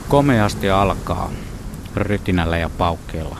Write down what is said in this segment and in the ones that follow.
Komeasti alkaa rytinällä ja paukkeella.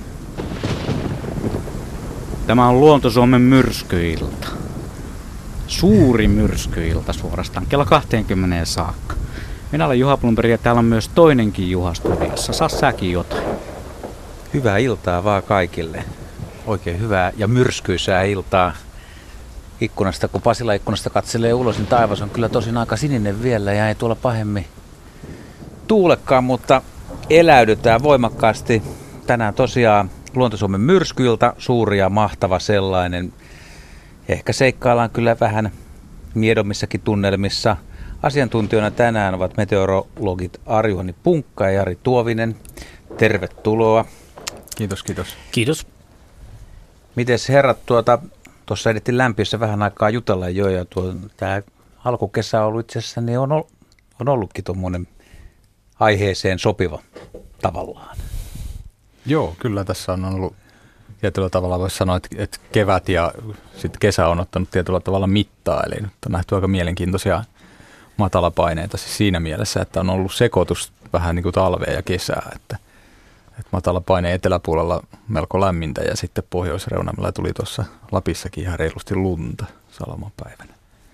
Tämä on Luonto-Suomen myrskyilta. Suuri myrskyilta suorastaan, kello 20 saakka. Minä olen Juha Blomberg ja täällä on myös toinenkin Juha studiossa. Saa säkin jotain. Hyvää iltaa vaan kaikille. Oikein hyvää ja myrskyisää iltaa. Ikkunasta, kun Pasila ikkunasta katselee ulos, niin taivas on kyllä tosin aika sininen vielä ja ei tuolla pahemmin tuulekaan, mutta eläydytään voimakkaasti. Tänään tosiaan Luonto-Suomen myrskyilta, suuri ja mahtava sellainen. Ehkä seikkaillaan kyllä vähän miedommissakin tunnelmissa. Asiantuntijoina tänään ovat meteorologit Arjuhani Punkka ja Jari Tuovinen. Tervetuloa. Kiitos, kiitos. Kiitos. Mites herrat, tuossa edettiin lämpiössä vähän aikaa jutella jo, ja tämä alkukesä on ollut itse asiassa, niin on ollutkin tuommoinen aiheeseen sopiva tavallaan. Joo, kyllä tässä on ollut tietyllä tavalla, voisi sanoa, että kevät ja sitten kesä on ottanut tietyllä tavalla mittaa, eli nyt on nähty aika mielenkiintoisia matalapaineita siis siinä mielessä, että on ollut sekoitus vähän niin kuin talvea ja kesää, että matalapaine eteläpuolella melko lämmintä ja sitten pohjoisreunamilla tuli tuossa Lapissakin ihan reilusti lunta Salomapäivänä.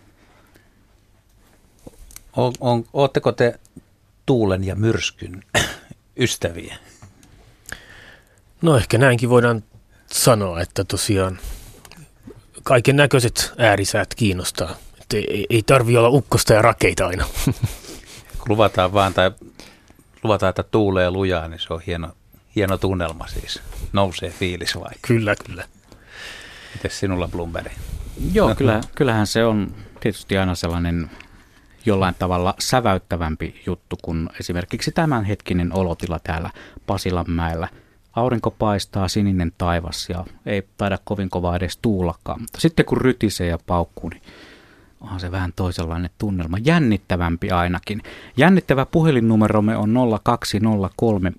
Ootteko te tuulen ja myrskyn ystäviä? No ehkä näinkin voidaan sanoa, että tosiaan kaiken näköiset äärisäät kiinnostaa. Että ei tarvitse olla ukkosta ja rakeita aina. Luvataan, että tuulee lujaa, niin se on hieno tunnelma siis. Nousee fiilis vai? Kyllä. Mites sinulla, Blomberg? Joo, kyllähän se on tietysti aina sellainen jollain tavalla säväyttävämpi juttu kuin esimerkiksi tämänhetkinen olotila täällä Pasilanmäellä. Aurinko paistaa, sininen taivas ja ei taida kovin kovaa edes tuulakaan. Mutta sitten kun rytisee ja paukkuu, niin onhan se vähän toisenlainen tunnelma. Jännittävämpi ainakin. Jännittävä puhelinnumeromme on 0203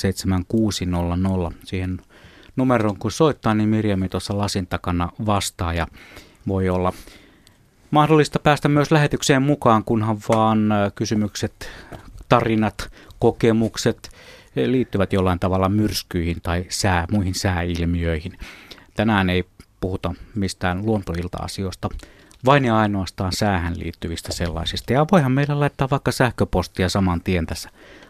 17600. Siihen numeroon kun soittaa, niin Mirjami tuossa lasin takana vastaa ja voi olla mahdollista päästä myös lähetykseen mukaan, kunhan vaan kysymykset, tarinat, kokemukset liittyvät jollain tavalla myrskyihin tai muihin sääilmiöihin. Tänään ei puhuta mistään luontoilta-asioista, vain ja ainoastaan säähän liittyvistä sellaisista. Ja voihan meillä laittaa vaikka sähköpostia saman tien tässä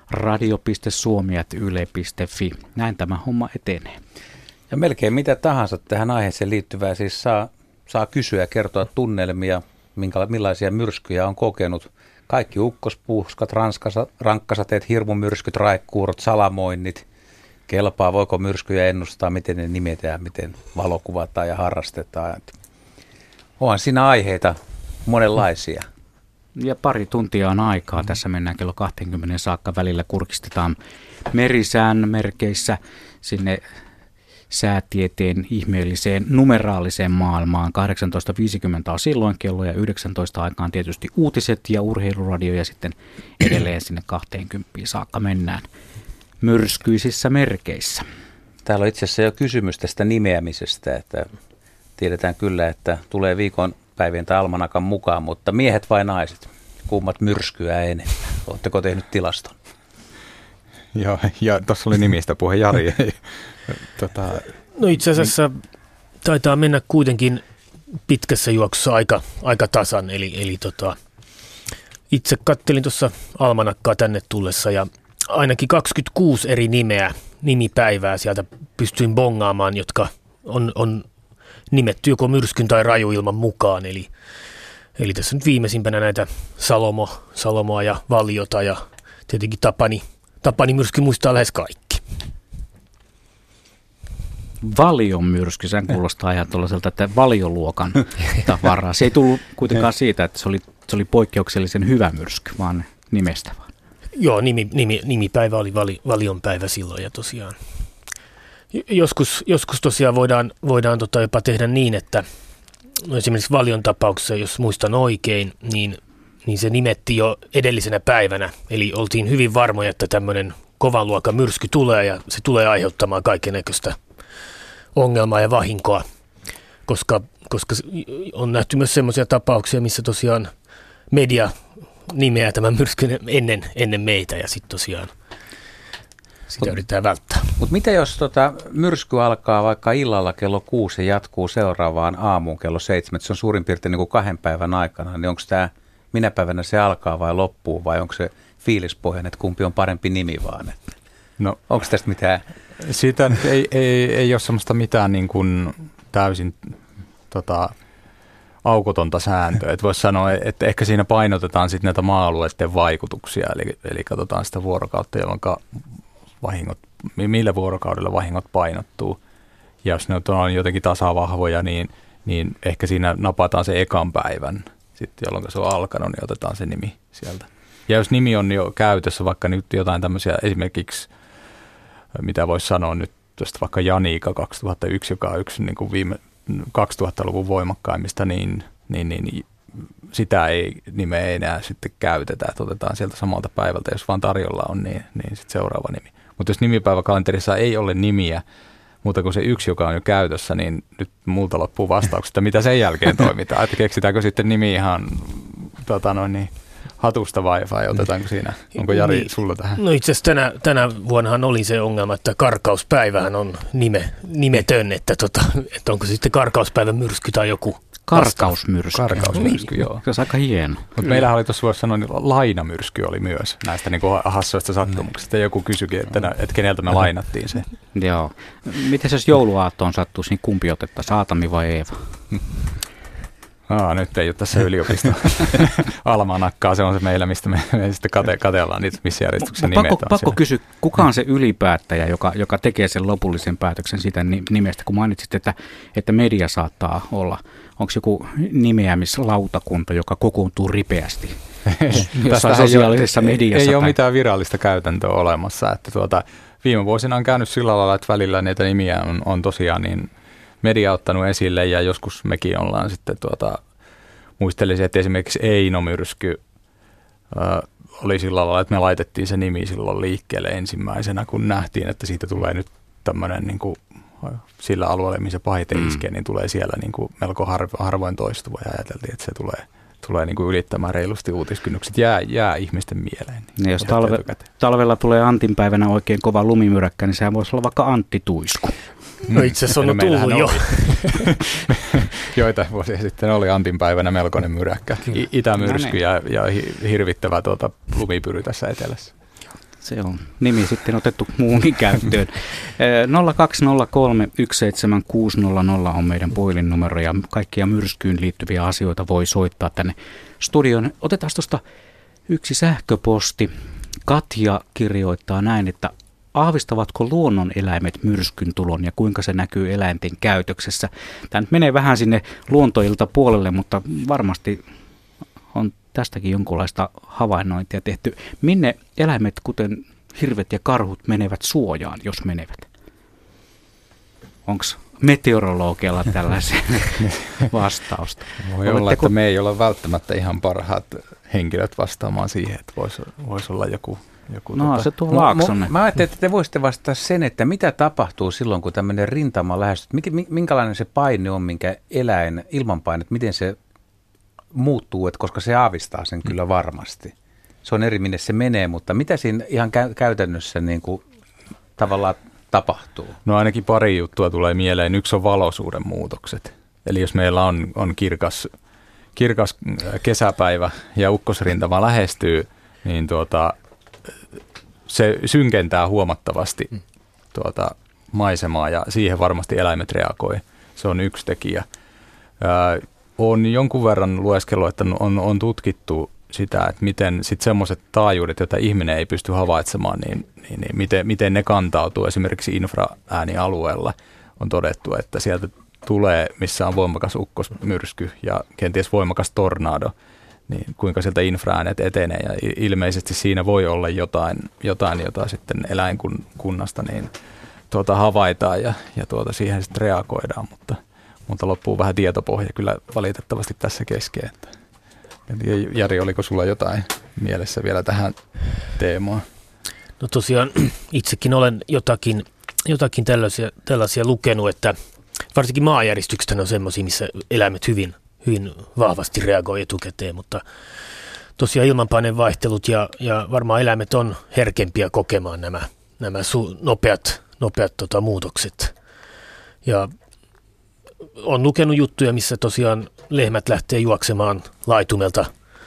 radio.suomi@yle.fi. Näin tämä homma etenee. Ja melkein mitä tahansa tähän aiheeseen liittyvää siis saa kysyä ja kertoa tunnelmia, millaisia myrskyjä on kokenut. Kaikki ukkospuuskat, rankkasateet, hirmumyrskyt, raekuurot, salamoinnit. Kelpaa, voiko myrskyjä ennustaa, miten ne nimetään, miten valokuvataan ja harrastetaan. Onhan siinä aiheita monenlaisia. Ja pari tuntia on aikaa. Tässä mennään kello 20 saakka. Välillä kurkistetaan merisään merkeissä sinne säätieteen ihmeelliseen numeraaliseen maailmaan. 18.50 on silloin kello ja 19 aikaan tietysti uutiset ja urheiluradio ja sitten edelleen sinne 20 saakka mennään myrskyisissä merkeissä. Täällä on itse asiassa jo kysymys tästä nimeämisestä, että tiedetään kyllä, että tulee viikonpäivien tai almanakan mukaan, mutta miehet vai naiset? Kummat myrskyä enemmän? Oletteko tehnyt tilaston? Joo, ja tuossa oli nimistä puhe Jari. No itse asiassa taitaa mennä kuitenkin pitkässä juoksussa aika tasan, eli itse kattelin tuossa almanakkaa tänne tullessa ja ainakin 26 eri nimipäivää sieltä pystyin bongaamaan, jotka on nimetty joko myrskyn tai rajuilman mukaan, eli tässä nyt viimeisimpänä näitä Salomoa ja Valiota ja tietenkin Tapani myrsky muistaa lähes kaikki. Valion myrsky, sen kuulostaa ihan tuollaiselta, että valioluokan tavaraa. Se ei tullut kuitenkaan siitä, että se oli poikkeuksellisen hyvä myrsky, vaan nimestä vaan. Joo, nimipäivä oli Valion päivä silloin ja tosiaan. Joskus tosiaan voidaan jopa tehdä niin, että no esimerkiksi Valion tapauksessa, jos muistan oikein, niin se nimettiin jo edellisenä päivänä. Eli oltiin hyvin varmoja, että tämmöinen kovan luokan myrsky tulee ja se tulee aiheuttamaan kaikennäköistä ongelmaa ja vahinkoa, koska on nähty myös semmoisia tapauksia, missä tosiaan media nimeää tämän myrskyn ennen meitä ja sitten tosiaan sitä yritetään välttää. Mutta mitä jos myrsky alkaa vaikka illalla kello 6 ja jatkuu seuraavaan aamuun kello 7, se on suurin piirtein niin kuin 2 päivän aikana, niin onko tämä minä päivänä se alkaa vai loppuu vai onko se fiilispohjainen, että kumpi on parempi nimi vaan? No, onko tästä mitään? Siitä ei ole semmoista mitään niin kuin täysin aukotonta sääntöä. Että voisi sanoa, että ehkä siinä painotetaan sitten näitä maa-alueiden vaikutuksia, eli katsotaan sitä vuorokautta, jolloin millä vuorokaudella vahingot painottuu. Ja jos ne on jotenkin tasavahvoja, niin ehkä siinä napataan se ekan päivän, sitten jolloin se on alkanut, niin otetaan se nimi sieltä. Ja jos nimi on jo käytössä, vaikka nyt jotain tämmöisiä esimerkiksi, mitä voisi sanoa nyt tuosta vaikka Janika 2001, joka on yksi niin kuin viime 2000-luvun voimakkaimmista, niin sitä nimeä ei enää sitten käytetä, että otetaan sieltä samalta päivältä, jos vaan tarjolla on, niin sitten seuraava nimi. Mutta jos nimipäiväkalenterissa ei ole nimiä, muuta kuin se yksi, joka on jo käytössä, niin nyt multa loppuu vastaukset, mitä sen jälkeen toimitaan. Että keksitäänkö sitten nimi ihan hatusta vai otetaanko siinä? Onko Jari sulla tähän? No itse asiassa tänä vuonnahan oli se ongelma, että karkauspäivähän on nimetön, että onko sitten karkauspäivän myrsky tai joku Karkausmyrsky. Karkausmyrsky, joo. Se on aika hieno. Mutta meillähän oli tuossa, voisi sanoa, niin lainamyrsky oli myös näistä niin kuin hassuista sattumuksista. Joku kysyikin, että keneltä me lainattiin se. Joo. Miten jos jouluaattoon sattuisi, niin kumpi otettaisiin, Aatami vai Eeva? Nyt ei ole tässä yliopisto almanakkaa, se on se meillä, mistä me sitten katellaan niitä, missä järjestyksen nimet on. Pakko kysyä, kuka on se ylipäättäjä, joka tekee sen lopullisen päätöksen siitä nimestä, kun mainitsit, että media saattaa olla. Onko joku nimeämislautakunta, joka kokoontuu ripeästi jossain sosiaalisessa mediassa? Ei ole mitään virallista käytäntöä olemassa. Että viime vuosina on käynyt sillä lailla, että välillä niitä nimiä on tosiaan niin media ottanut esille ja joskus mekin ollaan sitten muistelisin, että esimerkiksi Eino-myrsky oli sillä lailla, että me laitettiin se nimi silloin liikkeelle ensimmäisenä, kun nähtiin, että siitä tulee nyt tämmöinen niin kuin sillä alueella, missä pahiten iskee, niin tulee siellä niin kuin melko harvoin toistuva ja ajateltiin, että se tulee niin kuin ylittämään reilusti uutiskynnykset, jää ihmisten mieleen. Niin jos talvella tulee Antinpäivänä oikein kova lumimyräkkä, niin sehän voisi olla vaikka Antti Tuisku. No itse asiassa on tullut jo. Joita vuosia sitten oli Antinpäivänä melkoinen myräkkä. Itämyrsky ja hirvittävä lumipyry tässä etelässä. Se on nimi sitten otettu muuhunkin käyttöön. 0203 17600 on meidän puhelinnumero ja kaikkia myrskyyn liittyviä asioita voi soittaa tänne studioon. Otetaan tuosta yksi sähköposti. Katja kirjoittaa näin, että aavistavatko luonnoneläimet myrskyn tulon ja kuinka se näkyy eläinten käytöksessä? Tämä nyt menee vähän sinne luontoilta puolelle, mutta varmasti on tästäkin jonkunlaista havainnointia tehty. Minne eläimet, kuten hirvet ja karhut, menevät suojaan, jos menevät? Onko meteorologialla tällaisen vastausta? Voi olla, että me ei ole välttämättä ihan parhaat henkilöt vastaamaan siihen, että voisi olla joku se tuo Laaksonen. Mä ajattelin, että te voisitte vastata sen, että mitä tapahtuu silloin, kun tämmöinen rintama lähestyy. Minkälainen se paine on, minkä ilmanpaine, miten se muuttuu, että koska se aavistaa sen kyllä varmasti. Se on eri, minne se menee, mutta mitä siinä ihan käytännössä niin kuin tavallaan tapahtuu? No ainakin pari juttua tulee mieleen. Yksi on valoisuuden muutokset. Eli jos meillä on kirkas kesäpäivä ja ukkosrintama lähestyy, niin se synkentää huomattavasti maisemaa ja siihen varmasti eläimet reagoi. Se on yksi tekijä. On jonkun verran lueskellut, että on tutkittu sitä, että miten sitten semmoiset taajuudet, joita ihminen ei pysty havaitsemaan, niin miten ne kantautuu esimerkiksi infraäänialueella. On todettu, että sieltä tulee, missä on voimakas ukkosmyrsky ja kenties voimakas tornado, niin kuinka sieltä infraäänet etenee. Ja ilmeisesti siinä voi olla jotain jota sitten eläinkunnasta niin havaitaan ja siihen sitten reagoidaan, mutta loppuu vähän tietopohja kyllä valitettavasti tässä kesken. Jari, oliko sulla jotain mielessä vielä tähän teemaan? No tosiaan itsekin olen jotakin tällaisia lukenut, että varsinkin maanjäristykset on semmoisia, missä eläimet hyvin vahvasti reagoi etukäteen, mutta tosiaan ilmanpaineen vaihtelut ja varmaan eläimet on herkempiä kokemaan nämä nopeat muutokset. Ja on lukenut juttuja, missä tosiaan lehmät lähtee juoksemaan laitumelta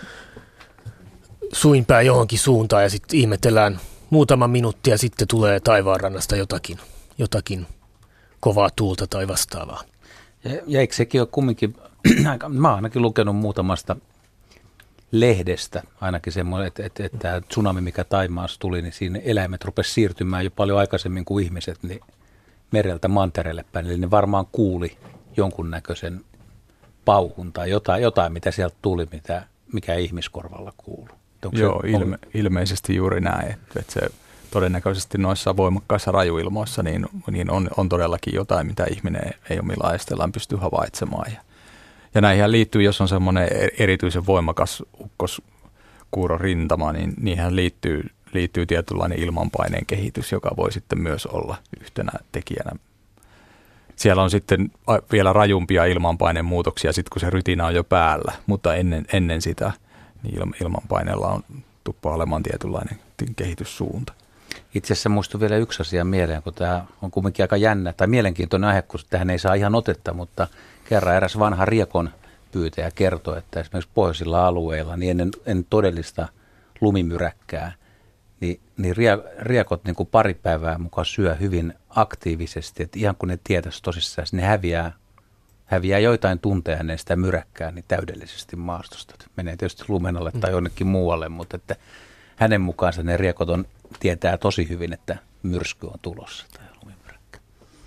suinpäin johonkin suuntaan ja sitten ihmetellään muutama minuutti ja sitten tulee taivaanrannasta jotakin kovaa tuulta tai vastaavaa. Ja eikö sekin ole kumminkin, mä oon ainakin lukenut muutamasta lehdestä ainakin semmoinen, että tämä tsunami, mikä Thaimaassa tuli, niin siinä eläimet rupesi siirtymään jo paljon aikaisemmin kuin ihmiset niin mereltä mantereelle päin. Eli ne varmaan kuuli jonkunnäköisen pauhun tai jotain mitä sieltä tuli, mikä ihmiskorvalla kuuluu. Joo, ilmeisesti juuri näin, että se todennäköisesti noissa voimakkaissa rajuilmoissa niin on todellakin jotain, mitä ihminen ei omilla ajatellaan pysty havaitsemaan. Ja näihin liittyy, jos on semmoinen erityisen voimakas ukkoskuuron rintama, niin niihin liittyy tietynlainen ilmanpaineen kehitys, joka voi sitten myös olla yhtenä tekijänä. Siellä on sitten vielä rajumpia ilmanpaineen muutoksia, sitten kun se rytinä on jo päällä, mutta ennen sitä niin ilmanpaineella on tuppaa olemaan tietynlainen kehityssuunta. Itse asiassa muistui vielä yksi asia mieleen, kun tämä on kuitenkin aika jännä tai mielenkiintoinen aihe, kun tähän ei saa ihan otetta, mutta kerran eräs vanha riekon pyytäjä kertoi, että esimerkiksi pohjoisilla alueilla niin ennen todellista lumimyräkkää, niin riekot niin kuin pari päivää mukaan syö hyvin aktiivisesti, että ihan kun ne tietäisi tosissaan, ne häviää joitain tunteja ennen sitä myräkkää niin täydellisesti maastosta. Menee tietysti lumen alle tai jonnekin muualle, mutta että hänen mukaansa ne riekot tietää tosi hyvin, että myrsky on tulossa tai lumimyräkkä.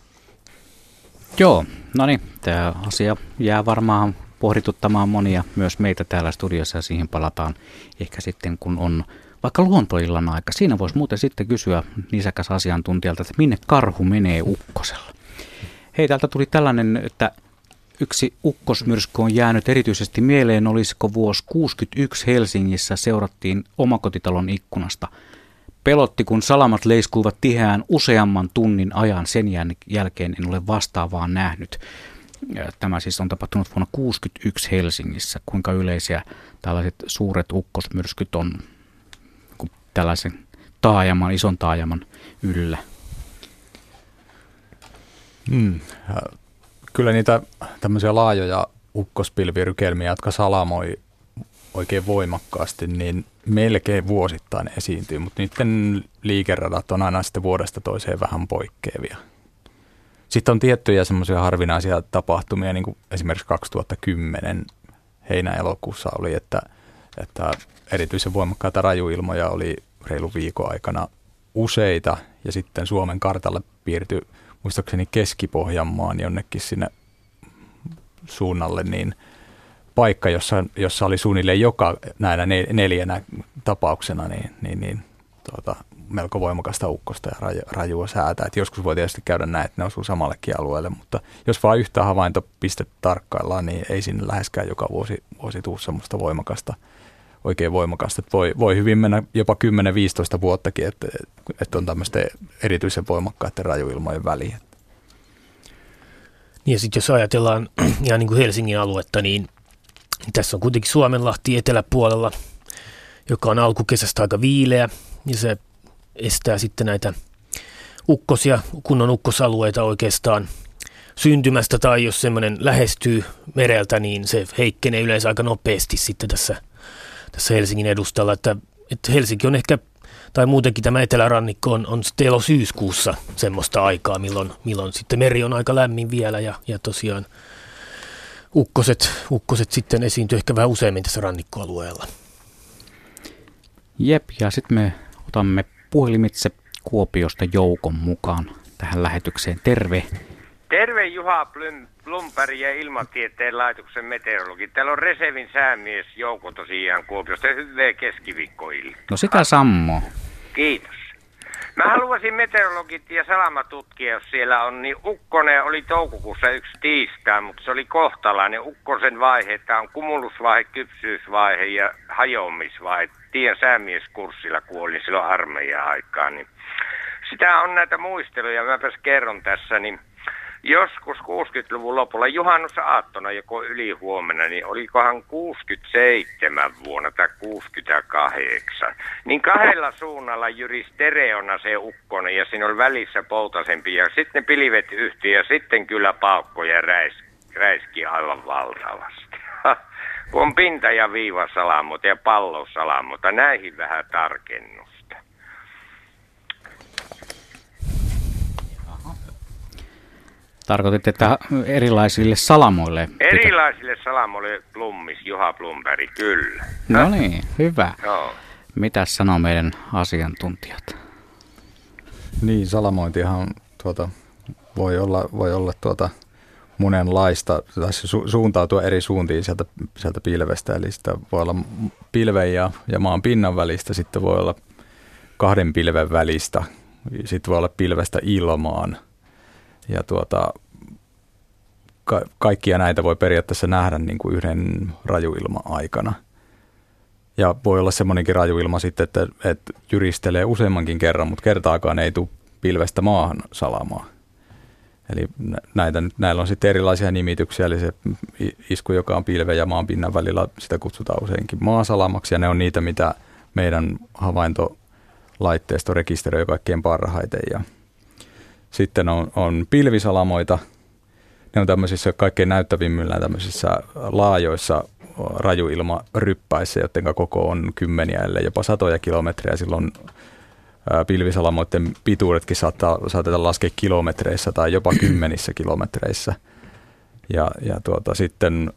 Joo, no niin, tämä asia jää varmaan pohdituttamaan monia, myös meitä täällä studiossa, ja siihen palataan ehkä sitten, kun on vaikka luontoillan aika. Siinä voisi muuten sitten kysyä nisäkäs asiantuntijalta, että minne karhu menee ukkosella. Hei, täältä tuli tällainen, että yksi ukkosmyrsky on jäänyt erityisesti mieleen, olisiko vuosi 1961 Helsingissä, seurattiin omakotitalon ikkunasta. Pelotti, kun salamat leiskuivat tiheään useamman tunnin ajan, sen jälkeen en ole vastaavaa nähnyt. Tämä siis on tapahtunut vuonna 1961 Helsingissä. Kuinka yleisiä tällaiset suuret ukkosmyrskyt on tällaisen ison taajaman yllä? Kyllä niitä tämmöisiä laajoja ukkospilvirykelmiä, jotka salamoi oikein voimakkaasti, niin melkein vuosittain esiintyy, mutta niiden liikeradat on aina sitten vuodesta toiseen vähän poikkeavia. Sitten on tiettyjä semmoisia harvinaisia tapahtumia, niin kuin esimerkiksi 2010 heinä-elokuussa oli, että erityisen voimakkaita rajuilmoja oli reilun viikon aikana useita, ja sitten Suomen kartalle piirtyi muistaakseni Keski-Pohjanmaan jonnekin sinne suunnalle, niin paikka, jossa oli suunnilleen joka näinä neljänä tapauksena niin melko voimakasta ukkosta ja rajua säätä. Et joskus voi tietysti käydä näin, että ne osuu samallekin alueelle, mutta jos vaan yhtä havaintopistettä tarkkaillaan, niin ei sinne läheskään joka vuosi tule semmoista oikein voimakasta. Et voi hyvin mennä jopa 10-15 vuottakin, että on tämmöisten erityisen voimakkaiden rajuilmojen väliä. Ja sitten jos ajatellaan ihan niin kuin Helsingin aluetta, niin tässä on kuitenkin Suomenlahti eteläpuolella, joka on alkukesästä aika viileä, ja se estää sitten näitä kunnon ukkosalueita oikeastaan syntymästä, tai jos semmoinen lähestyy mereltä, niin se heikkenee yleensä aika nopeasti sitten tässä Helsingin edustalla, että Helsinki on ehkä, tai muutenkin tämä etelärannikko on sitten elo-syyskuussa semmoista aikaa, milloin sitten meri on aika lämmin vielä, ja tosiaan ukkoset sitten esiintyy ehkä vähän useammin tässä rannikkoalueella. Jep, ja sitten me otamme puhelimitse Kuopiosta Joukon mukaan tähän lähetykseen. Terve. Terve Juha Blumberg ja Ilmatieteen laitoksen meteorologi. Täällä on Resevin säämies Jouko tosiaan Kuopiosta. Hyvää keskiviikkoilta. No sitä Sammo. Kiitos. Mä haluaisin meteorologit ja salamatutkia, jos siellä on, niin ukkonen oli toukokuussa yksi tiistai, mutta se oli kohtalainen. Ukkosen vaihe, tämä on kumulusvaihe, kypsyysvaihe ja hajoamisvaihe. Tien säämieskurssilla kuolin silloin armeijan aikaan, niin sitä on näitä muisteluja. Mäpäs kerron tässä, niin joskus 60-luvun lopulla juhannusaattona joko ylihuomenna, niin olikohan 67 vuonna tai 68, niin kahdella suunnalla jyri stereona se ukkonen ja siinä oli välissä poutasempi ja sitten ne pilvet yhteen ja sitten kyllä paukkoja räiski aivan valtavasti. Kun on pinta- ja viivasalamota ja pallosalamota, näihin vähän tarkennusta. Tarkoitit, että erilaisille salamoille? Erilaisille salamoille plummis, Juha Plumberg, kyllä. No niin, hyvä. Joo. Mitäs sanoo meidän asiantuntijat? Niin, salamointihan voi olla monenlaista, tässä suuntautua eri suuntiin sieltä pilvestä, eli sitä voi olla pilven ja maan pinnan välistä, sitten voi olla kahden pilven välistä, sitten voi olla pilvestä ilmaan, ja kaikkia näitä voi periaatteessa nähdä niin kuin yhden rajuilma-aikana. Ja voi olla semmoinenkin rajuilma sitten, että jyristelee useammankin kerran, mutta kertaakaan ei tule pilvestä maahan salamaa. Eli näillä on sitten erilaisia nimityksiä, eli se isku, joka on pilven ja maan pinnan välillä, sitä kutsutaan useinkin maasalamaksi, ja ne on niitä, mitä meidän havaintolaitteisto rekisteröi kaikkein parhaiten. Ja sitten on pilvisalamoita, ne on tämmöisissä kaikkein näyttävimmillä tämmöisissä laajoissa rajuilmaryppäissä, joiden koko on kymmeniä, ellei jopa 100 kilometriä. Silloin pilvisalamoiden pituudetkin saatetaan laskea kilometreissä tai jopa kymmenissä kilometreissä. Ja sitten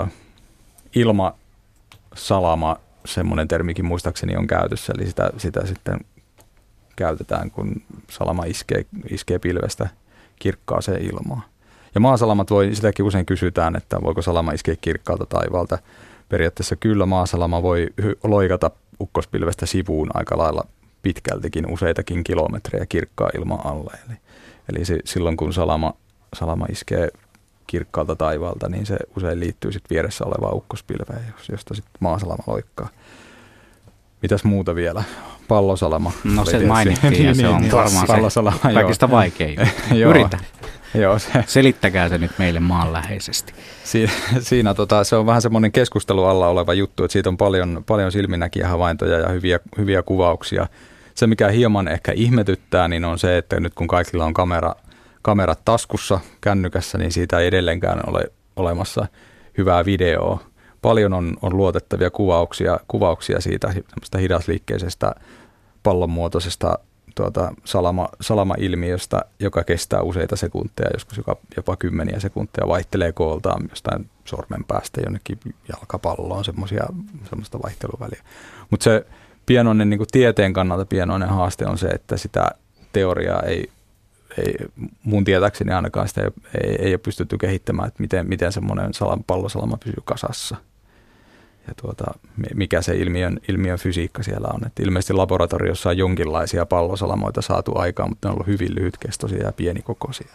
ilmasalama, semmoinen termikin muistaakseni on käytössä, eli sitä sitten käytetään, kun salama iskee pilvestä kirkkaaseen ilmaan. Ja maasalamat sitäkin usein kysytään, että voiko salama iskeä kirkkaalta taivaalta. Periaatteessa kyllä maasalama voi loikata ukkospilvestä sivuun aika lailla pitkältikin, useitakin kilometrejä kirkkaan ilman alle. Eli silloin kun salama iskee kirkkaalta taivaalta, niin se usein liittyy sitten vieressä olevaan ukkospilveen, josta sitten maasalama loikkaa. Mitäs muuta vielä? Pallosalama. No se mainittiin ja se on varmaan se kaikista vaikein. Yritä. Joo, selittäkää se nyt meille maanläheisesti. Siinä se on vähän semmoinen keskustelu alla oleva juttu, että siitä on paljon silminnäkiä havaintoja ja hyviä kuvauksia. Se, mikä hieman ehkä ihmetyttää, niin on se, että nyt kun kaikilla on kamerat taskussa, kännykässä, niin siitä ei edelleenkään ole olemassa hyvää videoa. Paljon on luotettavia kuvauksia siitä hidasliikkeisestä pallonmuotoisesta salama-ilmiöstä, joka kestää useita sekunteja, joskus jopa kymmeniä sekunteja, vaihtelee kooltaan jostain sormenpäästä jonnekin jalkapalloon, semmoista vaihteluväliä. Mutta se pienoinen, niin kuin tieteen kannalta pienoinen haaste on se, että sitä teoriaa ei mun tietääkseni ainakaan sitä ei ole pystytty kehittämään, että miten semmoinen pallosalama pysyy kasassa. Ja mikä se ilmiön fysiikka siellä on. Että ilmeisesti laboratoriossa on jonkinlaisia pallosalamoita saatu aikaan, mutta ne on ollut hyvin lyhytkestoisia ja pienikokoisia.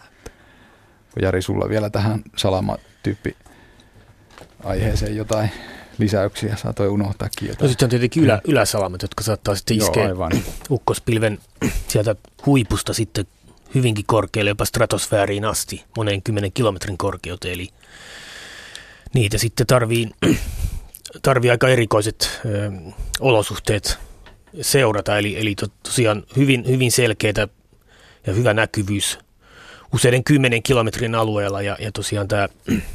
Jari, sulla vielä tähän salamatyyppi aiheeseen jotain lisäyksiä, saatoi unohtaakin jotain. No sitten on tietenkin yläsalamat, jotka saattaa sitten iskeä ukkospilven sieltä huipusta sitten hyvinkin korkealle, jopa stratosfääriin asti, monen 10 kilometrin korkeuteen. Eli niitä sitten tarvii aika erikoiset olosuhteet seurata, eli tosiaan hyvin selkeitä ja hyvä näkyvyys useiden 10 kilometrin alueella ja tosiaan tämä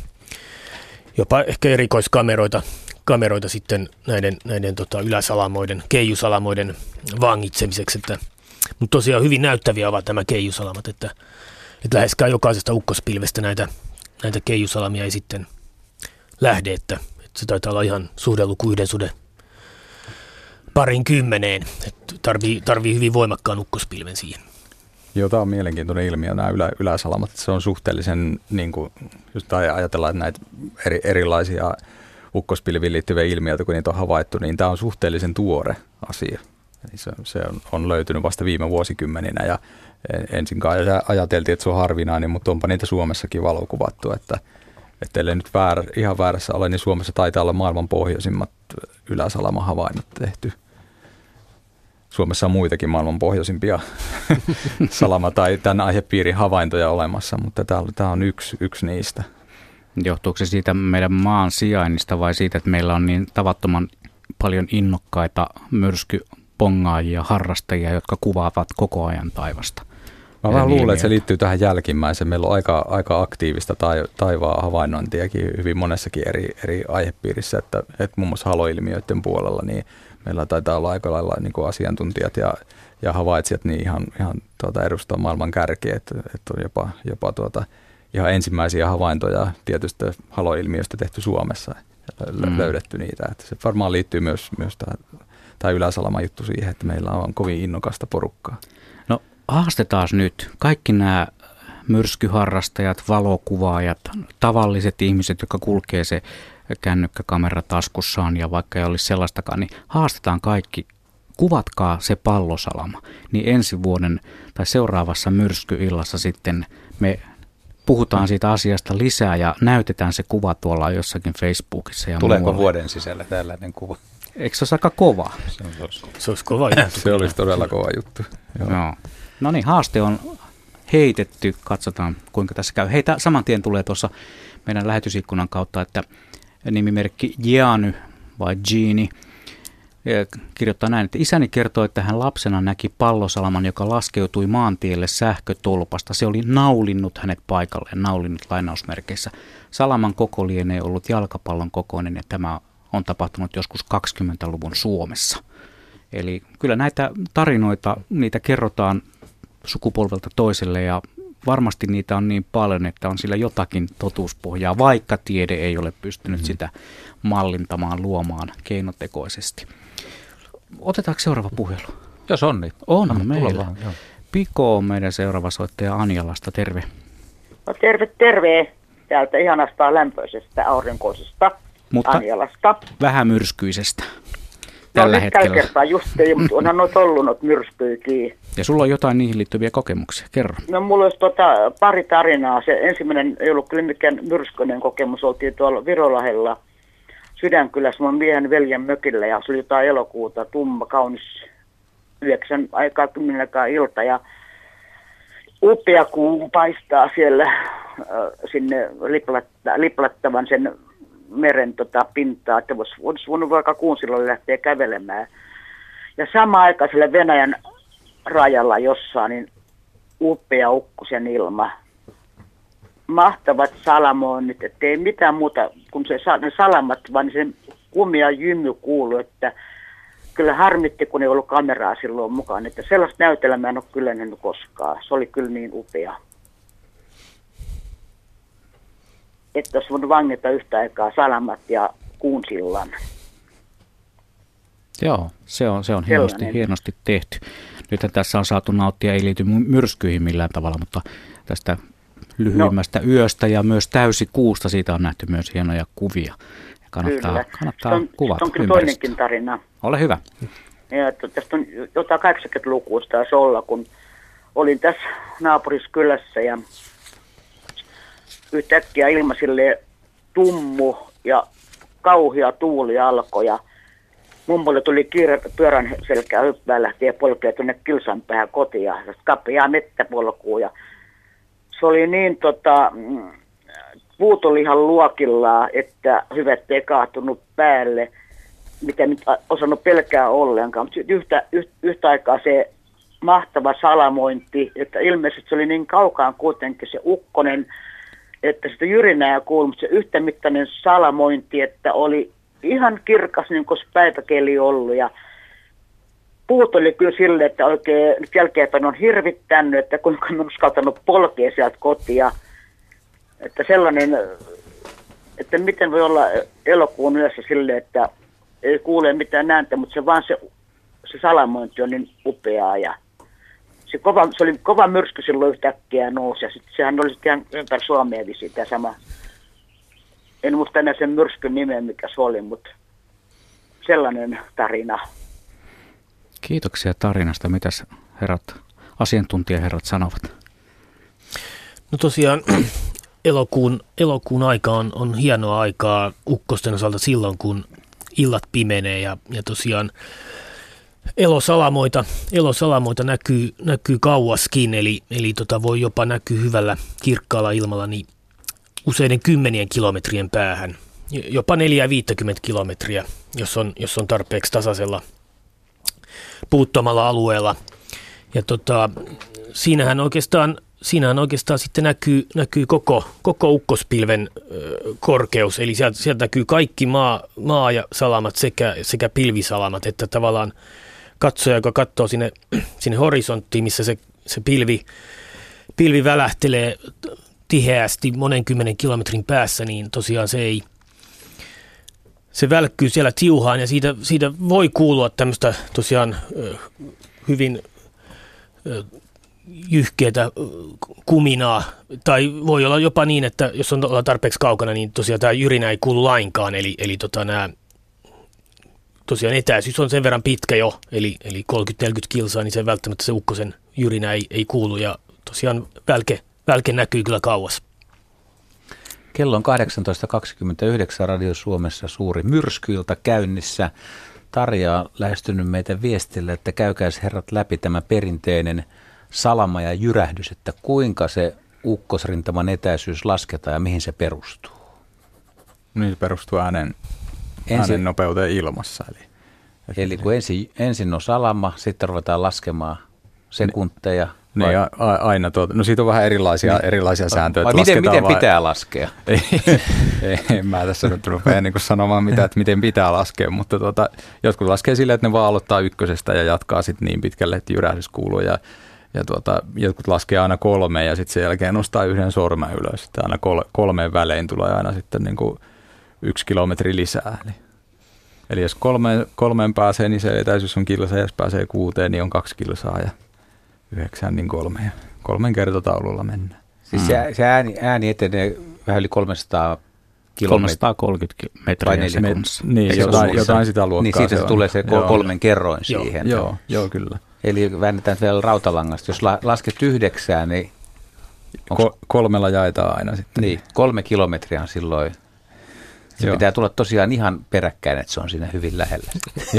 jopa ehkä erikoiskameroita sitten näiden yläsalamoiden, keijusalamoiden vangitsemiseksi, mutta tosiaan hyvin näyttäviä ovat nämä keijusalamat, että läheskään jokaisesta ukkospilvestä näitä keijusalamia ei sitten lähde, että se taitaa olla ihan suhdeluku 1:10, että tarvii hyvin voimakkaan ukkospilven siihen. Joo, tämä on mielenkiintoinen ilmiö, nämä yläsalamat. Se on suhteellisen, niin kuin, jos ajatellaan, että näitä erilaisia ukkospilviin liittyviä ilmiöitä, kun niitä on havaittu, niin tämä on suhteellisen tuore asia. Eli se on löytynyt vasta viime vuosikymmeninä ja ensinkaan ajateltiin, että se on harvinainen, mutta onpa niitä Suomessakin valokuvattu, että ellei nyt ihan väärässä ole, niin Suomessa taitaa olla maailman pohjoisimmat yläsalamahavainnot tehty. Suomessa on muitakin maailman pohjoisimpia salama- tai tämän aihepiirin havaintoja olemassa, mutta tämä on yksi niistä. Johtuuko se siitä meidän maan sijainnista vai siitä, että meillä on niin tavattoman paljon innokkaita myrskypongaajia, harrastajia, jotka kuvaavat koko ajan taivasta? Mä vähän luulen, että se liittyy tähän jälkimmäiseen. Meillä on aika aktiivista taivaan havainnointiakin hyvin monessakin eri aihepiirissä, että muun muassa haloilmiöiden puolella niin meillä taitaa olla aika lailla niin kuin asiantuntijat ja havaitsijat niin ihan edustaa maailman kärkeä, että on jopa ihan ensimmäisiä havaintoja tietystä haloilmiöstä tehty Suomessa ja löydetty niitä. Että se varmaan liittyy myös tämä Ylä-Salaman juttu siihen, että meillä on kovin innokasta porukkaa. No haastetaan nyt kaikki nämä myrskyharrastajat, valokuvaajat, tavalliset ihmiset, jotka kulkee se kännykkäkamera taskussaan ja vaikka ei olisi sellaistakaan, niin haastetaan kaikki. Kuvatkaa se pallosalama, niin ensi vuoden tai seuraavassa myrskyillassa sitten me puhutaan siitä asiasta lisää ja näytetään se kuva tuolla jossakin Facebookissa ja Tuleeko muualle. vuoden sisällä tällainen kuva? Eikö se olisi aika kova? Se olisi kova juttu. Se olisi todella kova juttu. Joo. No niin, haaste on heitetty. Katsotaan, kuinka tässä käy. Heitä saman tien tulee tuossa meidän lähetysikkunan kautta, että nimimerkki Jeany vai Jeani kirjoittaa näin, että isäni kertoi, että hän lapsena näki pallosalaman, joka laskeutui maantielle sähkötolpasta. Se oli naulinnut hänet paikalleen, naulinnut lainausmerkeissä. Salaman koko lienee ollut jalkapallon kokoinen ja tämä on tapahtunut joskus 20-luvun Suomessa. Eli kyllä näitä tarinoita, niitä kerrotaan sukupolvelta toiselle ja varmasti niitä on niin paljon, että on sillä jotakin totuuspohjaa, vaikka tiede ei ole pystynyt sitä mallintamaan, luomaan keinotekoisesti. Otetaanko seuraava puhelu? Jos on, niin On meillä. Piko on meidän seuraava soittaja Anjalasta. Terve. No terve. Täältä ihanasta lämpöisestä aurinkoisesta Mutta Anjalasta. vähän myrskyisestä tällä hetkellä. Tällä kertaa just ei, mutta onhan noita ollut noita myrskyykiä. Ja sulla on jotain niihin liittyviä kokemuksia. Kerro. No mulla olisi pari tarinaa. Se ensimmäinen ei ollut kyllä mikään myrskyinen kokemus. Oltiin tuolla Virolahdella Sydänkylässä mun miehen veljen mökillä ja se oli jotain elokuuta, tumma, kaunis 9 aikaa 10 aikaa ilta ja upea kuu paistaa siellä sinne liplattavan sen meren pintaa, että olisi voinut vaikka kuun silloin lähteä kävelemään. Ja samaan aikaan siellä Venäjän rajalla jossain, niin upea ukkosen ilma. Mahtavat salamoinnit, ettei mitään muuta kuin ne salamat, vaan se kumia jymy kuului, että kyllä harmitti, kun ei ollut kameraa silloin mukaan. Että sellaista näytelmää en ole kyllä nähnyt koskaan. Se oli kyllä niin upea. Että olisi voinut vangita yhtä aikaa salamat ja kuunsillan. Joo, se on hienosti tehty. Nyt tässä on saatu nauttia, ei liity myrskyihin millään tavalla, mutta tästä lyhyimmästä yöstä ja myös täysikuusta siitä on nähty myös hienoja kuvia. Ja kannattaa kuvata on kyllä toinenkin tarina. Ole hyvä. Ja tästä on jotain 80-lukua taisi olla, kun olin tässä naapuriskylässä ja yhtäkkiä ilma silleen tummu ja kauhea tuuli alkoi ja mummolle tuli kiire pyörän selkää hyppää lähtien polkea tuonne Kilsan päähän kotiin ja kapeaa mettäpolkuun ja se oli niin puut oli ihan luokillaan, että hyvät ei kaatunut päälle, mitä nyt osannut pelkää ollenkaan. Mutta yhtä aikaa se mahtava salamointi, että ilmeisesti se oli niin kaukaan kuitenkin se ukkonen, että sitä jyrinää kuului, mutta se yhtämittainen salamointi, että oli ihan kirkas niin kuin päiväkeli ollut ja puut oli kyllä silleen, että oikein nyt jälkeenpäin on hirvittänyt, että kuinka on uskaltanut polkea sieltä kotia. Että sellainen, että miten voi olla elokuun yössä silleen, että ei kuule mitään ääntä, mutta se salamointi on niin upeaa. Ja se oli kova myrsky silloin yhtäkkiä nousi ja sitten sehän oli ihan ympäri Suomea visiin tämä sama. En muista enää sen myrskyn nimen, mikä se oli, mutta sellainen tarina. Kiitoksia tarinasta. Mitäs asiantuntijaherrat sanovat? No tosiaan elokuun aika on hienoa aikaa ukkosten osalta silloin, kun illat pimenee ja tosiaan Elosalamoita näkyy kauaskin, eli voi jopa näkyä hyvällä kirkkaalla ilmalla niin useiden 10 kilometrien päähän, jopa 4-50 kilometriä, jos on tarpeeksi tasaisella puuttomalla alueella. Ja siinähän oikeastaan sitten näkyy koko ukkospilven korkeus, eli sieltä näkyy kaikki maa- ja salamat sekä pilvisalamat, että tavallaan katsoja, joka katsoo sinne horisonttiin, missä se pilvi välähtelee tiheästi monen 10 kilometrin päässä, niin tosiaan se välkkyy siellä tiuhaan ja siitä voi kuulua tämmöistä tosiaan hyvin jyhkeätä kuminaa, tai voi olla jopa niin, että jos on tarpeeksi kaukana, niin tosiaan tämä jyrinä ei kuulu lainkaan, eli nämä tosiaan etäisyys on sen verran pitkä jo, eli 30-40 kilsaa, niin välttämättä se ukkosen jyrinä ei kuulu, ja tosiaan välke näkyy kyllä kauas. Kello on 18.29 Radio Suomessa suuri myrskyilta käynnissä. Tarja on lähestynyt meitä viestillä, että käykääs herrat läpi tämä perinteinen salama ja jyrähdys, että kuinka se ukkosrintaman etäisyys lasketaan ja mihin se perustuu? Niin se perustuu äänen nopeuteen ilmassa. Eli kun ensin on salama, sitten ruvetaan laskemaan sekunteja. Niin, aina no siitä on vähän erilaisia sääntöjä. Vai miten pitää laskea? En mä tässä nyt rupea niin sanomaan mitä, että miten pitää laskea, mutta jotkut laskee silleen, että ne vaan aloittaa ykkösestä ja jatkaa sitten niin pitkälle, että jyrähdys kuuluu. Ja jotkut laskee aina 3 ja sitten sen jälkeen nostaa yhden sormen ylös. Sitten aina 3 välein tulee aina sitten niin kuin 1 kilometri lisää. Eli jos 3 pääsee, niin se etäisyys on kilsa, ja jos pääsee 6, niin on 2 kilsaa ja 9, niin 3. Ja 3 kertotaululla mennään. Siis se ääni etenee vähän yli 300 kilometriä. 330 metriä sekunnissa. Niin, jotain sitä luokkaa. Niin siitä se tulee se 3 kerroin siihen. Joo, kyllä. Eli väännetään vielä rautalangasta. Jos lasket 9, niin 3 jaetaan aina sitten. Niin, 3 kilometriä on silloin. Se pitää tulla tosiaan ihan peräkkäin, että se on siinä hyvin lähellä.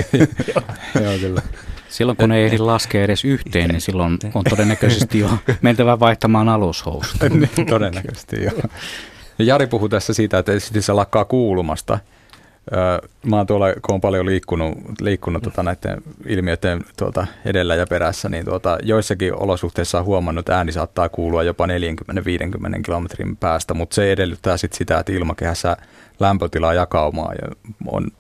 Joo, kyllä. Silloin kun ei ehdi laskea edes yhteen, niin silloin on todennäköisesti jo mentävä vaihtamaan alushoususta. Todennäköisesti joo. Ja Jari puhui tässä siitä, että se lakkaa kuulumasta. Mä oon tuolla, kun on paljon liikkunut näiden ilmiöiden edellä ja perässä, niin joissakin olosuhteissa on huomannut, että ääni saattaa kuulua jopa 40-50 kilometrin päästä, mutta se edellyttää sitä, että ilmakehässä lämpötila jakaumaa ja on,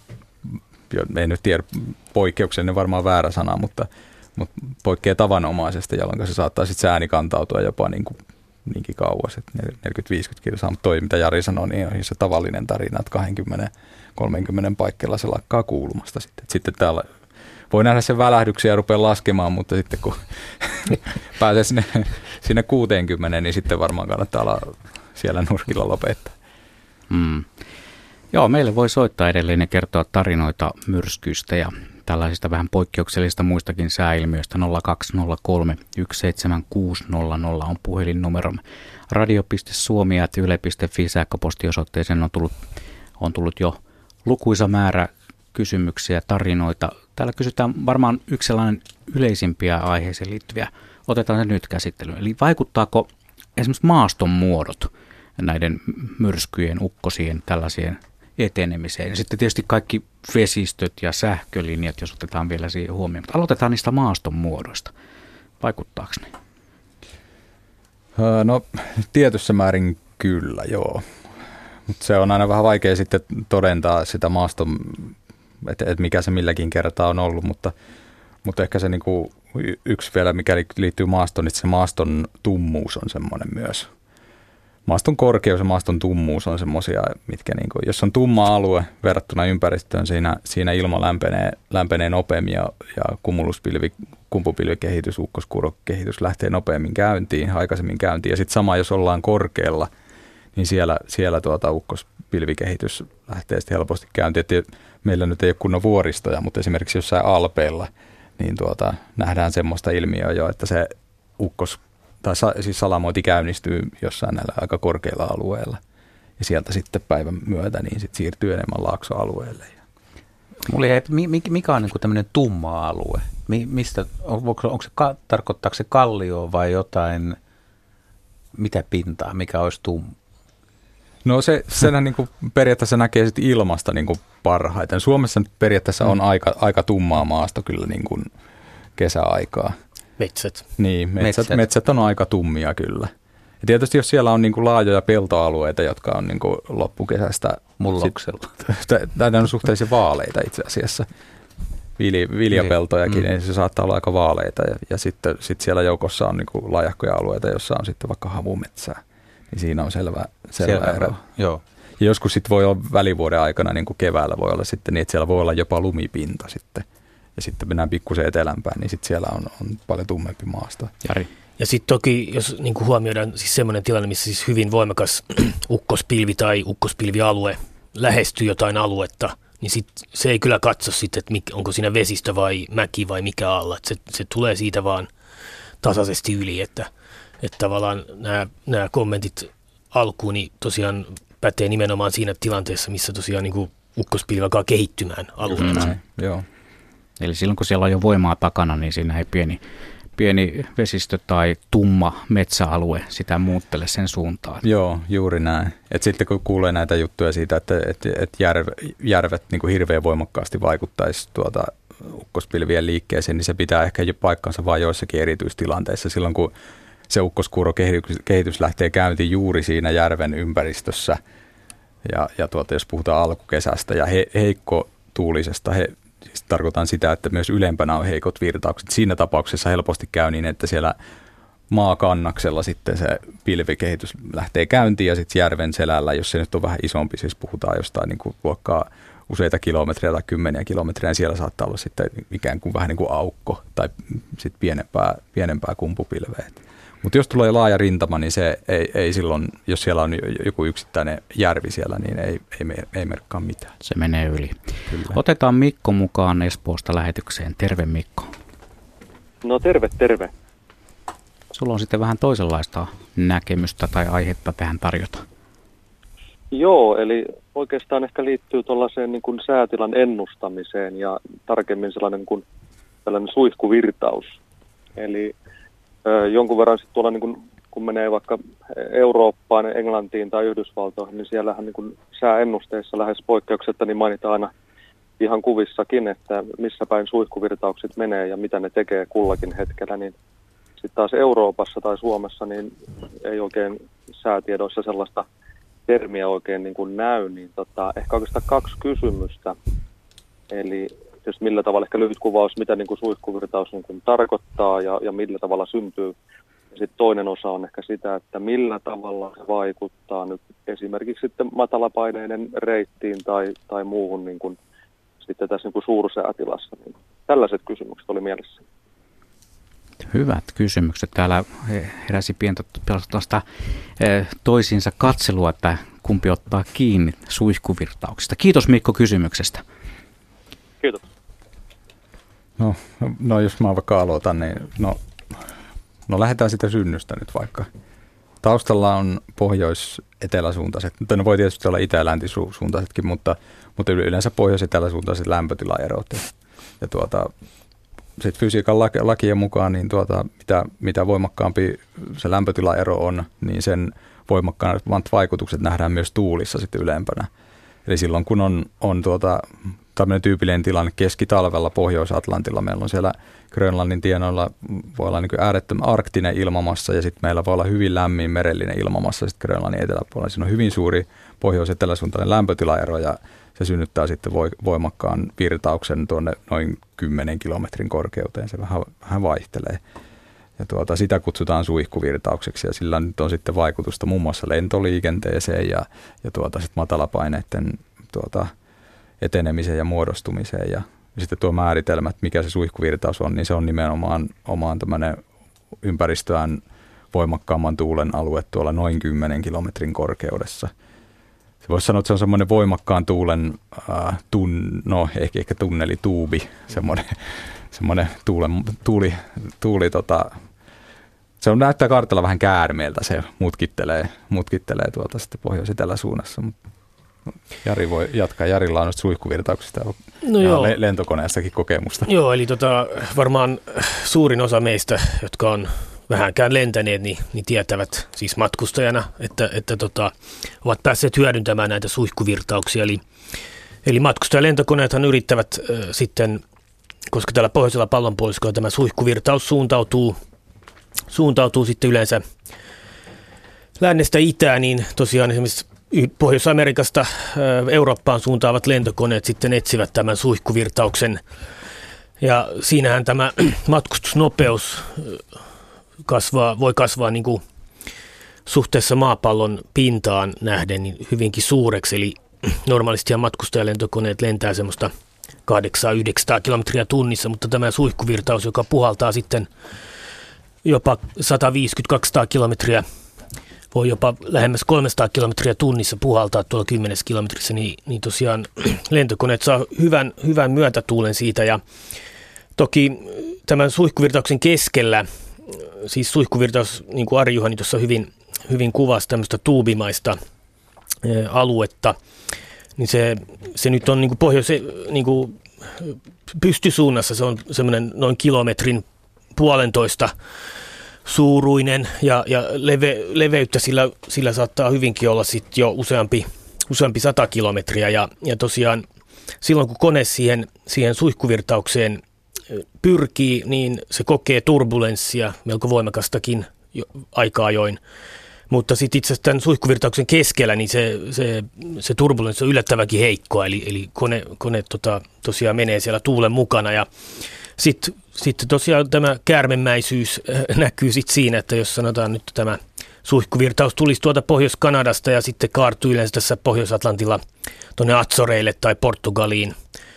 en nyt tiedä poikkeuksellinen varmaan väärä sana, mutta poikkeaa tavanomaisesti, jolloin se saattaa sitten se ääni kantautua jopa niinkin kauas, että 40-50 kilsaa, mutta toi mitä Jari sanoi, niin on se tavallinen tarina, että 20-30 paikkeilla se lakkaa kuulumasta sitten täällä voi nähdä sen välähdyksen ja rupeaa laskemaan, mutta sitten kun pääsee sinne 60, niin sitten varmaan kannattaa olla siellä nurkilla lopettaa. Joo, meille voi soittaa edelleen ja kertoa tarinoita myrskyistä ja tällaisista vähän poikkeuksellisista muistakin sääilmiöistä. 0203 17600 on puhelinnumero. radio.suomi@yle.fi sähköpostiosoitteeseen on tullut jo lukuisa määrä kysymyksiä, tarinoita. Täällä kysytään varmaan yksi sellainen yleisimpiä aiheeseen liittyviä. Otetaan se nyt käsittelyyn. Eli vaikuttaako esimerkiksi maaston muodot näiden myrskyjen, ukkosien, tällaisien etenemiseen? Ja sitten tietysti kaikki vesistöt ja sähkölinjat, jos otetaan vielä siihen huomioon. Mutta aloitetaan niistä maaston muodoista. Vaikuttaako ne? No tietyssä määrin kyllä, joo. Mutta se on aina vähän vaikea sitten todentaa sitä maaston, että mikä se milläkin kertaa on ollut, mutta ehkä se niinku yksi vielä, mikä liittyy maastoon, niin se maaston tummuus on semmoinen myös. Maaston korkeus ja maaston tummuus on semmoisia, mitkä niinku, jos on tumma alue verrattuna ympäristöön, siinä ilma lämpenee nopeammin ja kumpupilvikehitys, ukkoskuurokehitys lähtee nopeammin aikaisemmin käyntiin. Ja sitten sama, jos ollaan korkealla, niin siellä ukkospilvikehitys lähtee sitten helposti käyntiin. Et meillä nyt ei ole kunnon vuoristoja, mutta esimerkiksi jossain Alpeilla, niin nähdään semmoista ilmiöä jo, että se siis salamointi käynnistyy jossain näillä aika korkeilla alueilla. Ja sieltä sitten päivän myötä niin sit siirtyy enemmän laaksoalueelle. Mulla ei, mikä on niin tämmöinen tumma alue? Tarkoittaako se kallio vai jotain, mitä pintaa, mikä olisi tumma? No senhän niin kuin periaatteessa näkee sitten ilmasta niin kuin parhaiten. Suomessa nyt periaatteessa on aika tummaa maasto kyllä niin kuin kesäaikaa. Metsät. Niin, metsät on aika tummia kyllä. Ja tietysti jos siellä on niin kuin laajoja peltoalueita, jotka on niin kuin loppukesästä mulloksella. Tai on suhteellisen vaaleita itse asiassa. Viljapeltojakin, niin se saattaa olla aika vaaleita. Ja sitten siellä joukossa on niin kuin laajahkoja alueita, jossa on sitten vaikka havumetsää. Niin siinä on selvä ero. Joo. Ja joskus sitten voi olla välivuoden aikana, niin kuin keväällä voi olla sitten niin, että siellä voi olla jopa lumipinta sitten. Ja sitten mennään pikkusen etelämpään, niin sitten siellä on paljon tummempi maasto. Jari. Ja sitten toki, jos niin kuin huomioidaan siis semmoinen tilanne, missä siis hyvin voimakas ukkospilvi tai ukkospilvialue lähestyy jotain aluetta, niin sit se ei kyllä katso sitten, että onko siinä vesistö vai mäki vai mikä alla. Että se tulee siitä vaan tasaisesti yli, että tavallaan nämä kommentit alkuun niin tosiaan pätee nimenomaan siinä tilanteessa, missä tosiaan niin kuin ukkospilvi alkaa kehittymään alueella. Joo. Eli silloin kun siellä on jo voimaa takana, niin siinä ei pieni vesistö tai tumma metsäalue sitä muuttele sen suuntaan. Joo, juuri näin. Et sitten kun kuulee näitä juttuja siitä, että järvet niin kuin hirveän voimakkaasti vaikuttaisi ukkospilvien liikkeeseen, niin se pitää ehkä paikkansa vain joissakin erityistilanteissa. Silloin kun se ukkoskuurokehitys lähtee käyntiin juuri siinä järven ympäristössä, ja jos puhutaan alkukesästä ja heikkotuulisesta, siis tarkoitan sitä, että myös ylempänä on heikot virtaukset. Siinä tapauksessa helposti käy niin, että siellä maakannaksella sitten se pilvikehitys lähtee käyntiin ja sitten järven selällä, jos se nyt on vähän isompi, siis puhutaan jostain niin kuin luokkaa useita kilometriä tai 10 kilometriä, niin siellä saattaa olla sitten ikään kuin vähän niin kuin aukko tai sitten pienempää kumpupilveä. Mutta jos tulee laaja rintama, niin se ei silloin, jos siellä on joku yksittäinen järvi siellä, niin ei merkkaa mitään. Se menee yli. Kyllä. Otetaan Mikko mukaan Espoosta lähetykseen. Terve Mikko. No terve. Sulla on sitten vähän toisenlaista näkemystä tai aihetta tähän tarjota. Joo, eli oikeastaan ehkä liittyy tuollaiseen niin kuin säätilan ennustamiseen ja tarkemmin sellainen kuin tällainen suihkuvirtaus. Eli jonkun verran sitten tuolla, niin kun menee vaikka Eurooppaan, Englantiin tai Yhdysvaltoihin, niin siellähän niin kun sääennusteissa lähes poikkeuksetta niin mainitaan aina ihan kuvissakin, että missä päin suihkuvirtaukset menee ja mitä ne tekee kullakin hetkellä. Niin sitten taas Euroopassa tai Suomessa niin ei oikein säätiedoissa sellaista termiä oikein niin kuin näy. Niin ehkä oikeastaan 2 kysymystä. Eli jos millä tavalla ehkä lyhyt kuvaus, mitä niin kuin suihkuvirtaus niin kuin tarkoittaa ja millä tavalla syntyy. Ja sitten toinen osa on ehkä sitä, että millä tavalla se vaikuttaa nyt esimerkiksi sitten matalapaineinen reittiin tai muuhun niin kuin sitten tässä niin kuin suursäätilassa. Niin tällaiset kysymykset oli mielessä. Hyvät kysymykset. Täällä heräsi pientä toisiinsa katselua, että kumpi ottaa kiinni suihkuvirtauksista. Kiitos Mikko kysymyksestä. Kiitos. No jos mä vaikka aloitan, niin no lähdetään sitä synnystä nyt vaikka. Taustalla on pohjois-eteläsuuntaiset, no voi tietysti olla itä- ja läntisuuntaisetkin, mutta yleensä pohjois-eteläsuuntaiset lämpötilaerot. Ja sitten fysiikan lakien mukaan, niin mitä voimakkaampi se lämpötilaero on, niin sen voimakkaammat vaikutukset nähdään myös tuulissa sitten ylempänä. Eli silloin kun on tämmöinen tyypillinen tilanne keskitalvella Pohjois-Atlantilla, meillä on siellä Grönlannin tienoilla voi olla niin kuin äärettömän arktinen ilmamassa ja sitten meillä voi olla hyvin lämmin merellinen ilmamassa sitten Grönlannin eteläpuolella. Siinä on hyvin suuri pohjois-eteläsuuntainen lämpötilaero ja se synnyttää sitten voimakkaan virtauksen tuonne noin 10 kilometrin korkeuteen. Se vähän vaihtelee. Ja sitä kutsutaan suihkuvirtaukseksi ja sillä nyt on sitten vaikutusta muun muassa lentoliikenteeseen ja sitten matalapaineiden etenemiseen ja muodostumiseen. Ja sitten tuo määritelmä, että mikä se suihkuvirtaus on, niin se on nimenomaan omaan tämmöinen ympäristöään voimakkaamman tuulen alue tuolla noin 10 kilometrin korkeudessa. Se voisi sanoa, että se on semmoinen voimakkaan tuulen, ehkä tunnelituubi, semmoinen tuuli, se näyttää kartalla vähän käärmeeltä, se mutkittelee sitten pohjois-eteläsuunnassa. Jari voi jatkaa. Jarilla on noista suihkuvirtauksista lentokoneessakin kokemusta. Joo, eli varmaan suurin osa meistä, jotka on vähänkään lentäneet, niin tietävät siis matkustajana, että ovat päässeet hyödyntämään näitä suihkuvirtauksia. Eli matkustajalentokoneethan yrittävät sitten, koska täällä pohjoisella pallonpuoliskolla tämä suihkuvirtaus suuntautuu sitten yleensä lännestä itään, niin tosiaan esimerkiksi Pohjois-Amerikasta Eurooppaan suuntaavat lentokoneet sitten etsivät tämän suihkuvirtauksen. Ja siinähän tämä matkustusnopeus voi kasvaa niin kuin suhteessa maapallon pintaan nähden niin hyvinkin suureksi. Eli normaalistihan matkustajalentokoneet lentää semmoista 800-900 kilometriä tunnissa, mutta tämä suihkuvirtaus, joka puhaltaa sitten jopa 150-200 kilometriä, voi jopa lähemmäs 300 kilometriä tunnissa puhaltaa tuolla 10 kilometrissä, niin tosiaan lentokoneet saa hyvän myötätuulen siitä. Ja toki tämän suihkuvirtauksen keskellä, siis suihkuvirtaus, niin kuin Ari Juhani tuossa hyvin kuvasi tämmöistä tuubimaista aluetta, niin se nyt on niin kuin niin kuin pystysuunnassa, se on semmoinen noin 1,5 kilometrin suuruinen ja leveyttä sillä saattaa hyvinkin olla sitten jo useampi 100 kilometriä ja tosiaan silloin kun kone siihen suihkuvirtaukseen pyrkii, niin se kokee turbulenssia melko voimakastakin aika ajoin. Mutta sitten itse asiassa tämän suihkuvirtauksen keskellä niin se turbulenssi on yllättävänkin heikkoa, eli kone tosiaan menee siellä tuulen mukana ja sitten tosiaan tämä käärmemäisyys näkyy sitten siinä, että jos sanotaan nyt tämä suihkuvirtaus tulisi tuolta Pohjois-Kanadasta ja sitten kaartuu yleensä tässä Pohjois-Atlantilla tuonne Azoreille tai Portugaliin,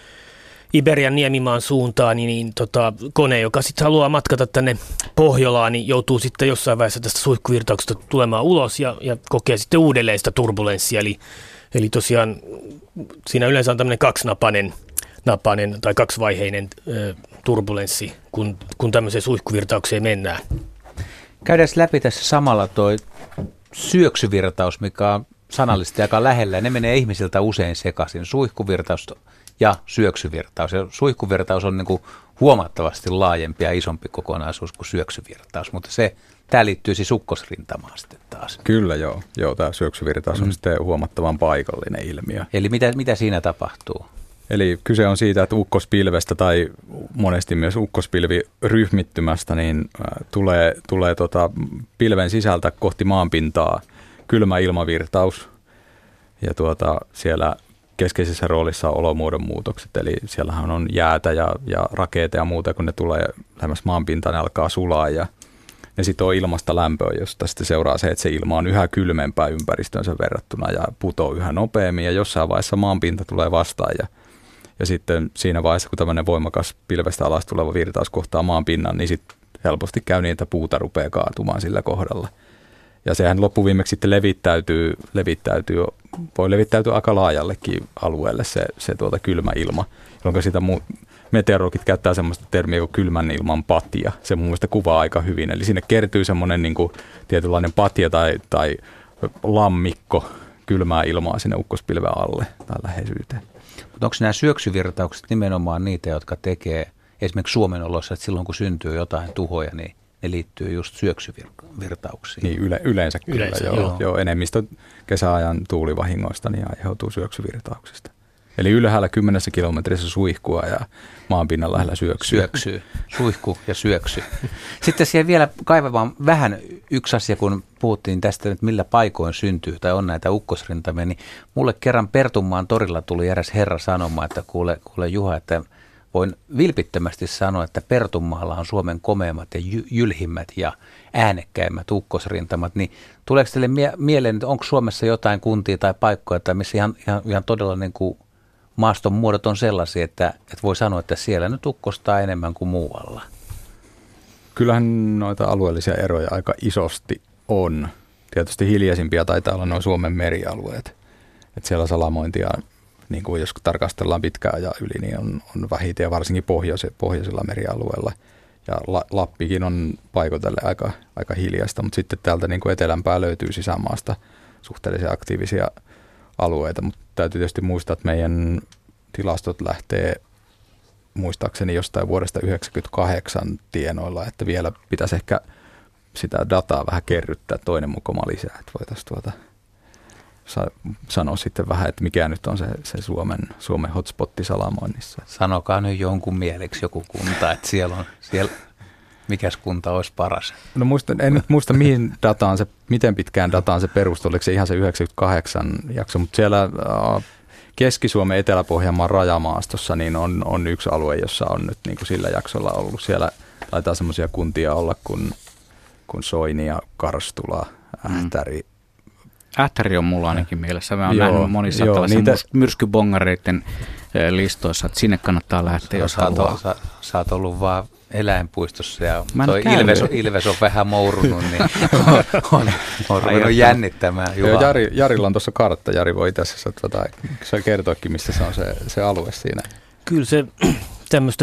Iberian niemimaan suuntaan, niin kone, joka sitten haluaa matkata tänne Pohjolaan, niin joutuu sitten jossain vaiheessa tästä suihkuvirtauksesta tulemaan ulos ja kokee sitten uudelleen sitä turbulenssia. Eli tosiaan siinä yleensä on tämmöinen kaksinapainen tai kaksivaiheinen turbulenssi, kun tämmöiseen suihkuvirtaukseen mennään. Käydään läpi tässä samalla toi syöksyvirtaus, mikä on sanallisesti aika lähellä. Ne menee ihmisiltä usein sekaisin. Suihkuvirtaus ja syöksyvirtaus. Ja suihkuvirtaus on niin kuin huomattavasti laajempi ja isompi kokonaisuus kuin syöksyvirtaus, mutta tämä liittyy siis ukkosrintamaan sitten taas. Kyllä joo tämä syöksyvirtaus on sitten huomattavan paikallinen ilmiö. Eli mitä siinä tapahtuu? Eli kyse on siitä, että ukkospilvestä tai monesti myös ukkospilviryhmittymästä niin tulee pilven sisältä kohti maanpintaa kylmä ilmavirtaus ja siellä keskeisessä roolissa on olomuodon muutokset, eli siellähän on jäätä ja rakeita ja muuta, kun ne tulee lähemmäs maanpintaan, ne alkaa sulaa ja ne sitoo ilmasta lämpöä, josta sitten seuraa se, että se ilma on yhä kylmempää ympäristönsä verrattuna ja putoo yhä nopeammin ja jossain vaiheessa maanpinta tulee vastaan ja sitten siinä vaiheessa, kun tämmöinen voimakas pilvestä alas tuleva virtaus kohtaa maanpinnan, niin sitten helposti käy niin, että puuta rupeaa kaatumaan sillä kohdalla. Ja sehän loppuviimeksi sitten voi levittäytyä aika laajallekin alueelle se kylmä ilma, jolloin sitä meteorologit käyttää semmoista termiä kuin kylmän ilman patja. Se mun mielestä kuvaa aika hyvin. Eli sinne kertyy semmoinen niin kuin tietynlainen patja tai lammikko kylmää ilmaa sinne ukkospilven alle tai läheisyyteen. Mutta onko nämä syöksyvirtaukset nimenomaan niitä, jotka tekee esimerkiksi Suomen oloissa, että silloin kun syntyy jotain tuhoja, niin ne liittyy just syöksyvirtauksiin? Niin yleensä kyllä, joo. Enemmistö kesäajan tuulivahingoista niin aiheutuu syöksyvirtauksista. Eli ylhäällä 10 kilometrissä suihkua ja maanpinnan lähellä syöksyy. Suihku ja syöksy. Sitten siellä vielä kaivamaan vähän yksi asia, kun puhuttiin tästä, että millä paikoin syntyy tai on näitä ukkosrintamia, niin mulle kerran Pertunmaan torilla tuli eräs herra sanomaan, että kuule Juha, että voin vilpittömästi sanoa, että Pertunmaalla on Suomen komeimmat ja jylhimmät ja äänekkäimmät ukkosrintamat, niin tuleeko teille mieleen, että onko Suomessa jotain kuntia tai paikkoja, tai missä ihan todella niin kuin maaston muodot on sellaisia, että voi sanoa, että siellä nyt ukkostaa enemmän kuin muualla? Kyllähän noita alueellisia eroja aika isosti on. Tietysti hiljaisimpia taitaa olla nuo Suomen merialueet. Että siellä salamointia, niin kuin jos tarkastellaan pitkään ja yli, niin on vähiten ja varsinkin pohjoisilla merialueilla. Ja Lappikin on paikoitelle aika hiljaista, mutta sitten täältä niin kuin etelämpää löytyy sisämaasta suhteellisen alueita, mutta täytyy tietysti muistaa, että meidän tilastot lähtee muistaakseni jostain vuodesta 1998 tienoilla, että vielä pitäisi ehkä sitä dataa vähän kerryttää toinen mukoma lisää, että voitaisiin sanoa sitten vähän, että mikä nyt on se Suomen hotspotti salamoinnissa. Sanokaa nyt jonkun mieleksi joku kunta, että siellä mikäs kunta olisi paras. No en nyt muista miten pitkään dataan se perustuu, oliko se ihan se 98 jakso, mutta siellä Keski-Suomen Etelä-Pohjanmaan rajamaastossa niin on yksi alue, jossa on nyt niin kuin sillä jaksolla ollut. Siellä taitaa semmoisia kuntia olla kuin Soini ja Karstula, Ähtäri. Ähtäri on mulla ainakin mielessä. Mä oon nähnyt monissa tällaisen myrskybongareiden listoissa, että sinne kannattaa lähteä, jos haluaa. Sä oot ollut vaan eläinpuistossa ja toi Ilves on vähän mourunut, niin on ruvennut jännittämään. Jarilla on tuossa kartta. Jari voi itse asiassa kertoakin, missä se on se alue siinä. Kyllä se tämmöistä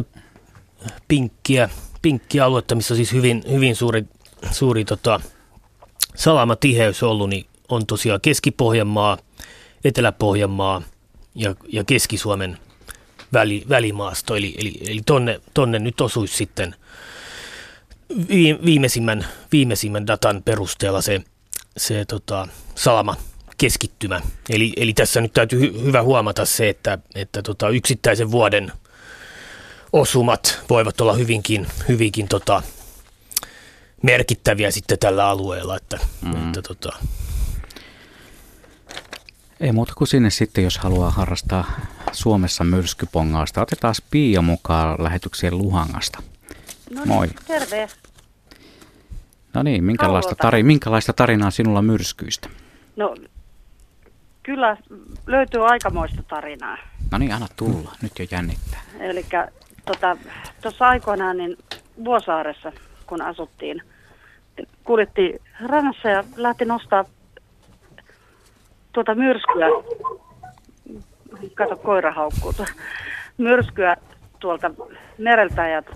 pinkkiä aluetta, missä on siis hyvin suuri salamatiheys ollut, niin on tosiaan Keski-Pohjanmaa, Etelä-Pohjanmaa ja Keski-Suomen välimaasto. Eli tonne nyt osuisi sitten viimeisimmän datan perusteella se salama keskittymä. Eli tässä nyt täytyy hyvä huomata se, että yksittäisen vuoden osumat voivat olla hyvinkin merkittäviä sitten tällä alueella. Ei muuta kuin sinne sitten, jos haluaa harrastaa Suomessa myrskypongausta. Otetaan Pia mukaan lähetykseen Luhangasta. No niin, moi. Terve. No niin, minkälaista tarinaa sinulla myrskyistä? No, kyllä löytyy aikamoista tarinaa. No niin, anna tulla. Nyt jo jännittää. Eli tuossa aikoinaan niin Vuosaaressa, kun asuttiin, kuljettiin rannassa ja lähti nostaa myrskyä. Kato, koira haukkuu. Myrskyä tuolta mereltä ja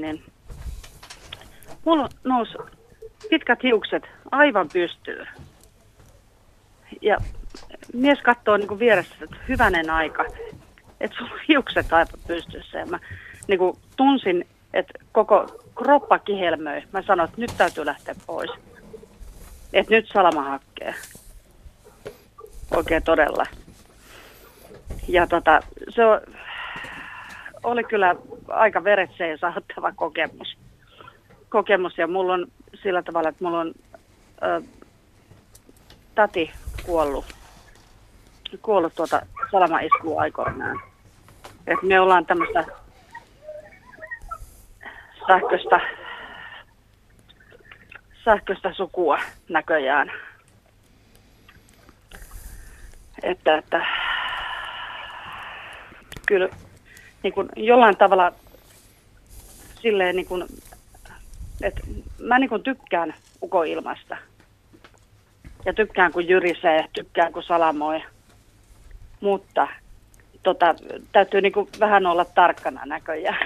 mulla nousi pitkät hiukset aivan pystyyn. Ja mies katsoo niin kuin vieressä, että hyvänen aika, että sulla on hiukset aivan pystyssä. Ja mä niin kuin tunsin, että koko kroppa kihelmöi. Mä sanoin, että nyt täytyy lähteä pois. Että nyt salama hakkee. Oikein todella. Ja se oli kyllä aika veretseen saattava kokemus. Ja mulla on sillä tavalla, että mulla on tati kuollut salamaiskua aikoinaan. Et me ollaan tämmöistä sähköistä sukua näköjään. Että kyllä niin kuin jollain tavalla silleen niin kuin, että mä niin kuin tykkään ukonilmasta. Ja tykkään kun jyrisee, tykkään kun salamoi. Mutta täytyy niin kuin vähän olla tarkkana näköjään.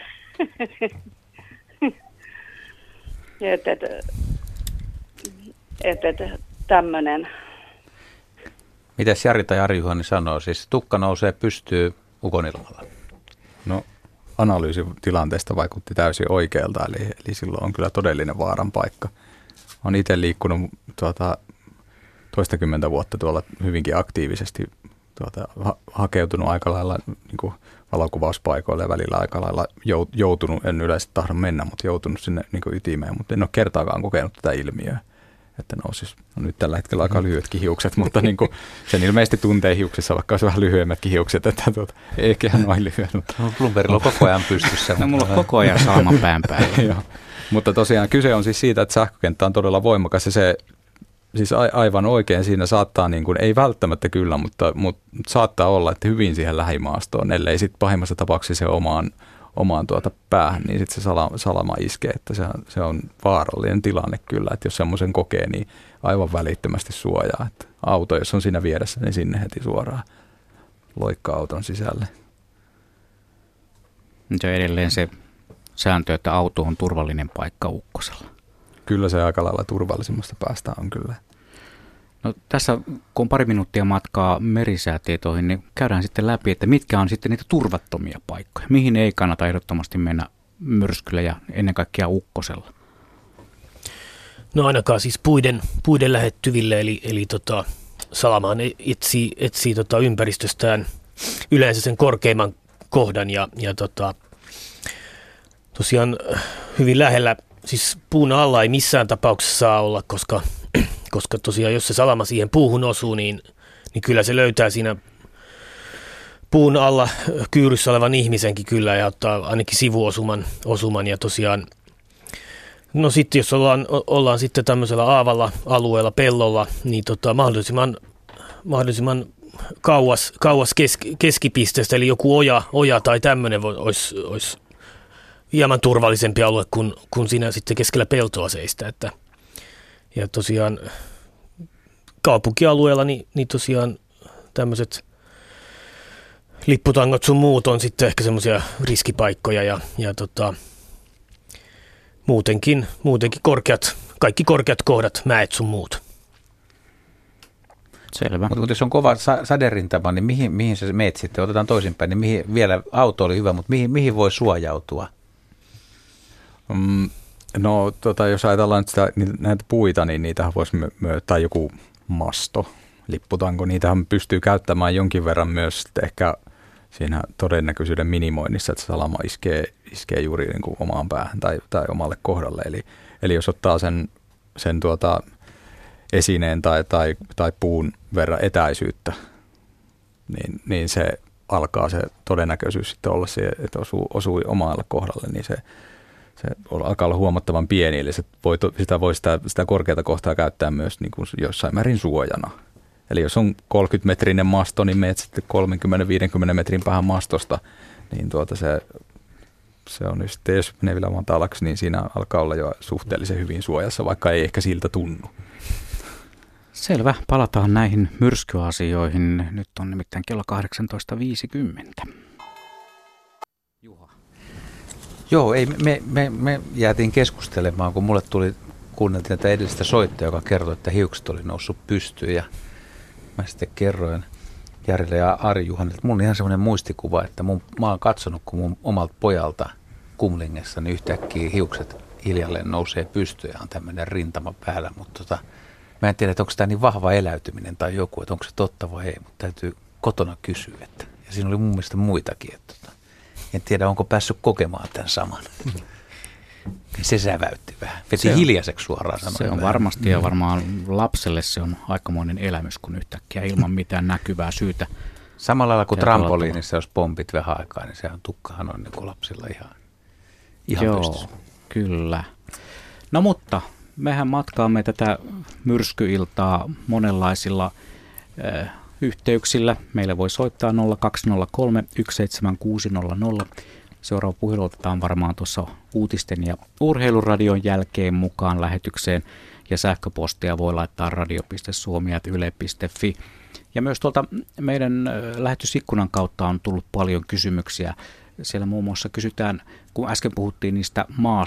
Tämmönen. Mitäs Jari tai Ari-Juhani sanoo? Siis tukka nousee pystyy ukonilmalla. No, analyysi tilanteesta vaikutti täysin oikealta, eli silloin on kyllä todellinen vaaran paikka. Olen itse liikkunut toistakymmentä vuotta tuolla hyvinkin aktiivisesti hakeutunut aika lailla niin kuin valokuvauspaikoille ja välillä aika lailla joutunut, en yleensä tahdo mennä, mutta joutunut sinne niin kuin ytimeen, mutta en ole kertaakaan kokenut tätä ilmiöä. Että nousisi, nyt tällä hetkellä aika lyhyetkin hiukset, mutta niin kuin sen ilmeisesti tuntee hiuksissa, vaikka olisi vähän lyhyemmätkin hiukset, että eikä noin lyhyet. No, Blumbergilla on koko ajan pystyssä. No, mulla on koko ajan salama pään päällä. Mutta tosiaan kyse on siis siitä, että sähkökenttä on todella voimakas ja se siis aivan oikein siinä saattaa, niin kuin, ei välttämättä kyllä, mutta saattaa olla, että hyvin siihen lähimaastoon, ellei sitten pahimmassa tapauksessa se omaan päähän, niin sitten se salama iskee, että se on vaarallinen tilanne kyllä, että jos semmoisen kokee, niin aivan välittömästi suojaa. Että auto, jos on siinä vieressä, niin sinne heti suoraan loikkaa auton sisälle. Se on edelleen se sääntö, että auto on turvallinen paikka ukkosella. Kyllä se aika lailla turvallisimmasta päästä on kyllä. No, tässä kun on pari minuuttia matkaa merisäätietoihin, niin käydään sitten läpi, että mitkä on sitten niitä turvattomia paikkoja. Mihin ei kannata ehdottomasti mennä myrskyllä ja ennen kaikkea ukkosella? No ainakaan siis puiden lähettyville, eli Salamaan etsii ympäristöstään yleensä sen korkeimman kohdan ja tosiaan hyvin lähellä, siis puun alla ei missään tapauksessa saa olla, koska tosiaan jos se salama siihen puuhun osuu, niin kyllä se löytää siinä puun alla kyyryssä olevan ihmisenkin kyllä ja ottaa ainakin sivuosuman ja tosiaan no sitten jos ollaan sitten tämmöisellä aavalla alueella pellolla, niin mahdollisimman kauas keskipisteestä, eli joku oja tai tämmöinen olisi hieman turvallisempi alue kuin siinä sitten keskellä peltoa seistä. Ja tosiaan kaupunkialueella niin tosiaan tämmöiset lipputangot sun muut on sitten ehkä semmoisia riskipaikkoja ja muutenkin kaikki korkeat kohdat, mäet sun muut. Selvä. Mutta jos on kova saderintama, niin mihin sä meet sitten? Otetaan toisinpäin, niin mihin, vielä auto oli hyvä, mutta mihin voi suojautua? No jos ajatellaan näitä puita, niin niitähän voisi tai joku masto, lipputanko, niitähän pystyy käyttämään jonkin verran myös ehkä siinä todennäköisyyden minimoinnissa, että salama iskee juuri niin kuin omaan päähän tai omalle kohdalle. Eli jos ottaa sen esineen tai puun verran etäisyyttä, niin se alkaa se todennäköisyys sitten olla se, että osuu omalle kohdalle, niin se alkaa olla huomattavan pieni, eli sitä korkeata kohtaa käyttää myös niin kuin jossain määrin suojana. Eli jos on 30-metrinen masto, niin menet sitten 30-50 metrin päähän mastosta, niin se on sitten, jos menee vielä matalaksi, niin siinä alkaa olla jo suhteellisen hyvin suojassa, vaikka ei ehkä siltä tunnu. Selvä. Palataan näihin myrskyasioihin. Nyt on nimittäin kello 18.50. Juha. Joo, me jäätiin keskustelemaan, kun kuunneltiin tätä edellistä soittajaa, joka kertoi, että hiukset oli noussut pystyyn ja mä sitten kerroin Jarille ja Ari Juhanille, että mulla on ihan semmoinen muistikuva, että mä oon katsonut, kun mun omalta pojalta Kumlingessa, niin yhtäkkiä hiukset hiljalleen nousee pystyyn ja on tämmöinen rintama päällä, mutta mä en tiedä, että onko tämä niin vahva eläytyminen tai joku, että onko se totta vai ei, mutta täytyy kotona kysyä. Ja siinä oli mun mielestä muitakin, että en tiedä, onko päässyt kokemaan tämän saman. Se säväytti vähän. Veti hiljaiseksi suoraan sanoen. Se on varmasti ja varmaan lapselle se on aikamoinen elämys, kun yhtäkkiä ilman mitään näkyvää syytä. Samalla lailla kuin trampoliinissa, jos pompit vähän aikaa, niin sehän tukkahan on niin kuin lapsilla ihan pystyssä. Kyllä. No mutta mehän matkaamme tätä myrskyiltaa monenlaisilla yhteyksillä. Meille voi soittaa 0203 17600. Seuraava puhelu otetaan varmaan tuossa uutisten ja urheiluradion jälkeen mukaan lähetykseen. Ja sähköpostia voi laittaa radio.suomi@yle.fi. Ja myös tuolta meidän lähetysikkunan kautta on tullut paljon kysymyksiä. Siellä muun muassa kysytään, kun äsken puhuttiin niistä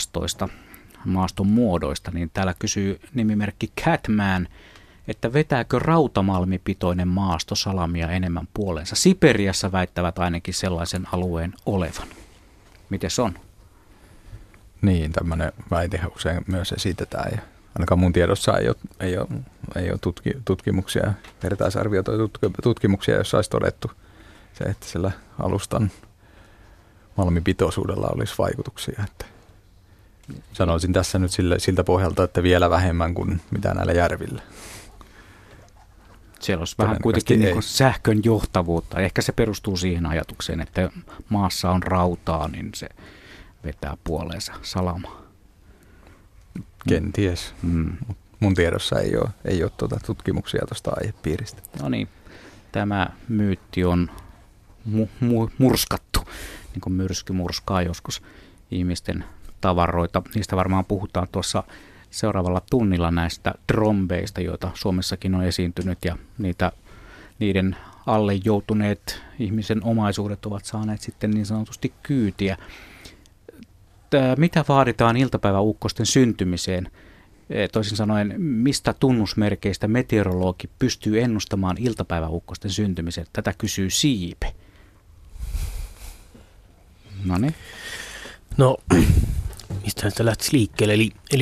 maaston muodoista, niin täällä kysyy nimimerkki Catman, että vetääkö rautamalmipitoinen maasto salamia enemmän puoleensa. Siperiassa väittävät ainakin sellaisen alueen olevan. Miten se on? Niin, tämmöinen väite usein myös esitetään. Ja ainakaan mun tiedossa ei ole tutkimuksia, vertaisarvioita tutkimuksia, joissa olisi todettu se, että sillä alustan malmipitoisuudella olisi vaikutuksia. Että sanoisin tässä nyt siltä pohjalta, että vielä vähemmän kuin mitä näillä järvillä. Siellä olisi vähän kuitenkin niin sähkön johtavuutta. Ehkä se perustuu siihen ajatukseen, että maassa on rautaa, niin se vetää puoleensa salamaa. Kenties. Mun tiedossa ei ole tutkimuksia tuosta aihepiiristä. No niin, tämä myytti on murskattu, niin kuin myrsky murskaa joskus ihmisten tavaroita. Niistä varmaan puhutaan tuossa seuraavalla tunnilla näistä trombeista, joita Suomessakin on esiintynyt, ja niiden alle joutuneet ihmisen omaisuudet ovat saaneet sitten niin sanotusti kyytiä. Mitä vaaditaan iltapäiväukkosten syntymiseen? Toisin sanoen, mistä tunnusmerkeistä meteorologi pystyy ennustamaan iltapäiväukkosten syntymisen? Tätä kysyy Siipe. Noniin. No, mistähän sitä lähtisi liikkeelle? Eli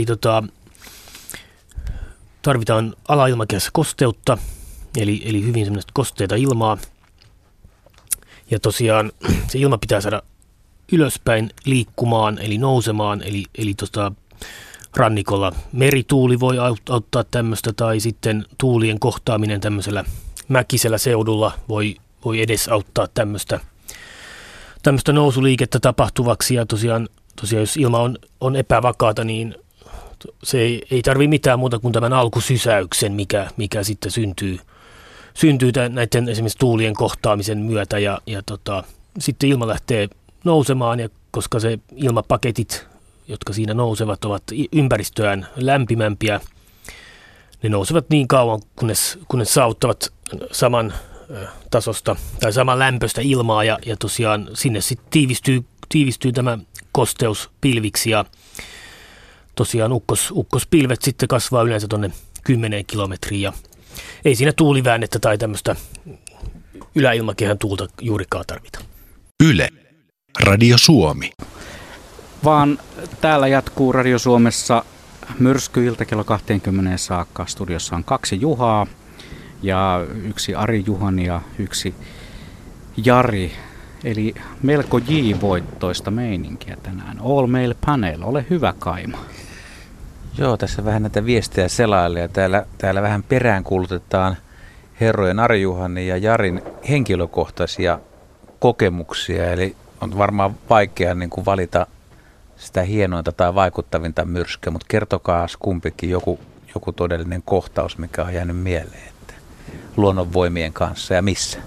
tarvitaan alailmakehässä kosteutta, eli hyvin semmoista kosteita ilmaa. Ja tosiaan se ilma pitää saada ylöspäin liikkumaan, eli nousemaan, eli rannikolla merituuli voi auttaa tämmöistä, tai sitten tuulien kohtaaminen tämmöisellä mäkisellä seudulla voi edesauttaa tämmöistä nousuliikettä tapahtuvaksi. Ja tosiaan jos ilma on epävakaata, niin se ei tarvitse mitään muuta kuin tämän alkusysäyksen, mikä sitten syntyy näiden esimerkiksi tuulien kohtaamisen myötä. Ja sitten ilma lähtee nousemaan, ja koska se ilmapaketit, jotka siinä nousevat, ovat ympäristöään lämpimämpiä, ne nousevat niin kauan, kunnes saavuttavat saman tasosta tai saman lämpöistä ilmaa, ja tosiaan sinne sitten tiivistyy tämä kosteus pilviksi, ja tosiaan ukkospilvet sitten kasvaa yleensä tuonne 10 kilometriin, ja ei siinä tuuliväännettä tai tämmöistä yläilmakehän tuulta juurikaan tarvita. Yle, Radio Suomi. Vaan täällä jatkuu Radio Suomessa myrskyiltä kello 20 saakka. Studiossa on 2 Juhaa ja 1 Ari Juhani ja 1 Jari. Eli melko J-voittoista meininkiä tänään. All Mail Panel, ole hyvä Kaima. Joo, tässä vähän näitä viestejä selaille ja täällä vähän peräänkuulutetaan herrojen Ari Juhani ja Jarin henkilökohtaisia kokemuksia. Eli on varmaan vaikea niin kuin valita sitä hienointa tai vaikuttavinta myrskyä, mutta kertokaa kumpikin joku todellinen kohtaus, mikä on jäänyt mieleen, että luonnonvoimien kanssa ja missä.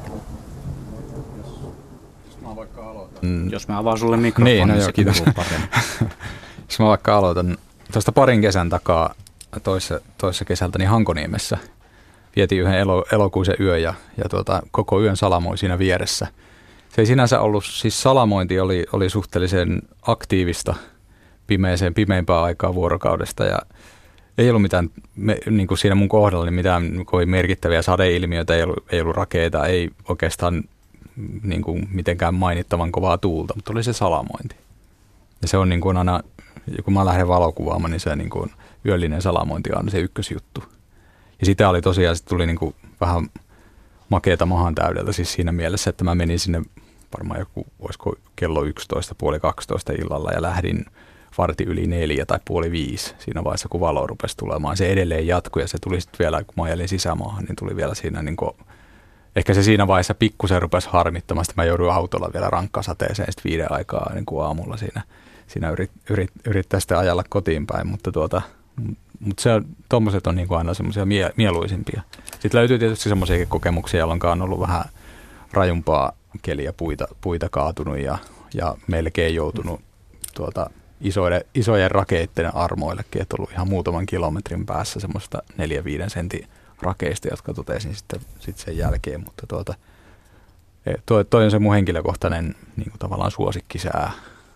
Jos mä avaan sulle mikrofonin, niin, se kiitos. Jos mä vaikka aloitan tuosta parin kesän takaa toissa kesältä niin Hankoniemessä. Vietiin yhden elokuisen yön ja koko yön salamoi siinä vieressä. Se ei sinänsä ollut, siis salamointi oli suhteellisen aktiivista pimeimpää aikaa vuorokaudesta ja ei ollut mitään, niin kuin siinä mun kohdalla, niin mitään kovin merkittäviä sadeilmiöitä, ei ollut rakeita, ei oikeastaan niin kuin mitenkään mainittavan kovaa tuulta, mutta oli se salamointi. Ja se on niin kuin aina, kun mä lähden valokuvaamaan, niin se niin kuin yöllinen salamointi on se ykkösjuttu. Ja sitä oli tosiaan, se tuli niin kuin vähän makeata mahan täydeltä siis siinä mielessä, että mä menin sinne varmaan olisiko kello 11, puoli 12 illalla ja lähdin 4:15 tai 4:30 siinä vaiheessa, kun valo rupesi tulemaan. Se edelleen jatkui ja se tuli sitten vielä, kun mä ajelin sisämaahan, niin tuli vielä siinä niin kuin, ehkä se siinä vaiheessa pikkusen rupesi harmittamaan. Sitten mä jouduin autolla vielä rankkasateeseen sitten 5 aikaa niin kuin aamulla siinä yrittää sitten ajalla kotiin päin, mutta tuommoiset on niin kuin aina semmoisia mieluisimpia. Sitten löytyy tietysti semmoisiakin kokemuksia, jolloin on ollut vähän rajumpaa keliä, puita kaatunut ja melkein joutunut isojen rakeitten armoillekin, että on ollut ihan muutaman kilometrin päässä semmoista 4-5 sentin rakeista, jotka totesin sitten sen jälkeen, mutta toi on se mun henkilökohtainen niin kuin tavallaan suosikkisää.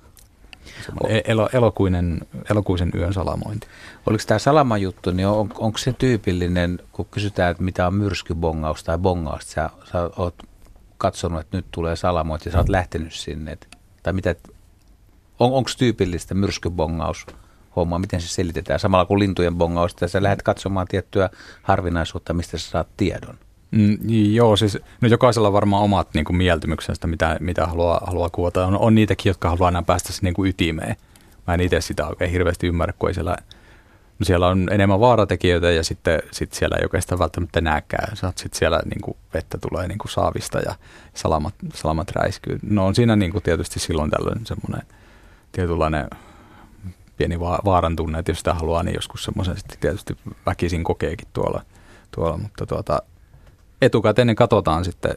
Elokuisen yön salamointi. Oliko tämä salamajuttu, niin onko se tyypillinen, kun kysytään, että mitä on myrskybongaus tai bongaus, sä oot katsonut, että nyt tulee salamointi ja sä oot lähtenyt sinne, tai mitä, onko tyypillistä myrskybongaus hommaa, miten se selitetään, samalla kuin lintujen bongaus, että sä lähdet katsomaan tiettyä harvinaisuutta, mistä sä saat tiedon? Joo, siis no jokaisella on varmaan omat niin kuin mieltymyksensä, mitä haluaa kuvata. On niitäkin, jotka haluaa aina päästä niin kuin ytimeen. Mä en itse sitä oikein hirveästi ymmärrä, kun siellä on enemmän vaaratekijöitä ja sitten siellä ei oikeastaan välttämättä näkään. Saat sitten siellä niin kuin vettä tulee niin kuin saavista ja salamat räiskyy. No on siinä niin kuin tietysti silloin tällöin semmoinen tietynlainen pieni vaaran tunne, että jos sitä haluaa, niin joskus semmoisen sitten tietysti väkisin kokeekin tuolla mutta etukäteen ne katsotaan sitten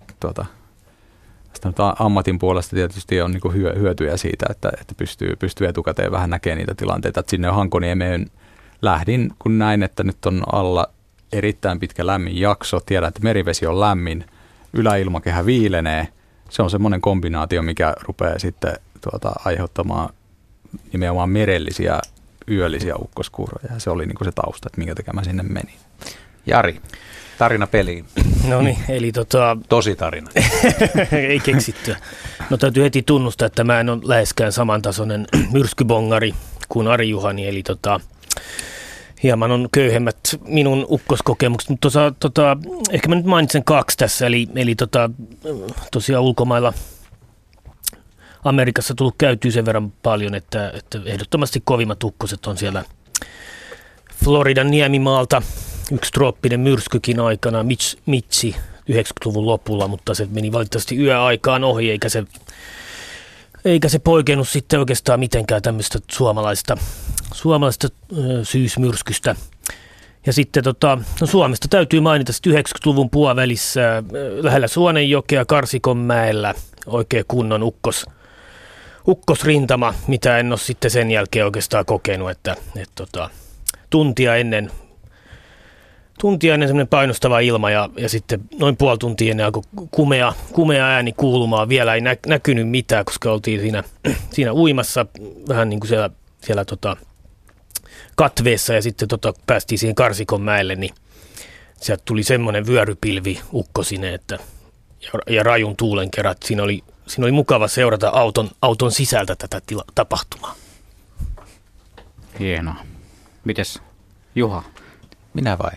ammatin puolesta tietysti on niin kuin hyötyjä siitä, että pystyy etukäteen vähän näkemään niitä tilanteita. Että sinne Hankoniemeen lähdin, kun näin, että nyt on alla erittäin pitkä lämmin jakso. Tiedän, että merivesi on lämmin, yläilmakehä viilenee. Se on semmoinen kombinaatio, mikä rupeaa sitten aiheuttamaan nimenomaan merellisiä yöllisiä ukkoskuuroja ja se oli niin kuin se tausta, että minkä takia mä sinne menin. Jari, tarina peliin. No niin, eli Tosi tarina. ei keksittyä. No täytyy heti tunnustaa, että mä en ole läheskään samantasoinen myrskybongari kuin Ari Juhani, eli hieman on köyhemmät minun ukkoskokemukset, mutta ehkä mä nyt mainitsen 2 tässä, eli tosiaan ulkomailla Amerikassa tullut käytyy sen verran paljon, että ehdottomasti kovimmat ukkoset on siellä Floridan niemimaalta. Yksi trooppinen myrskykin aikana, Mitsi 90-luvun lopulla, mutta se meni valitettavasti yöaikaan ohi, eikä se poikennut sitten oikeastaan mitenkään tämmöistä suomalaista syysmyrskystä. Ja sitten Suomesta täytyy mainita 90-luvun puolivälissä lähellä Suonenjokea Karsikonmäellä oikein kunnon ukkosrintama, mitä en ole sitten sen jälkeen oikeastaan kokenut, että tuntia ennen semmoinen painostava ilma ja sitten noin puoli tuntia ennen alkoi kumea ääni kuulumaan. Vielä ei näkynyt mitään, koska oltiin siinä uimassa vähän niin kuin siellä katveessa ja sitten päästiin siihen Karsikonmäelle, niin sieltä tuli semmoinen vyörypilvi ukkosine, ja rajun tuulen kerran. Siinä oli mukava seurata auton sisältä tätä tapahtumaa. Hienoa. Mites Juha? Minä vai?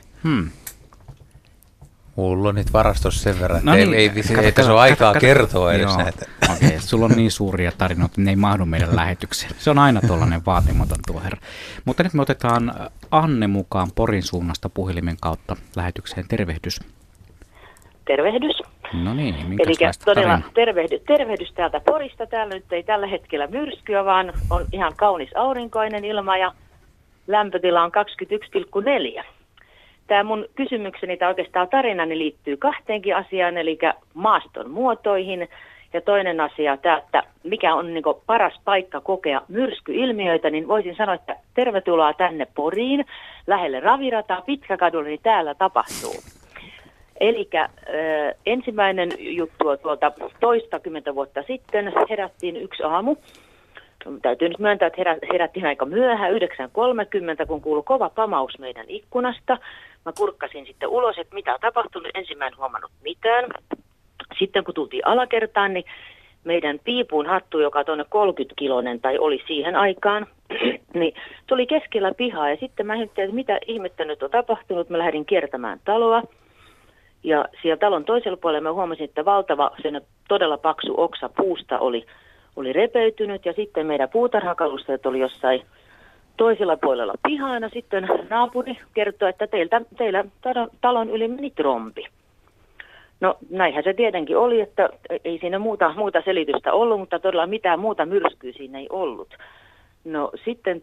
Mulla on nyt varastossa sen verran, no että niin, ei tässä ole aikaa kertoa edes näitä. Okei, sulla on niin suuria tarinoita, että ne ei mahdu meidän lähetykseen. Se on aina tuollainen vaatimaton tuo herra. Mutta nyt me otetaan Anne mukaan Porin suunnasta puhelimen kautta lähetykseen. Tervehdys. Tervehdys. No niin, eli minkälaista todella tarinaa? tervehdys täältä Porista. Täällä nyt ei tällä hetkellä myrskyä, vaan on ihan kaunis aurinkoinen ilma ja lämpötila on 21,4. Tämä mun kysymykseni tai oikeastaan tarinani liittyy 2 asiaan, eli maaston muotoihin. Ja toinen asia, että mikä on niin kuin paras paikka kokea myrskyilmiöitä, niin voisin sanoa, että tervetuloa tänne Poriin, lähelle Ravirataa, Pitkäkadulle, niin täällä tapahtuu. Eli ensimmäinen juttu on toistakymmentä vuotta sitten herättiin yksi aamu. Täytyy nyt myöntää, että herättiin aika myöhään, 9.30, kun kuului kova pamaus meidän ikkunasta. Mä kurkkasin sitten ulos, että mitä on tapahtunut. Ensin mä en huomannut mitään. Sitten kun tultiin alakertaan, niin meidän piipuun hattu, joka on tuonne 30-kiloinen tai oli siihen aikaan, niin tuli keskellä pihaa. Ja sitten mä ajattelin, että mitä ihmettä nyt on tapahtunut. Mä lähdin kiertämään taloa. Ja siellä talon toisella puolella mä huomasin, että valtava, todella paksu oksa puusta oli repeytynyt. Ja sitten meidän puutarhakalusteet oli jossain toisella puolella pihaana. Sitten naapuri kertoi, että teillä talon yli meni trombi. No näinhän se tietenkin oli, että ei siinä muuta selitystä ollut, mutta todella mitään muuta myrskyä siinä ei ollut. No sitten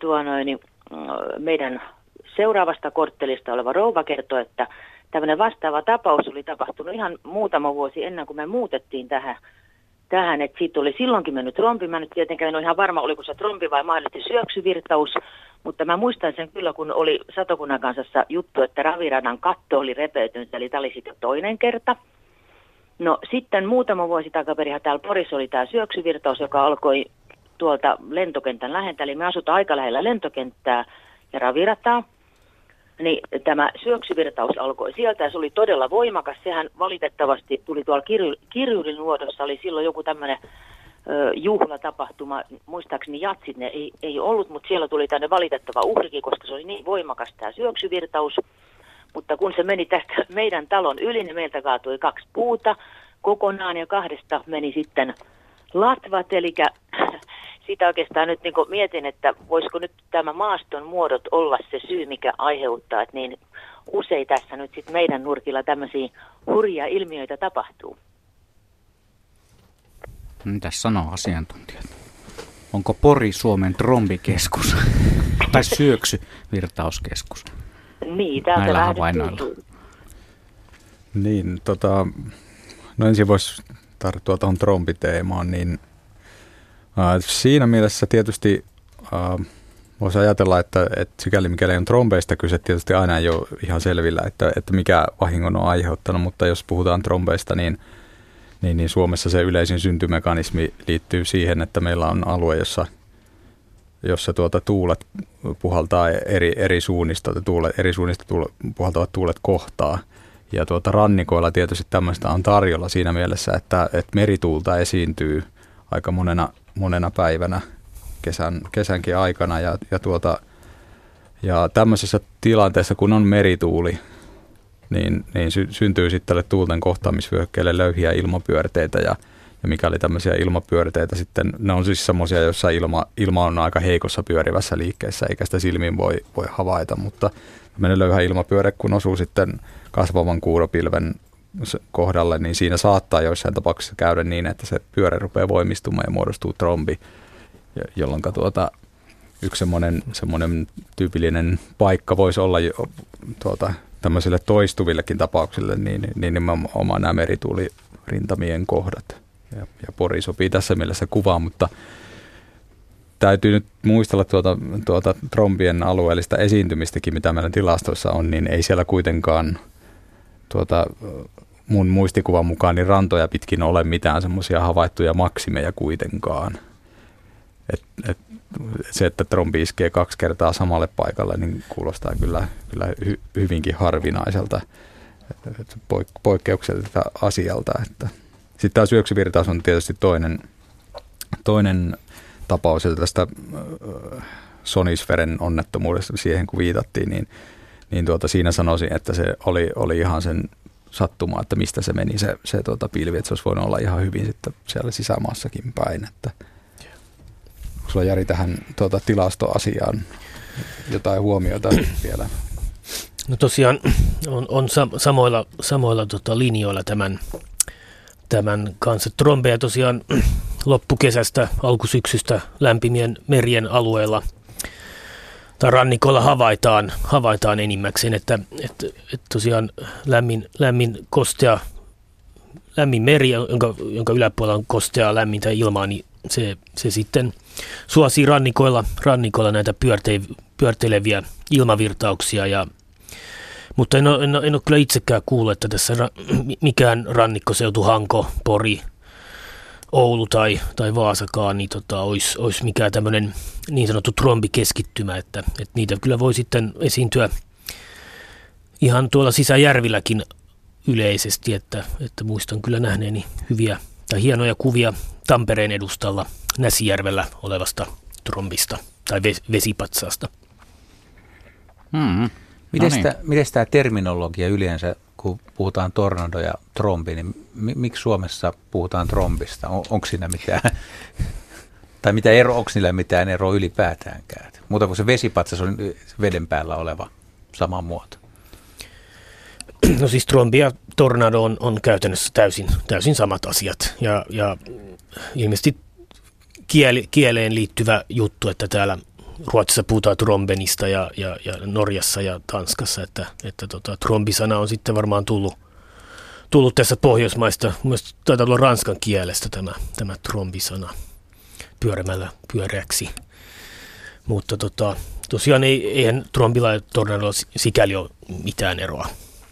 meidän seuraavasta korttelista oleva rouva kertoi, että tämmöinen vastaava tapaus oli tapahtunut ihan muutama vuosi ennen kuin me muutettiin tähän, että siitä oli silloinkin mennyt trombi. Mä nyt tietenkään en ole ihan varma, oliko se trombi vai mahdollisesti syöksyvirtaus, mutta mä muistan sen kyllä, kun oli Satokunnan kansassa juttu, että Raviradan katto oli repeytynyt, eli tämä oli sitten toinen kerta. No sitten muutama vuosi takaperin täällä Porissa oli tämä syöksyvirtaus, joka alkoi tuolta lentokentän läheltä, eli me asutaan aika lähellä lentokenttää ja Ravirataa. Niin tämä syöksyvirtaus alkoi sieltä ja se oli todella voimakas. Sehän valitettavasti tuli tuolla Kirjurin luodossa, oli silloin joku tämmöinen juhlatapahtuma. Muistaakseni jatsit ne ei ollut, mutta siellä tuli tänne valitettava uhrikin, koska se oli niin voimakas tämä syöksyvirtaus. Mutta kun se meni tästä meidän talon yli, niin meiltä kaatui 2 puuta kokonaan ja 2 meni sitten latvat. Eli sitä oikeastaan nyt niin mietin, että voisiko nyt tämä maaston muodot olla se syy, mikä aiheuttaa, että niin usein tässä nyt sitten meidän nurkilla tämmöisiä hurjia ilmiöitä tapahtuu. Mitäs sanoo asiantuntijat? Onko Pori Suomen trombikeskus tai syöksyvirtauskeskus? Niin, täältä lähdettiin. Niin, no ensin voisi tarttua tuohon trombiteemaan, niin siinä mielessä tietysti voisi ajatella, että sikäli mikäli on trombeista kyse, tietysti aina ei ole ihan selvillä, että mikä vahingon on aiheuttanut, mutta jos puhutaan trombeista, niin Suomessa se yleisin syntymekanismi liittyy siihen, että meillä on alue, jossa jossa tuulet puhaltaa eri suunnista, eri suunnista puhaltavat tuulet kohtaa. Ja rannikoilla tietysti tämmöistä on tarjolla siinä mielessä, että merituulta esiintyy aika monena päivänä kesänkin aikana. Ja tämmöisessä tilanteessa, kun on merituuli, niin syntyy sitten tälle tuulten kohtaamisvyöhykkeelle löyhiä ilmapyörteitä ja mikäli tämmöisiä ilmapyörteitä sitten, ne on siis semmoisia, joissa ilma on aika heikossa pyörivässä liikkeessä, eikä sitä silmiin voi havaita, mutta tämmöinen löyhä ilmapyöre, kun osuu sitten kasvavan kuuropilven kohdalle, niin siinä saattaa joissain tapauksissa käydä niin, että se pyörä rupeaa voimistumaan ja muodostuu trombi, jolloin yksi semmoinen tyypillinen paikka voisi olla tämmöisille toistuvillekin tapauksille, niin nimenomaan nämä merituulirintamien kohdat. Ja Pori sopii tässä mielessä kuvaan, mutta täytyy nyt muistella trombien alueellista esiintymistäkin, mitä meillä tilastoissa on, niin ei siellä kuitenkaan mun muistikuvan mukaan niin rantoja pitkin ole mitään semmoisia havaittuja maksimeja kuitenkaan. Se, että trombi iskee 2 kertaa samalle paikalle, niin kuulostaa kyllä hyvinkin harvinaiselta poikkeukselta asialta. Sitten taas syöksyvirtaus on tietysti toinen tapaus, ja tästä Sonisferen onnettomuudesta siihen kun viitattiin, niin siinä sanoisin, että se oli ihan sen sattumaa, että mistä se meni se pilvi, että se olisi voinut olla ihan hyvin sitten siellä sisämaassakin päin. Onko sulla, Jari, tähän tilastoasiaan jotain huomiota vielä? No tosiaan on samoilla linjoilla tämän kanssa. Trombeja tosiaan loppukesästä, alkusyksystä lämpimien merien alueella tai rannikolla havaitaan enimmäkseen, että tosiaan lämmin kostea, lämmin meri, jonka yläpuolella on kostea lämmintä ilmaa, niin se sitten suosii rannikoilla näitä pyörteileviä ilmavirtauksia. Mutta en ole kyllä itsekään kuullut, että tässä mikään rannikkoseutu, Hanko, Pori, Oulu tai Vaasakaan, niin olisi mikään tämmöinen niin sanottu trombikeskittymä, että niitä kyllä voi sitten esiintyä ihan tuolla sisäjärvilläkin yleisesti, että muistan kyllä nähneeni hyviä tai hienoja kuvia Tampereen edustalla Näsijärvellä olevasta trombista tai vesipatsaasta. Miten tämä terminologia yleensä, kun puhutaan tornado ja trombi, niin miksi Suomessa puhutaan trombista? Onko siinä mitään, tai onko niillä mitään eroa ylipäätäänkään? Muuta kuin se vesipatsas on veden päällä oleva sama muoto. No siis trombi ja tornado on käytännössä täysin samat asiat ja ilmeisesti kieleen liittyvä juttu, että täällä Ruotsissa puhutaan trombenista ja Norjassa ja Tanskassa, että trombisana on sitten varmaan tullut tässä Pohjoismaista. Mielestäni taitaa olla ranskan kielestä tämä trombisana pyörämällä pyöreäksi. Mutta tosiaan eihän trombilla ja tornadolla sikäli ole mitään eroa.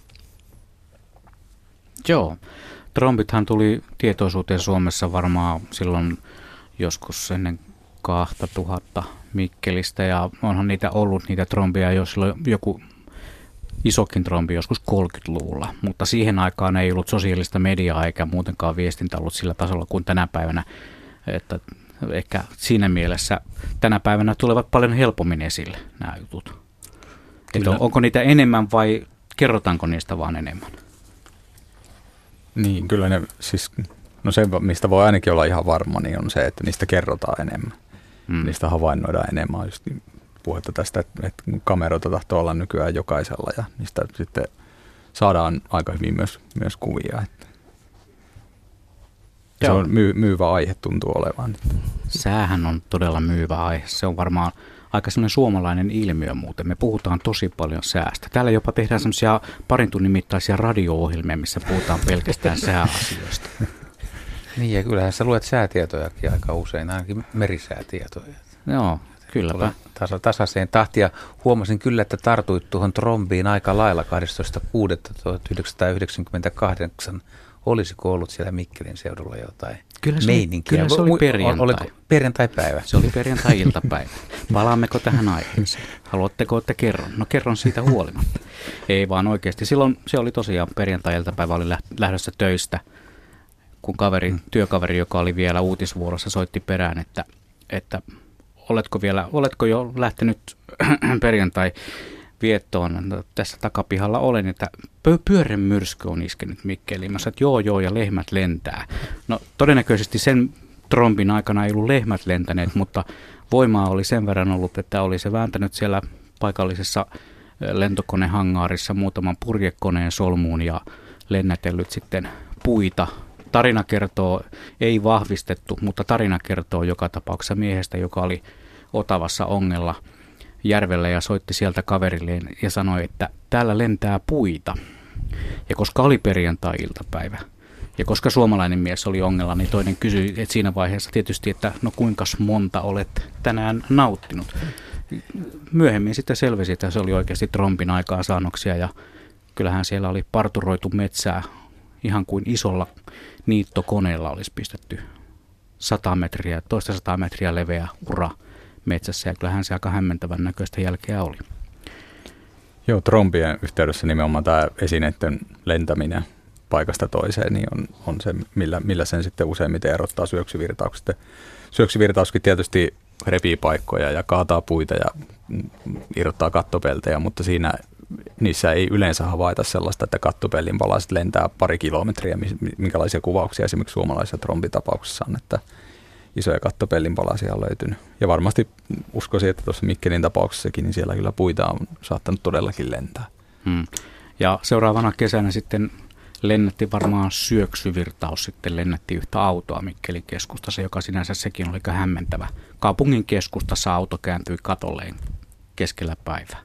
Joo, trombithan tuli tietoisuuteen Suomessa varmaan silloin joskus ennen 2000 Mikkelistä, ja onhan niitä ollut niitä trombia, jos on joku isokin trombi joskus 30-luvulla, mutta siihen aikaan ei ollut sosiaalista mediaa eikä muutenkaan viestintä ollut sillä tasolla kuin tänä päivänä, että ehkä siinä mielessä tänä päivänä tulevat paljon helpommin esille nämä jutut. Että onko niitä enemmän vai kerrotaanko niistä vaan enemmän? Niin, kyllä ne siis, no se mistä voi ainakin olla ihan varma, niin on se, että niistä kerrotaan enemmän. Niistä havainnoidaan enemmän. Just puhetta tästä, että kameroita tahtoo olla nykyään jokaisella ja niistä sitten saadaan aika hyvin myös kuvia. Että se on myyvä aihe tuntuu olevan. Säähän on todella myyvä aihe. Se on varmaan aika sellainen suomalainen ilmiö muuten. Me puhutaan tosi paljon säästä. Täällä jopa tehdään semmoisia parin tunnin mittaisia radio-ohjelmia, missä puhutaan pelkästään sääasioista. Niin, ja kyllähän sä luet säätietojakin aika usein, ainakin merisäätietoja. Joo, kylläpä. Tasaiseen tahtia. Huomasin kyllä, että tartuit tuohon trombiin aika lailla 12.6.1998 Olisiko ollut siellä Mikkelin seudulla jotain Kyllä meininkiä? Se oli perjantai. Oliko perjantai-päivä? Se oli perjantai-iltapäivä. Palaammeko tähän aiheeseen? Haluatteko, että kerron? No kerron siitä huolimatta. Ei vaan oikeasti. Silloin se oli tosiaan perjantai-iltapäivä, oli lähdössä töistä, kun työkaveri, joka oli vielä uutisvuorossa, soitti perään, että oletko jo lähtenyt perjantai-viettoon? No, tässä takapihalla olen, että pyörremyrsky on iskenyt Mikkeliin. Mä sanoin, että joo, ja lehmät lentää. No todennäköisesti sen trombin aikana ei ollut lehmät lentäneet, mutta voimaa oli sen verran ollut, että oli se vääntänyt siellä paikallisessa lentokonehangaarissa muutaman purjekoneen solmuun ja lennätellyt sitten puita. Tarina kertoo, ei vahvistettu, mutta tarina kertoo joka tapauksessa miehestä, joka oli Otavassa ongella järvellä ja soitti sieltä kaverilleen ja sanoi, että täällä lentää puita. Ja koska oli perjantai-iltapäivä ja koska suomalainen mies oli ongella, niin toinen kysyi että siinä vaiheessa tietysti, että no kuinka monta olet tänään nauttinut. Myöhemmin sitten selvisi, että se oli oikeasti trombin aikaa saannoksia ja kyllähän siellä oli parturoitu metsää ihan kuin isolla niittokoneella olisi pistetty 100 metriä, toista 100 metriä leveä ura metsässä ja kyllähän se aika hämmentävän näköistä jälkeä oli. Joo, trombien yhteydessä nimenomaan tämä esineiden lentäminen paikasta toiseen niin on se, millä sen sitten useimmiten erottaa syöksyvirtaukset. Syöksyvirtauskin tietysti repii paikkoja ja kaataa puita ja irrottaa kattopeltejä, mutta niissä ei yleensä havaita sellaista, että kattopellin palaset lentää pari kilometriä, minkälaisia kuvauksia esimerkiksi suomalaisissa trombitapauksissa on, että isoja kattopellin palasia on löytynyt. Ja varmasti uskoisin, että tuossa Mikkelin tapauksessakin, niin siellä kyllä puita on saattanut todellakin lentää. Ja seuraavana kesänä sitten lennätti varmaan syöksyvirtaus, sitten lennätti yhtä autoa Mikkelin keskustassa, joka sinänsä sekin oli hämmentävä. Kaupungin keskustassa auto kääntyi katolleen keskellä päivää.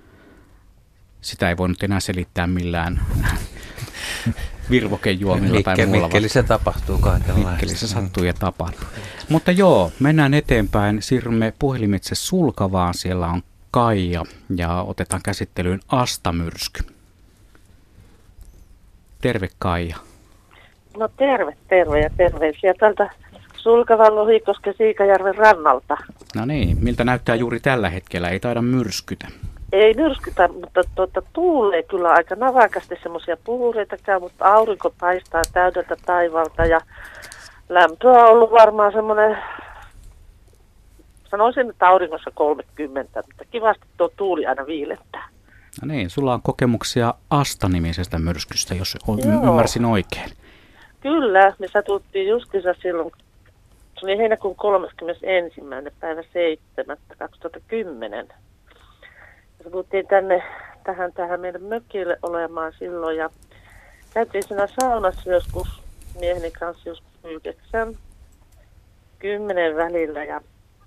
Sitä ei voinut enää selittää millään virvokejuomilla tai muulla. Mikkelissä tapahtuu kaikenlaista. Mikkelissä sattuu ja tapahtuu. Mutta joo, mennään eteenpäin. Siirrymme puhelimitse Sulkavaan. Siellä on Kaija ja otetaan käsittelyyn Asta-myrsky. Terve Kaija. No terve ja terveisiä tältä Sulkavan Lohikosken Siikajärven rannalta. No niin, miltä näyttää juuri tällä hetkellä? Ei taida myrskytä. Ei myrskytä, mutta tuulee kyllä aika navakasti, semmoisia puhureita käy, mutta aurinko paistaa täydeltä taivalta ja lämpöä on ollut varmaan semmoinen, sanoisin, että auringossa 30, mutta kivasti tuo tuuli aina viilettää. No niin, sulla on kokemuksia Asta-nimisestä myrskystä, jos ymmärsin oikein. Kyllä, me satuttiin justiinsa silloin, se oli heinäkuun 31. päivä 7. 2010. Ja tultiin tähän meidän mökille olemaan silloin ja käytiin siinä saunassa joskus mieheni kanssa joskus 9-10 välillä ja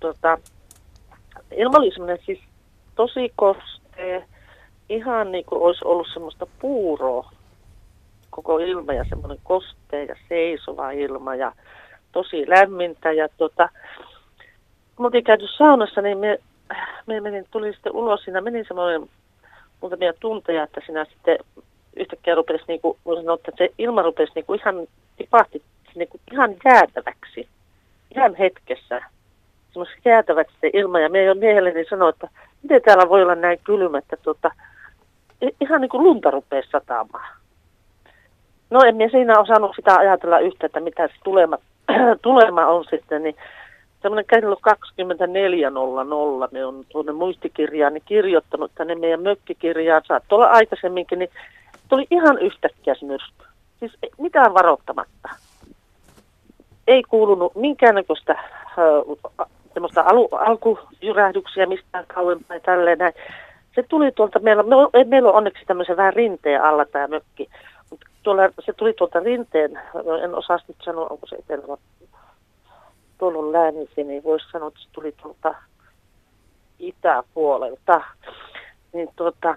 ilma oli semmoinen siis tosi kostee, ihan niin kuin olisi ollut semmoista puuroa koko ilma ja semmoinen kostee ja seisova ilma ja tosi lämmintä ja kun me oltiin käyty saunassa, niin tuli sitten ulos, siinä meni semmoinen muutamia tunteja, että siinä sitten yhtäkkiä rupesi, niin kuin, voin sanoa, että se ilma rupesi niin kuin ihan tipahti niin kuin ihan jäätäväksi, ihan hetkessä, semmoisesti jäätäväksi se ilma, ja miehelleni sanoi, että miten täällä voi olla näin kylmä, että ihan niin kuin lunta rupesi satamaan. No en minä siinä osannut sitä ajatella yhtä, että mitä se tulema on sitten, niin semmoinen kello 24.00, me on tuonne muistikirjaani kirjoittanut tänne meidän mökkikirjaan, saattoi olla aikaisemminkin, niin tuli ihan yhtäkkiä se myrsky. Siis mitään varoittamatta. Ei kuulunut minkäännäköistä semmoista alkujyrähdyksiä mistään kauempaa ja tälleen näin. Se tuli tuolta, meillä on onneksi tämmöisen vähän rinteen alla tämä mökki, mutta se tuli tuolta rinteen, en osaa nyt sanoa, onko se etelä tuolun läänisi, niin voisi sanoa, että se tuli tuolta itäpuolelta. Niin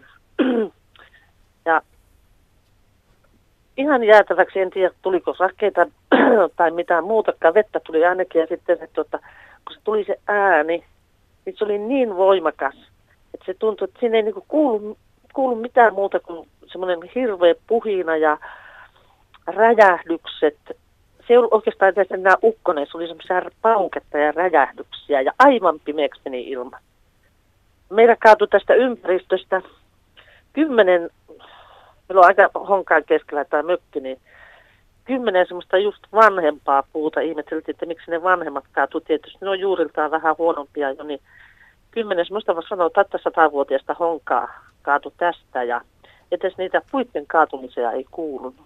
ja ihan jäätäväksi, en tiedä tuliko rakeita tai mitään muutakaan, vettä tuli ainakin ja sitten kun se tuli se ääni, niin se oli niin voimakas, että se tuntui, että siinä ei niinku kuulu mitään muuta kuin semmoinen hirveä puhina ja räjähdykset. Se ei ollut oikeastaan edes enää ukkonen, se oli semmoisia pauketta ja räjähdyksiä ja aivan pimeäksi meni ilma. Meillä kaatui tästä ympäristöstä 10, meillä on aika honkaan keskellä tämä mökki, niin 10 semmoista just vanhempaa puuta. Ihmeteltiin, että miksi ne vanhemmat kaatui. Tietysti ne on juuriltaan vähän huonompia jo, niin 10 semmoista voi sanoa, että 100-vuotiaista honkaa kaatui tästä ja edes niitä puitten kaatumisia ei kuulunut.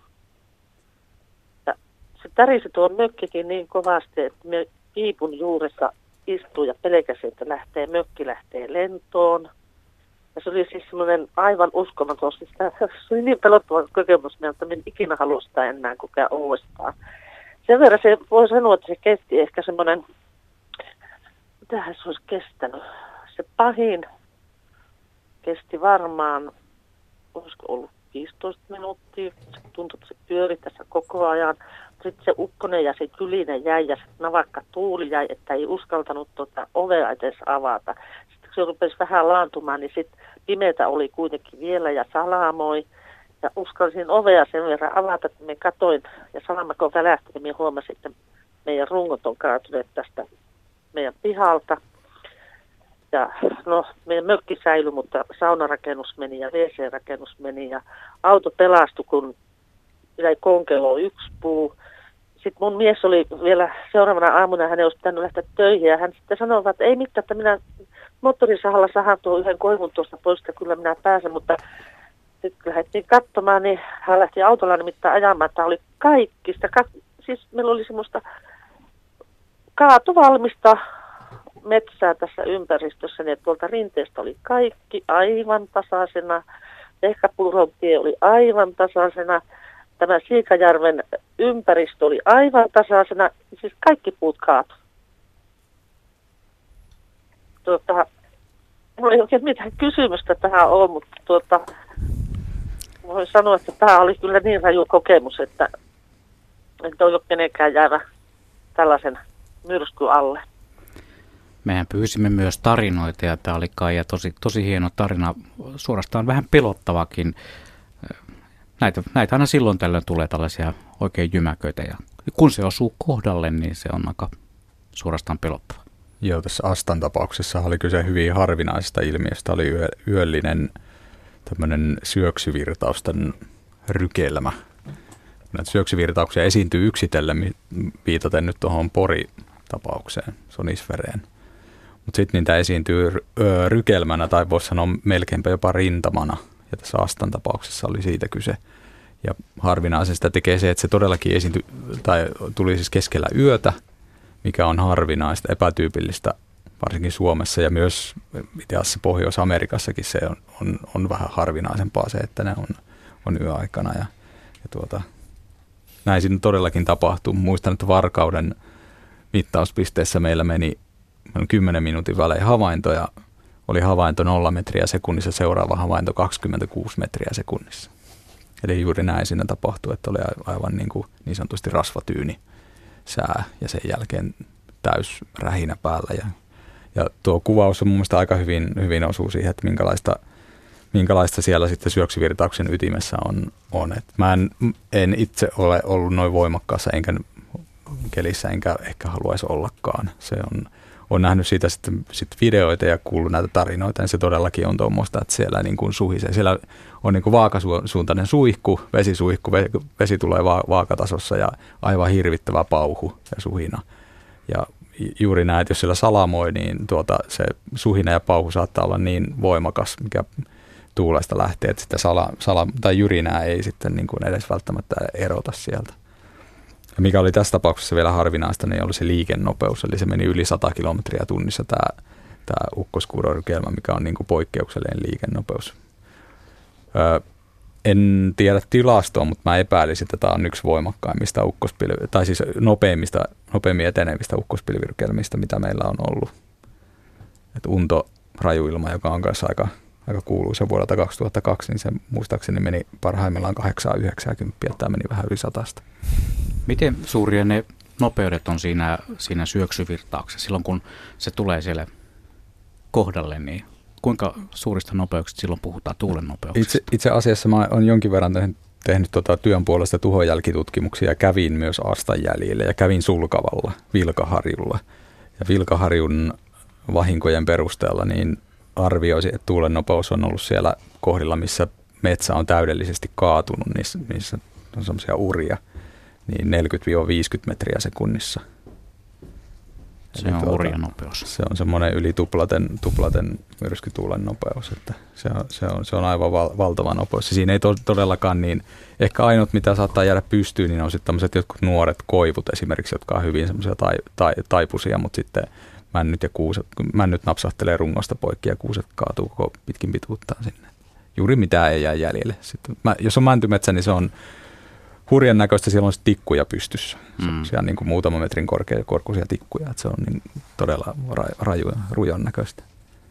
Ja se tärisi tuo mökkikin niin kovasti, että me piipun juuressa istuu ja pelkäsi, että mökki lähtee lentoon. Ja se oli siis semmoinen aivan uskomaton. Se oli niin pelottava kokemus, että en ikinä halua sitä enää kokea uudestaan. Sen verran se voi sanoa, että se kesti ehkä semmoinen, mitähän se olisi kestänyt. Se pahin kesti varmaan, olisiko ollut 15 minuuttia. Se tuntui, että se pyöri tässä koko ajan. Sitten se ukkonen ja se kylinen jäi ja se navakka tuuli jäi, että ei uskaltanut ovea edes avata. Sitten kun se rupesi vähän laantumaan, niin sitten pimeätä oli kuitenkin vielä ja salamoi. Ja uskalsin ovea sen verran avata, että me katoin ja salama kun välähti, niin me huomasin, että meidän rungot on kaatuneet tästä meidän pihalta. Ja no, meidän mökki säilyi, mutta saunarakennus meni ja WC-rakennus meni ja auto pelastui, kun jäi konkeloon 1 puu. Sitten mun mies oli vielä seuraavana aamuna, hänen olisi pitänyt lähteä töihin ja hän sitten sanoi, että ei mitään, että minä moottorisahalla sahan tuo yhden koivun tuosta pois, että kyllä minä pääsen, mutta sitten kun lähdettiin katsomaan, niin hän lähti autolla nimittäin ajamaan, että oli kaikista, siis meillä oli semmoista kaatuvalmista metsää tässä ympäristössä, niin tuolta rinteestä oli kaikki aivan tasaisena, Pehkapuron tie oli aivan tasaisena, tämä Siikajärven ympäristö oli aivan tasaisena, siis kaikki puut kaatu. Mulla ei oikein mitään kysymystä tähän ole, mutta voin sanoa, että tämä oli kyllä niin raju kokemus, että en toivo kenenkään jäävä tällaisen myrskyn alle. Mehän pyysimme myös tarinoita ja tämä oli Kaija tosi hieno tarina, suorastaan vähän pelottavakin. Näitä aina silloin tällöin tulee tällaisia oikein jymäköitä ja kun se osuu kohdalle, niin se on aika suorastaan pelottava. Joo, tässä Astan tapauksessa oli kyse hyvin harvinaisesta ilmiöstä. Oli yöllinen tämmöinen syöksyvirtausten rykelmä. Näitä syöksyvirtauksia esiintyy yksitellen, viitaten nyt tuohon Pori-tapaukseen, Sonisfereen. Mutta sitten niitä esiintyy rykelmänä tai voisi sanoa melkeinpä jopa rintamana. Ja tässä Astan tapauksessa oli siitä kyse. Ja harvinaisesta tekee se, että se todellakin esiintyi, tai tuli siis keskellä yötä, mikä on harvinaista, epätyypillistä, varsinkin Suomessa ja myös itse asiassa Pohjois-Amerikassakin se on vähän harvinaisempaa se, että ne on yöaikana. Ja näin siinä todellakin tapahtuu. Muistan, että Varkauden mittauspisteessä meillä meni 10 minuutin välein havainto ja oli havainto 0 metriä sekunnissa, seuraava havainto 26 metriä sekunnissa. Eli juuri näin siinä tapahtui, että oli aivan niin sanotusti rasvatyyni sää ja sen jälkeen täys rähinä päällä. Ja tuo kuvaus on mun mielestä aika hyvin osuu siihen, että minkälaista siellä sitten syöksyvirtauksen ytimessä on. Et mä en itse ole ollut noin voimakkaassa enkä kelissä, enkä ehkä haluaisi ollakaan. Se on nähnyt siitä sitten videoita ja kuullut näitä tarinoita, ja se todellakin on tuommoista, että siellä niin kuin suhisee. Siellä on niin kuin vaakasuuntainen suihku, vesisuihku, vesi tulee vaakatasossa ja aivan hirvittävä pauhu ja suhina. Ja juuri näin, että jos siellä salamoi, niin se suhina ja pauhu saattaa olla niin voimakas, mikä tuulesta lähtee, että sitä tai jyrinää ei sitten niin kuin edes välttämättä erota sieltä. Ja mikä oli tässä tapauksessa vielä harvinaista, niin oli se liikennopeus, eli se meni yli 100 kilometriä tunnissa tämä ukkoskuurorykelmä, mikä on niin kuin poikkeuksellinen liikennopeus. En tiedä tilastoa, mutta mä epäilisin, että tämä on yksi voimakkaimmista tai siis nopeimmin etenevistä ukkospilvirykelmistä, mitä meillä on ollut. Et Unto rajuilma, joka on kanssa aika kuuluisa vuodelta 2002, niin se muistaakseni meni parhaimmillaan 890, tämä meni vähän yli 100. Miten suuria ne nopeudet on siinä syöksyvirtauksessa silloin, kun se tulee siellä kohdalle, niin kuinka suurista nopeuksista silloin puhutaan tuulen nopeuksista? Itse asiassa mä olen jonkin verran tehnyt työn puolesta tuhojälkitutkimuksia ja kävin myös Astanjäljillä ja kävin Sulkavalla, Vilkaharjulla. Ja Vilkaharjun vahinkojen perusteella niin arvioisin, että tuulen nopeus on ollut siellä kohdilla, missä metsä on täydellisesti kaatunut, missä on semmoisia uria, niin 40-50 metriä sekunnissa. Se on hurja nopeus. Se on semmoinen yli tuplaten myrskytuulen nopeus, että se on aivan valtava nopeus. Ja siinä ei todellakaan niin, ehkä ainut mitä saattaa jäädä pystyyn, niin on sitten tämmöiset jotkut nuoret koivut esimerkiksi, jotka on hyvin semmoisia taipuisia, mutta sitten männyt napsahtelee rungosta poikki ja kuuset kaatuu koko pitkin pituuttaan sinne. Juuri mitään ei jää jäljelle. Sitten, jos on mäntymetsä, niin se on hurjan näköistä, siellä on tikkuja pystyssä. Siellä niin kuin muutaman metrin korkuisia tikkuja, että se on niin todella rujon näköistä.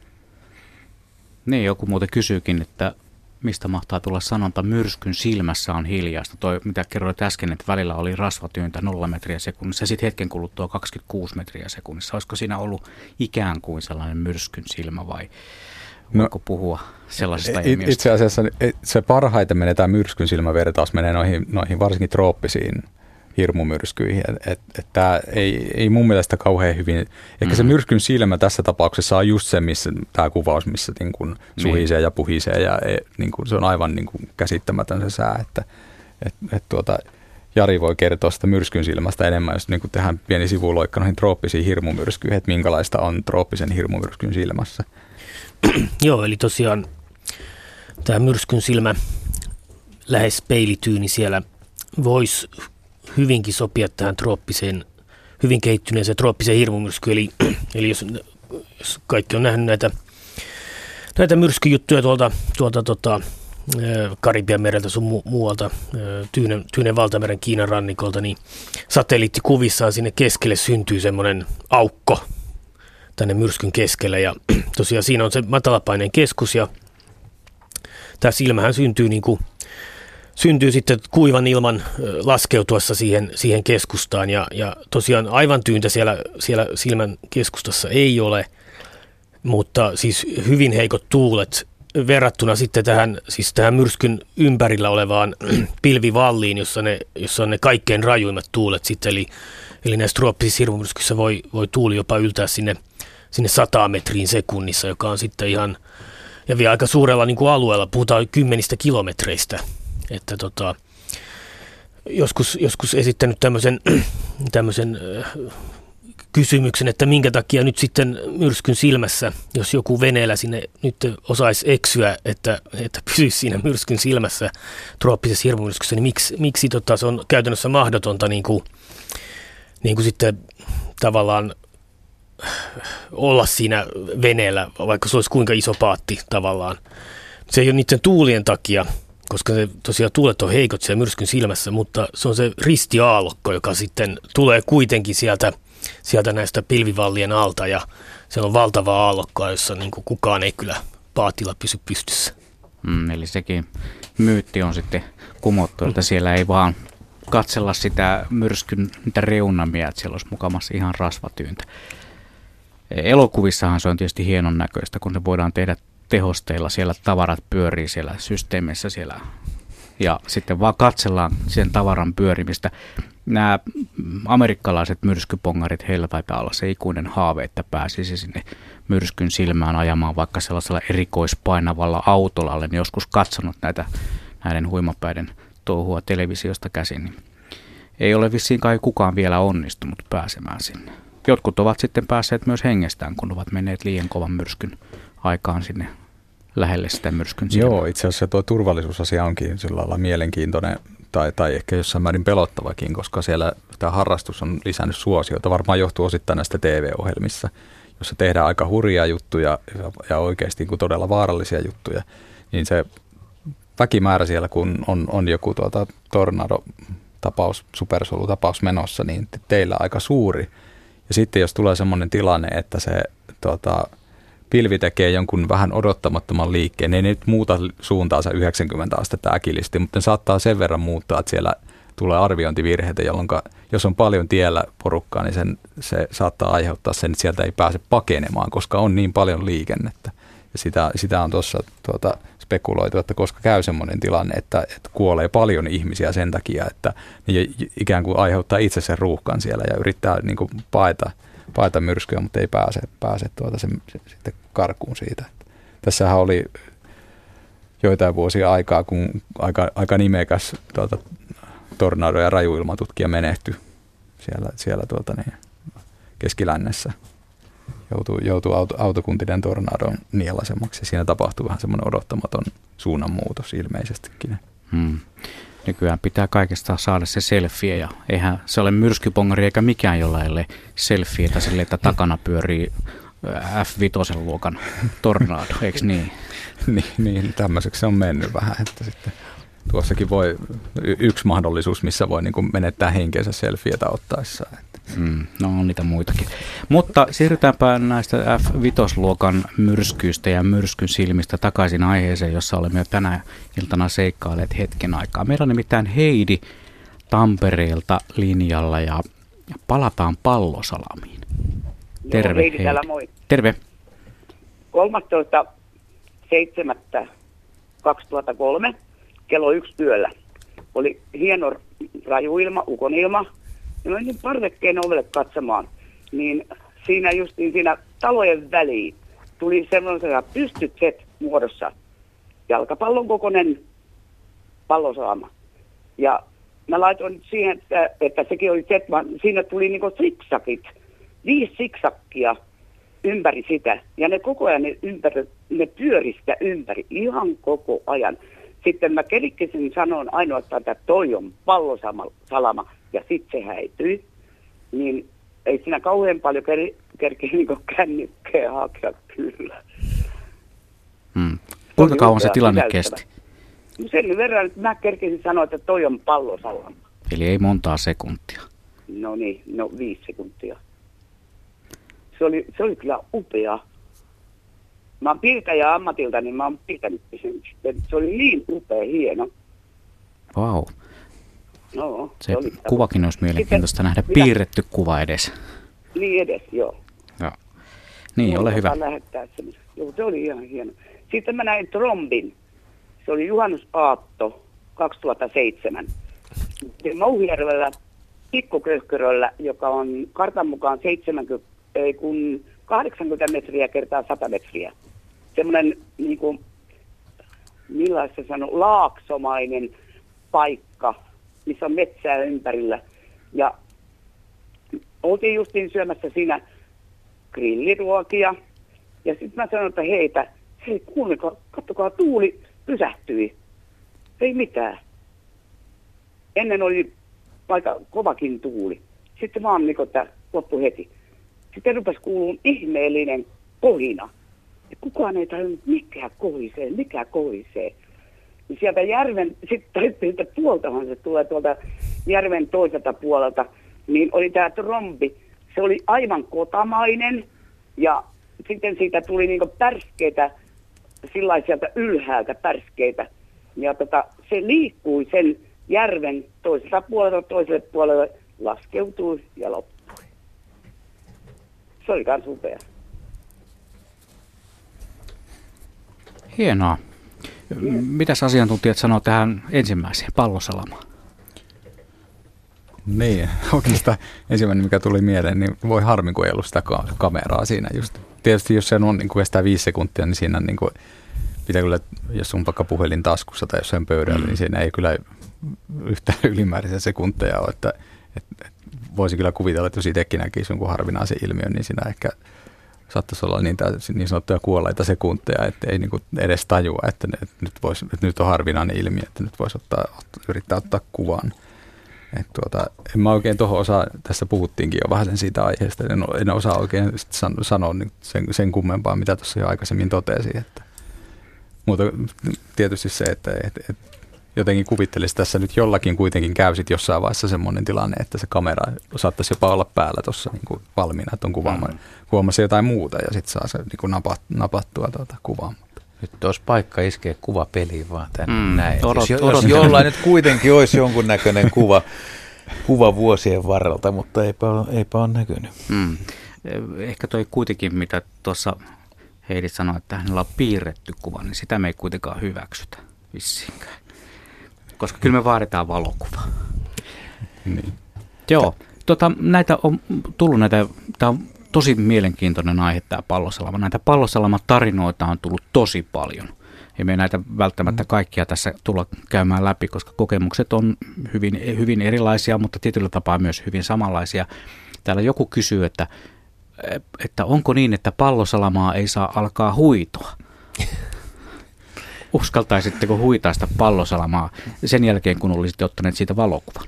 Niin, joku muuten kysyykin, että mistä mahtaa tulla sanonta, myrskyn silmässä on hiljaista. Toi, mitä kerroit äsken, että välillä oli rasvatyyntä 0 metriä sekunnissa ja sitten hetken kuluttua 26 metriä sekunnissa. Olisiko siinä ollut ikään kuin sellainen myrskyn silmä vai voiko puhua sellaisesta ilmiöstä? Itse asiassa se parhaiten menee tämä myrskyn silmävertaus menee noihin varsinkin trooppisiin hirmumyrskyihin. Tämä ei mun mielestä kauhean hyvin. Ehkä se myrskyn silmä tässä tapauksessa on just se, missä tämä kuvaus, missä niin kuin suhisee ja puhisee ja niin kuin, se on aivan niin kuin käsittämätön se sää, että Jari voi kertoa sitä myrskyn silmästä enemmän, jos niin kuin tehdään pieni sivuloikka noihin trooppisiin hirmumyrskyihin, että minkälaista on trooppisen hirmumyrskyn silmässä. Joo, eli tosiaan tämä myrskyn silmä lähes peilityyni siellä voisi hyvinkin sopia tähän trooppiseen, hyvin kehittyneeseen trooppiseen hirmumyrskyyn. Eli jos kaikki on nähnyt näitä myrskyjuttuja tuolta Karibian mereltä sun muualta, Tyynen valtameren Kiinan rannikolta, niin satelliittikuvissaan sinne keskelle syntyy semmoinen aukko tänne myrskyn keskelle. Ja tosiaan siinä on se matalapaineen keskus ja tämä silmähän syntyy sitten kuivan ilman laskeutuessa siihen keskustaan ja tosiaan aivan tyyntä siellä silmän keskustassa ei ole, mutta siis hyvin heikot tuulet verrattuna sitten tähän myrskyn ympärillä olevaan pilvivalliin, jossa on ne kaikkein rajuimmat tuulet sitten, eli näissä trooppisissa hirmumyrskyissä voi tuuli jopa yltää sinne 100 metriin sekunnissa, joka on sitten ihan, ja vielä aika suurella niin kuin alueella, puhutaan 10 kilometreistä. Että joskus esittänyt tämmöisen kysymyksen, että minkä takia nyt sitten myrskyn silmässä, jos joku veneellä sinne nyt osaisi eksyä, että pysyisi siinä myrskyn silmässä trooppisessa hirmumyrskyssä, niin miksi se on käytännössä mahdotonta niin kuin sitten tavallaan olla siinä veneellä, vaikka se olisi kuinka iso paatti tavallaan. Se ei ole niiden tuulien takia, koska se tosiaan tuulet on heikot siellä myrskyn silmässä, mutta se on se ristiaallokko, joka sitten tulee kuitenkin sieltä näistä pilvivallien alta ja siellä on valtavaa aallokkoa, jossa niin kuin kukaan ei kyllä paatilla pysy pystyssä. Eli sekin myytti on sitten kumottu, että siellä ei vaan katsella sitä myrskyn niitä reunamia, että siellä olisi mukamassa ihan rasvatyyntä. Elokuvissahan se on tietysti hienon näköistä, kun se voidaan tehdä tehosteilla, siellä tavarat pyörii siellä systeemissä siellä ja sitten vaan katsellaan sen tavaran pyörimistä. Nämä amerikkalaiset myrskypongarit, heillä taitaa olla se ikuinen haave, että pääsisi sinne myrskyn silmään ajamaan vaikka sellaisella erikoispainavalla autolla. Olen joskus katsonut näiden huimapäiden touhua televisiosta käsin. Niin ei ole vissiin kai kukaan vielä onnistunut pääsemään sinne. Jotkut ovat sitten päässeet myös hengestään, kun ovat menneet liian kovan myrskyn aikaan sinne lähelle sitä myrskyn silmää. Joo, itse asiassa tuo turvallisuusasia onkin sillä lailla mielenkiintoinen tai ehkä jossain määrin pelottavakin, koska siellä tämä harrastus on lisännyt suosiota. Varmaan johtuu osittain näistä TV-ohjelmissa, jossa tehdään aika hurjia juttuja ja oikeasti todella vaarallisia juttuja. Niin se väkimäärä siellä, kun on joku tornado-tapaus, supersolutapaus menossa, niin teillä aika suuri. Ja sitten jos tulee semmoinen tilanne, että se pilvi tekee jonkun vähän odottamattoman liikkeen, ei nyt muuta suuntaansa 90 astetta äkillisesti, mutta ne saattaa sen verran muuttaa, että siellä tulee arviointivirheitä, jolloin jos on paljon tiellä porukkaa, niin se saattaa aiheuttaa sen, että sieltä ei pääse pakenemaan, koska on niin paljon liikennettä. Ja sitä on tuossa spekuloitu, että koska käy semmoinen tilanne, että kuolee paljon ihmisiä sen takia, että ne ikään kuin aiheuttaa itse sen ruuhkan siellä ja yrittää niin kuin paeta myrskyä, mutta ei pääse sitten karkuun siitä. Tässähän oli joitain vuosia aikaa, kun aika nimekäs tornado- ja rajuilmatutkija menehtyi siellä Keskilännessä. Joutui autokuntinen tornadon nielasemaksi. Siinä tapahtui vähän semmoinen odottamaton suunnanmuutos ilmeisestikin. Nykyään pitää kaikesta saada se selfie, ja eihän se ole myrskypongari eikä mikään, jolla ei ole selfietä silleen, että takana pyörii F5-luokan tornado, eikö niin? Niin, tämmöiseksi se on mennyt vähän, että sitten tuossakin voi yksi mahdollisuus, missä voi niin kuin menettää henkeensä selfietä ottaessaan. No on niitä muitakin. Mutta siirrytäänpä näistä F5-luokan myrskyistä ja myrskyn silmistä takaisin aiheeseen, jossa olemme jo tänä iltana seikkailleet hetken aikaa. Meillä on nimittäin Heidi Tampereelta linjalla ja palataan Pallosalamiin. Terve Heidi. Täällä moi. Terve. 13.7.2003 kello 1 yöllä oli hieno rajuilma, ukonilma. Ja menin parvekkeen ovelle katsomaan, niin siinä justiin siinä talojen väliin tuli semmoisella pystyt muodossa jalkapallon kokoinen pallosalama. Ja mä laitoin siihen, että sekin oli set, siinä tuli niinku siksakit, 5 siksakkia ympäri sitä. Ja ne koko ajan ne pyöri sitä ympäri ihan koko ajan. Sitten mä kerikkesin sanoon ainoastaan, että toi on pallosalama. Ja sitten se häipyi, niin ei siinä kauhean paljon kerkeä niin kännykkää hakea kyllä. Kuinka kauan se tilanne kesti? No sen verran, että mä kerkesin sanoa, että toi on pallosalama. Eli ei montaa sekuntia. No niin, 5 sekuntia. Se oli kyllä upea. Mä oon piirtäjä ammatilta, niin mä oon piirtänyt sen. Se oli niin upea, hieno. Vau. No, se kuvakin olisi mielenkiintoista nähdä piirretty kuva edes. Niin edes, joo. Niin, ole hyvä. Joo, se oli ihan hieno. Sitten mä näin trombin. Se oli juhannusaatto 2007. Mouhijärvellä Pikkuköyhkyröllä, joka on kartan mukaan 80 metriä kertaa 100 metriä. Semmoinen, niin kuin, millaista sanoo, laaksomainen paikka, missä on metsää ympärillä. Ja oltiin justiin syömässä siinä grilliruokia. Ja sitten mä sanoin, että hei kuulkaa, katsokaa, tuuli pysähtyi. Ei mitään. Ennen oli aika kovakin tuuli. Sitten vaan niin, että loppui heti. Sitten rupesi kuulumaan ihmeellinen kohina. Ja kukaan ei tajunnut, mikä kohisee. Ja sieltä järven, sitten puoltahan se tulee tuolta järven toiselta puolelta, niin oli tämä trombi. Se oli aivan kotamainen ja sitten siitä tuli niinku pärskeitä, sieltä ylhäältä pärskeitä. Ja se liikkui sen järven toiselta puolelta toiselle puolelle, laskeutui ja loppui. Se oli kans upea. Hienoa. Mitäs asiantuntijat sanoo tähän ensimmäiseen Pallosalamaan? Niin, oikeastaan ensimmäinen mikä tuli mieleen, niin voi harmi kun ei ollut sitä kameraa siinä just. Tietysti jos se on niin kuin kestää 5 sekuntia, niin siinä niin kuin, pitää kyllä, jos on vaikka puhelin taskussa tai jossain pöydällä, niin siinä ei kyllä yhtään ylimääräisiä sekunteja ole. Että voisi kyllä kuvitella, että jos itsekin näkisi jonkun harvinaisen ilmiön, niin siinä ehkä saattaisi olla niin sanottuja kuolleita sekunteja, että ei niin kuin edes tajua, että nyt on harvinainen ilmiö, että nyt voisi yrittää ottaa kuvan. En mä oikein tuohon osaa, tässä puhuttiinkin jo vähän siitä aiheesta, en osaa oikein sanoa sen kummempaa, mitä tuossa jo aikaisemmin totesin. Mutta tietysti se, että jotenkin kuvittelisi tässä nyt jollakin kuitenkin käy sit jossain vaiheessa semmoinen tilanne, että se kamera saattaisi jopa olla päällä tuossa niin valmiina, että on kuvaamassa jotain muuta ja sitten saa se niin napattua kuvaa. Nyt olisi paikka iskeä kuvapeliin vaan tänne näin. Jos jollain nyt kuitenkin olisi jonkunnäköinen kuva vuosien varrelta, mutta eipä ole näkynyt. Ehkä toi kuitenkin, mitä tuossa Heidi sanoi, että hänellä on piirretty kuva, niin sitä me ei kuitenkaan hyväksytä vissiinkään. Koska kyllä me vaaditaan valokuva. Niin. Joo, näitä on tullut tämä on tosi mielenkiintoinen aihe tämä pallosalama. Näitä pallosalama-tarinoita on tullut tosi paljon. Ei me näitä välttämättä kaikkia tässä tulla käymään läpi, koska kokemukset on hyvin erilaisia, mutta tietyllä tapaa myös hyvin samanlaisia. Täällä joku kysyy, että onko niin, että pallosalamaa ei saa alkaa huitoa? Uskaltaisitteko huitaa sitä pallosalamaa sen jälkeen, kun olisitte ottaneet siitä valokuvan?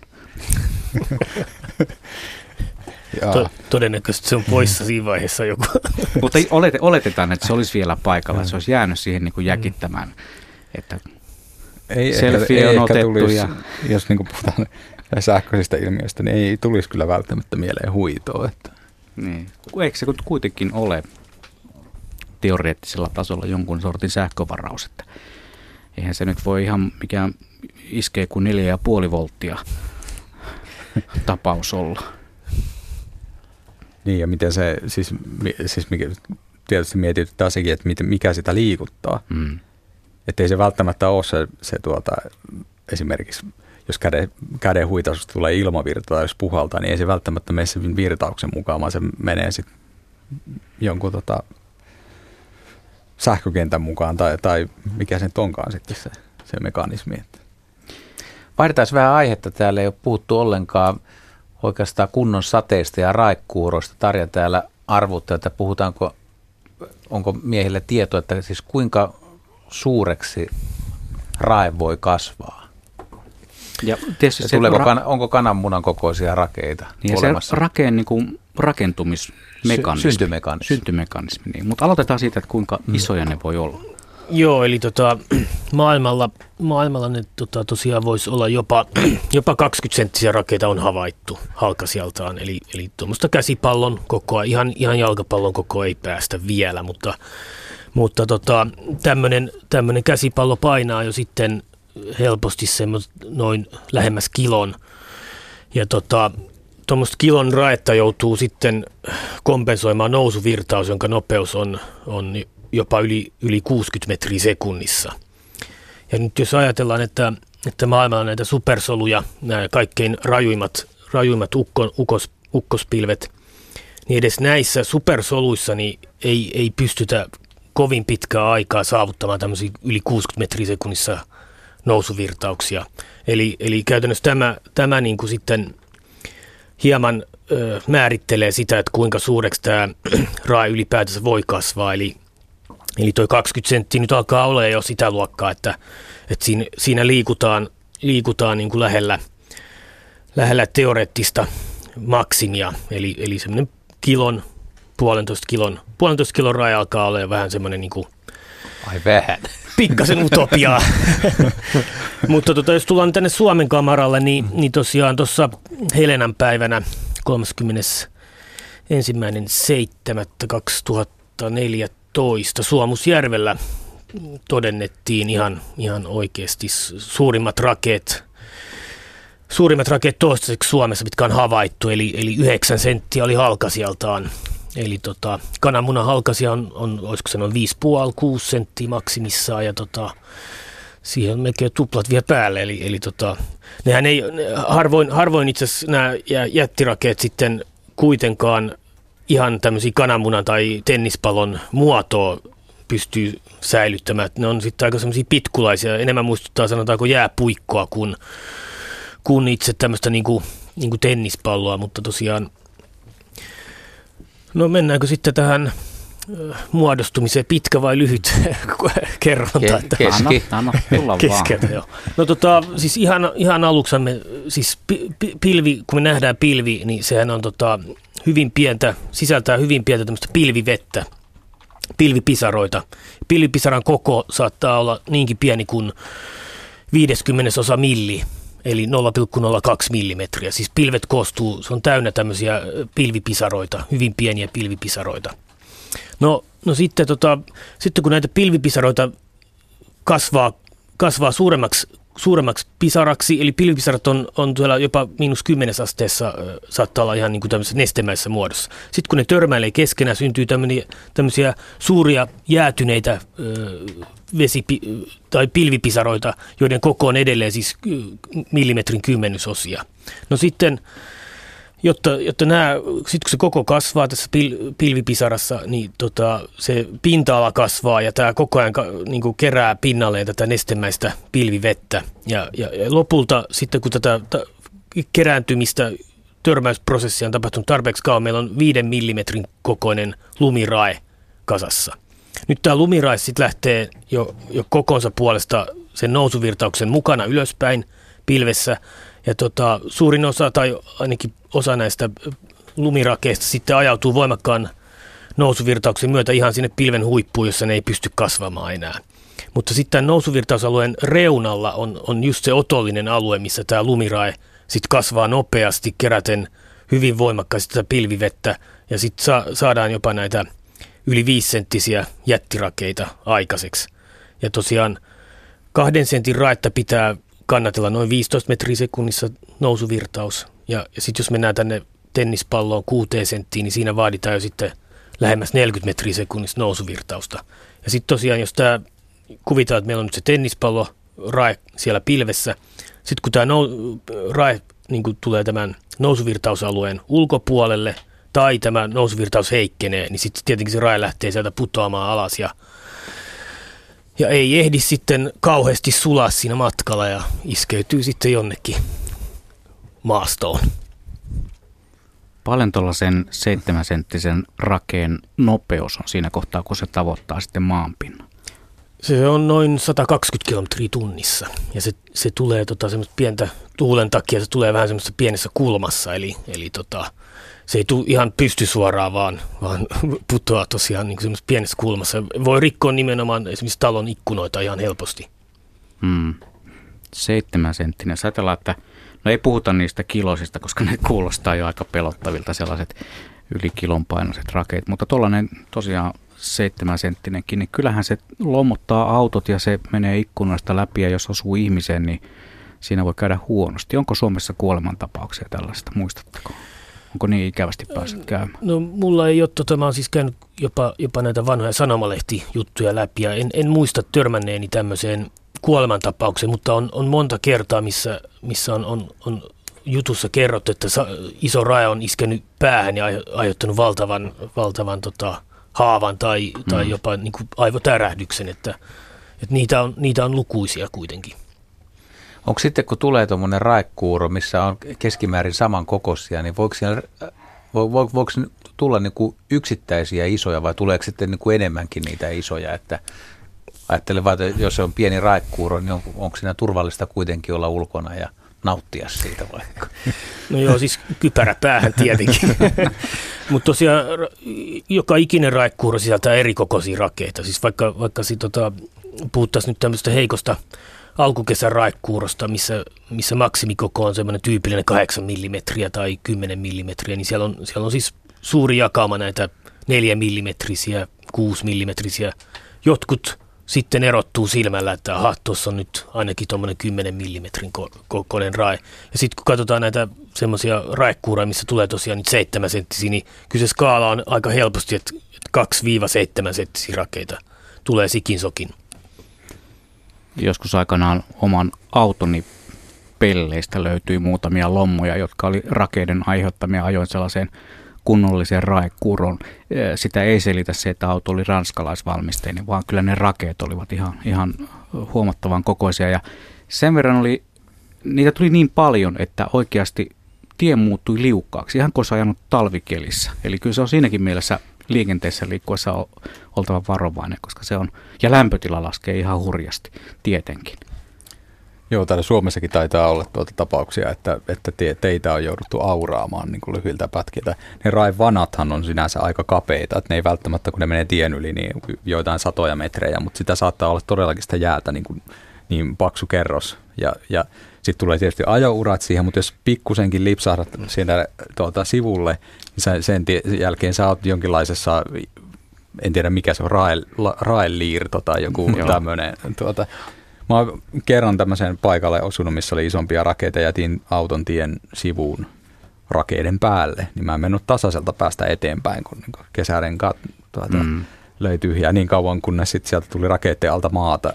Todennäköisesti se on poissa siinä vaiheessa joku. Mutta oletetaan, että se olisi vielä paikalla, että se olisi jäänyt siihen niin kuin jäkittämään, että selfie on otettu. Tulisi, ja jos niin kuin puhutaan sähköisistä ilmiöistä, niin ei tulisi kyllä välttämättä mieleen huitoa. Että. Niin. Eikö se kuitenkin ole teoreettisella tasolla jonkun sortin sähkövaraus, että eihän se nyt voi ihan mikään iskee kuin 4,5 volttia tapaus olla. Niin, ja miten se, siis tietysti mietityttää sekin, että mikä sitä liikuttaa. Että ei se välttämättä ole se esimerkiksi, jos käden huitasusta tulee ilmavirta tai jos puhaltaa, niin ei se välttämättä mene sen virtauksen mukaan, vaan se menee sitten jonkun sähkökentän mukaan tai mikä sen onkaan sitten se mekanismi. Vaihdetaan vähän aihetta. Täällä ei ole puhuttu ollenkaan oikeastaan kunnon sateista ja raekuuroista. Tarja täällä arvuttaa, että onko miehille tietoa, että siis kuinka suureksi rae voi kasvaa? Ja tietysti se onko kananmunan kokoisia rakeita niin olemassa? Se rakeen niin kuin rakentumismekanismi. Syntymekanismi. Niin. Mutta aloitetaan siitä, että kuinka isoja ne voi olla. Joo, eli maailmalla ne tosiaan voisi olla jopa 20-senttisiä rakeita on havaittu halkasijaltaan. Eli tuommoista käsipallon kokoa, ihan jalkapallon kokoa ei päästä vielä, mutta tämmöinen käsipallo painaa jo sitten helposti noin lähemmäs kilon. Ja tuommoista kilon raetta joutuu sitten kompensoimaan nousuvirtaus, jonka nopeus on jopa yli 60 metriä sekunnissa. Ja nyt jos ajatellaan, että maailmalla näitä supersoluja, nämä kaikkein rajuimmat ukkospilvet, niin edes näissä supersoluissa niin ei pystytä kovin pitkää aikaa saavuttamaan tämmöisiä yli 60 metriä sekunnissa nousuvirtauksia. Eli käytännössä tämä niin kuin sitten hieman määrittelee sitä, että kuinka suureksi tämä rae ylipäätänsä voi kasvaa. Eli toi 20 senttiä nyt alkaa olla jo sitä luokkaa, että siinä liikutaan niin kuin lähellä teoreettista maksimia. Eli semmoinen puolentoista kilon raja alkaa olla vähän semmoinen niin kuin ai vähän. Pikkasen utopiaa. Mutta jos tullaan tänne Suomen kamaralle, niin tosiaan tuossa Helenan päivänä 31.7.2014 Suomusjärvellä todennettiin ihan oikeasti suurimmat rakeet toistaiseksi Suomessa, mitkä on havaittu, eli 9 senttiä oli halkasijaltaan. Eli kananmunan halkasia on olisiko se noin 5,5-6 senttiä maksimissaan, ja siihen on melkein tuplat vielä päälle. Eli nehän ei, harvoin itse asiassa nämä jättirakeet sitten kuitenkaan ihan tämmöisiä kananmunan tai tennispallon muotoa pystyy säilyttämään. Ne on sitten aika semmoisia pitkulaisia, enemmän muistuttaa sanotaanko jääpuikkoa kuin itse tämmöistä niinku tennispalloa, mutta tosiaan. No mennäänkö sitten tähän muodostumiseen, pitkä vai lyhyt kerronta? Anna tulla keskeltä, joo. No siis ihan aluksamme, siis pilvi, kun me nähdään pilvi, niin sehän on sisältää hyvin pientä tämmöistä pilvivettä, pilvipisaroita. Pilvipisaran koko saattaa olla niinkin pieni kuin 50 milli. Eli 0,02 millimetriä. Siis pilvet koostuu, se on täynnä tämmöisiä pilvipisaroita, hyvin pieniä pilvipisaroita. No sitten kun näitä pilvipisaroita kasvaa suuremmaksi suuremmaksi pisaraksi, eli pilvipisarat on tuolla jopa -10 asteessa, saattaa olla ihan niin kuin tämmöisessä nestemäisessä muodossa. Sitten kun ne törmäilee keskenään, syntyy tämmöisiä suuria jäätyneitä tai pilvipisaroita, joiden koko on edelleen siis millimetrin kymmenysosia. No sitten, jotta sit kun se koko kasvaa tässä pilvipisarassa, niin se pinta-ala kasvaa ja tämä koko ajan niin kuin kerää pinnalleen tätä nestemäistä pilvivettä. Ja lopulta sitten kun tätä kerääntymistä, törmäysprosessia on tapahtunut tarpeeksi kauan, meillä on 5 millimetrin kokoinen lumirae kasassa. Nyt tämä lumirae sitten lähtee jo kokonsa puolesta sen nousuvirtauksen mukana ylöspäin pilvessä. Ja suurin osa tai ainakin osa näistä lumirakeista sitten ajautuu voimakkaan nousuvirtauksen myötä ihan sinne pilven huippuun, jossa ne ei pysty kasvamaan enää. Mutta sitten tämän nousuvirtausalueen reunalla on just se otollinen alue, missä tämä lumirae sitten kasvaa nopeasti keräten hyvin voimakkaasti tätä pilvivettä ja sitten saadaan jopa näitä yli 5-senttisiä jättirakeita aikaiseksi. Ja tosiaan 2 sentin raetta pitää kannatella noin 15 metriä sekunnissa nousuvirtaus. Ja sitten jos mennään tänne tennispalloon 6 senttiin, niin siinä vaaditaan jo sitten lähemmäs 40 metriä sekunnissa nousuvirtausta. Ja sitten tosiaan, jos tämä kuvitaan, että meillä on nyt se tennispallo rae siellä pilvessä, sitten kun tämä rae niin kun tulee tämän nousuvirtausalueen ulkopuolelle tai tämä nousuvirtaus heikkenee, niin sitten tietenkin se rae lähtee sieltä putoamaan alas ja ei ehdi sitten kauheasti sulaa siinä matkalla ja iskeytyy sitten jonnekin maastoon. Paljon tuollaisen 7-senttisen rakeen nopeus on siinä kohtaa, kun se tavoittaa sitten maanpinnan? Se on noin 120 kilometriä tunnissa ja se tulee semmoista pientä tuulen takia, se tulee vähän semmoisessa pienessä kulmassa, eli se ei tule ihan pystysuoraan, vaan putoaa tosiaan niin semmoisessa pienessä kulmassa. Voi rikkoa nimenomaan esimerkiksi talon ikkunoita ihan helposti. 7-senttinen. Sä ajatellaan, että no ei puhuta niistä kilosista, koska ne kuulostaa jo aika pelottavilta sellaiset yli kilon painoiset rakeet, mutta tuollainen tosiaan 7-senttinenkin, niin kyllähän se lommottaa autot ja se menee ikkunoista läpi ja jos osuu ihmiseen, niin siinä voi käydä huonosti. Onko Suomessa kuolemantapauksia tällaista, muistatteko? Onko niin ikävästi päässyt käymään? No mulla ei ole, mä oon siis käynyt jopa näitä vanhoja sanomalehtijuttuja läpi ja en muista törmänneeni tämmöiseen kuolemantapaukseen, mutta on monta kertaa, missä on jutussa kerrottu, että iso raja on iskenyt päähän ja aiheuttanut valtavan haavan tai jopa niin kuin aivotärähdyksen, että niitä on lukuisia kuitenkin. Onko sitten, kun tulee tuommoinen raekuuro, missä on keskimäärin samankokoisia, niin voiko tulla niin kuin yksittäisiä isoja vai tuleeko sitten niin kuin enemmänkin niitä isoja? Että ajattelen vaan, että jos se on pieni raekuuro, niin onko siinä turvallista kuitenkin olla ulkona ja nauttia siitä vaikka? No joo, siis kypärä päähän tietenkin. Mutta tosiaan joka ikinen raekuuro sisältää erikokoisia rakeita. Siis vaikka puhuttaisiin nyt tämmöistä heikosta alkukesän raekuurosta, missä maksimikoko on semmoinen tyypillinen 8 millimetriä tai 10 millimetriä, niin siellä on siis suuri jakauma näitä 4 millimetrisiä, 6 millimetrisiä. Jotkut sitten erottuu silmällä, että aha, tuossa on nyt ainakin tuommoinen 10 millimetrin kokoinen rae. Ja sitten kun katsotaan näitä semmoisia raekuuroja, missä tulee tosiaan nyt 7 senttisiä, niin kyllä se skaala on aika helposti, että 2-7 senttisiä rakeita tulee sikin sokin. Joskus aikanaan oman autoni pelleistä löytyi muutamia lommoja, jotka oli rakeiden aiheuttamia. Ajoin sellaiseen kunnolliseen raekuuroon. Sitä ei selitä se, että auto oli ranskalaisvalmisteinen, vaan kyllä ne rakeet olivat ihan huomattavan kokoisia. Ja sen verran niitä tuli niin paljon, että oikeasti tie muuttui liukkaaksi, ihan kuin olisi ajanut talvikelissä. Eli kyllä se on siinäkin mielessä liikenteessä liikkuessa oltava varovainen, koska se on, ja lämpötila laskee ihan hurjasti, tietenkin. Joo, täällä Suomessakin taitaa olla tapauksia, että teitä on jouduttu auraamaan niin kuin lyhyiltä pätkiltä. Ne raivanathan on sinänsä aika kapeita, että ne ei välttämättä, kun ne menee tien yli, niin joitain satoja metrejä, mutta sitä saattaa olla todellakin sitä jäätä niin paksu kerros. Ja sitten tulee tietysti ajourat siihen, mutta jos pikkusenkin lipsahdat siitä sivulle, niin sen jälkeen sä oot jonkinlaisessa, en tiedä mikä se on, raeliirto tai joku tämmöinen. Mä oon kerran tämmöiseen paikalle osunut, missä oli isompia rakeita ja jätin auton tien sivuun rakeiden päälle. Niin mä en mennyt tasaiselta päästä eteenpäin, kun kesärenkaat löi tyhjää niin kauan, kunnes sitten sieltä tuli rakeiden alta maata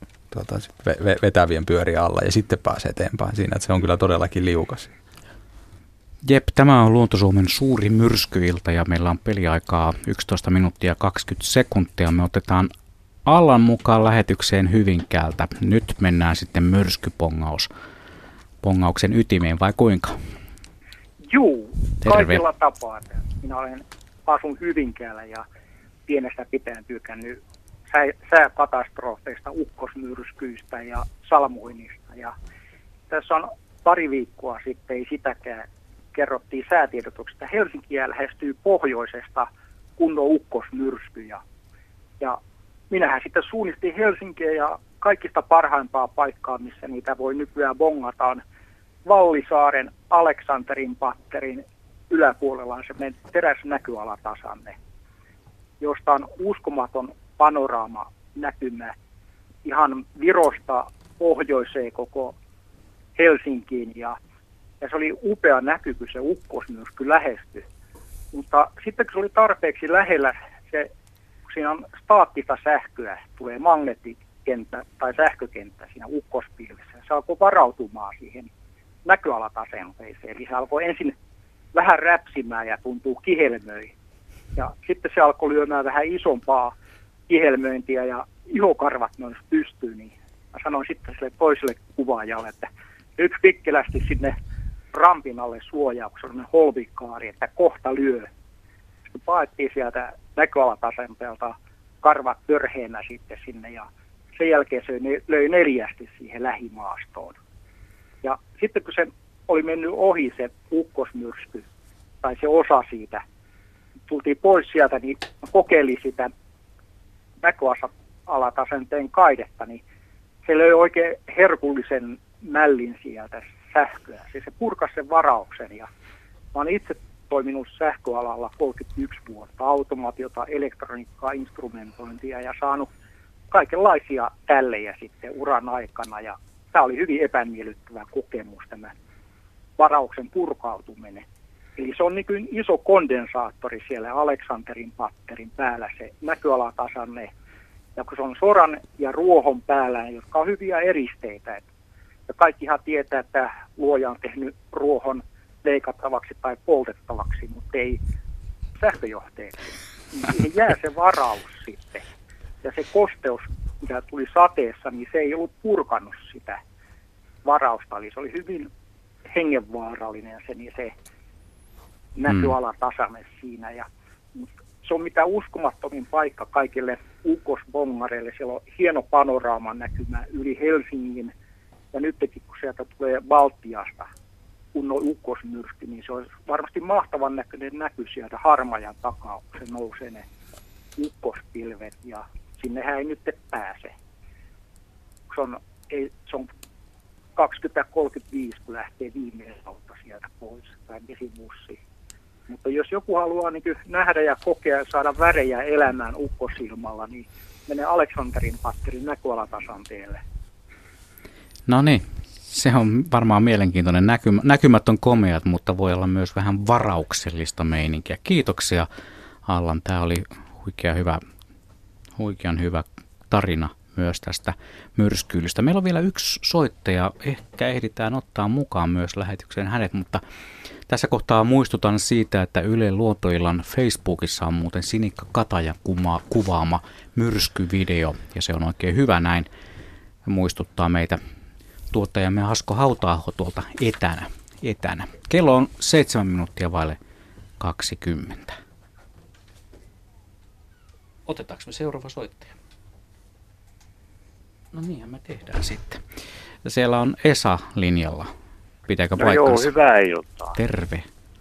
vetävien pyöriä alla ja sitten pääsee eteenpäin siinä, että se on kyllä todellakin liukas. Jep, tämä on Luontosuomen suuri myrskyilta ja meillä on peliaikaa 11 minuuttia 20 sekuntia. Me otetaan Allan mukaan lähetykseen Hyvinkäältä. Nyt mennään sitten myrskypongauksen ytimeen vai kuinka? Juu, Terve. kaikilla tapaa. Minä asun Hyvinkäällä ja pienestä pitäen tykännyt sääkatastrofeista, ukkosmyrskyistä ja salmoinnista. Ja tässä on pari viikkoa sitten, ei sitäkään, kerrottiin säätiedotuksesta, Helsinkiä lähestyy pohjoisesta kunnon ukkosmyrskyjä. Ja minähän sitten suunnistin Helsinkiä ja kaikista parhaimpaa paikkaa, missä niitä voi nykyään bongata, on Vallisaaren Aleksanterin patterin yläpuolella on semmoinen teräsnäköalatasanne, josta on uskomaton panoraama näkymä ihan Virosta pohjoiseen koko Helsinkiin ja se oli upea näky, kun se ukkosmyrsky lähestyi. Mutta sitten kun se oli tarpeeksi lähellä, kun siinä on staattista sähköä, tulee magneettikenttä tai sähkökenttä siinä ukkospilvessä, se alkoi varautumaan siihen näköalatasenteeseen. Eli se alkoi ensin vähän räpsimään ja tuntuu kihelmöi. Ja sitten se alkoi lyömään vähän isompaa kihelmöintiä ja ihokarvat nousi pystyyn. Niin mä sanoin sitten sille toiselle kuvaajalle, että nyt pikkelästi sinne rampin alle suojauksessa on holvikaari, että kohta lyö. Sitten paettiin sieltä näköalatasenteelta karvat pörheenä sitten sinne ja sen jälkeen se löi 4 siihen lähimaastoon. Ja sitten kun se oli mennyt ohi se ukkosmyrsky, tai se osa siitä, tultiin pois sieltä, niin kokeilin sitä näköalatasenteen kaidetta, niin se löi oikein herkullisen mällin sieltä sähköä. Se purkasi sen varauksen ja mä oon itse toiminut sähköalalla 31 vuotta, automaatiota, elektroniikkaa, instrumentointia ja saanut kaikenlaisia tällejä sitten uran aikana ja tämä oli hyvin epämiellyttävä kokemus tämä varauksen purkautuminen. Eli se on niin kuin iso kondensaattori siellä Aleksanterin patterin päällä se näköalatasanne. Ja kun se on soran ja ruohon päällä, jotka on hyviä eristeitä. Ja kaikkihan tietää, että luoja on tehnyt ruohon leikattavaksi tai poltettavaksi, mutta ei sähköjohteeksi. Siihen jää se varaus sitten. Ja se kosteus, mitä tuli sateessa, niin se ei ollut purkanut sitä varausta. Eli se oli hyvin hengenvaarallinen se näköalatasanne siinä. Ja se on mitä uskomattomin paikka kaikille ukkosbongareille. Siellä on hieno panoraaman näkymä yli Helsingin. Ja nytkin kun sieltä tulee Baltiasta kunnon ukkosmyrsky, niin se on varmasti mahtavan näköinen näky sieltä Harmajan takaa, kun se nousee ne ukkospilvet. Ja sinnehän ei nyt pääse. Se on 20-35, kun lähtee viimeinen auto sieltä pois, tai vesibussi. Mutta jos joku haluaa niin nähdä ja kokea ja saada värejä elämään ukkosilmalla, niin menee Aleksanterin patterin näköalatasanteelle. No niin, se on varmaan mielenkiintoinen. Näkymät on komeat, mutta voi olla myös vähän varauksellista meininkiä. Kiitoksia Allan, tämä oli huikean hyvä tarina myös tästä myrskyilystä. Meillä on vielä yksi soittaja, ehkä ehditään ottaa mukaan myös lähetykseen hänet, mutta tässä kohtaa muistutan siitä, että Yle Luontoillan Facebookissa on muuten Sinikka Katajan kuvaama myrskyvideo, ja se on oikein hyvä näin muistuttaa meitä tuottajamme Hasko Hauta-aho tuolta etänä. Kello on 7 minuuttia vaille 20. Otetaanko me seuraava soittaja? No niinhän me tehdään sitten. Ja siellä on Esa linjalla. Pitääkö paikkansa? Joo, hyvää iltaa. Terve.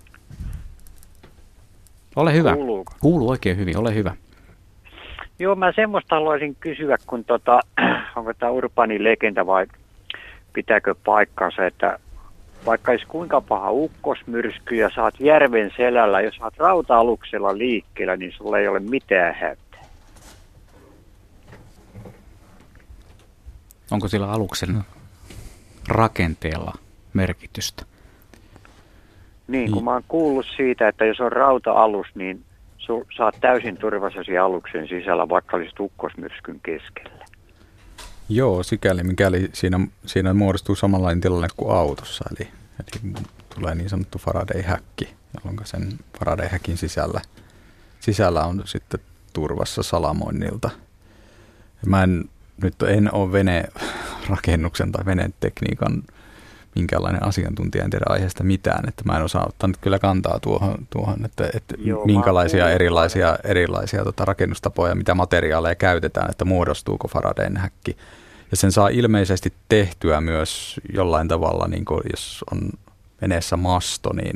Ole hyvä. Kuuluuko? Kuuluu oikein hyvin, ole hyvä. Joo, mä semmoista haluaisin kysyä, kun onko tämä urbaani legenda vai pitääkö paikkansa, että vaikka olisi kuinka paha ukkosmyrsky ja saat järven selällä, jos saat rauta-aluksella liikkeellä, niin sulla ei ole mitään hätää. Onko sillä aluksen rakenteella merkitystä? Niin, kun mä oon kuullut siitä, että jos on rauta-alus, niin saat täysin turvallisesti aluksen sisällä, vaikka olisit ukkosmyrskyn keskellä. Joo, sikäli mikäli siinä muodostuu samanlainen tilanne kuin autossa, eli tulee niin sanottu Faraday-häkki, jolloin sen Faraday-häkin sisällä on sitten turvassa salamoinnilta. Mä en ole venerakennuksen tai venetekniikan minkälainen asiantuntija, en tiedä aiheesta mitään, että mä en osaa ottaa nyt kyllä kantaa tuohon että joo, minkälaisia erilaisia rakennustapoja, mitä materiaaleja käytetään, että muodostuuko Faradayn häkki. Ja sen saa ilmeisesti tehtyä myös jollain tavalla, niin kuin jos on veneessä masto, niin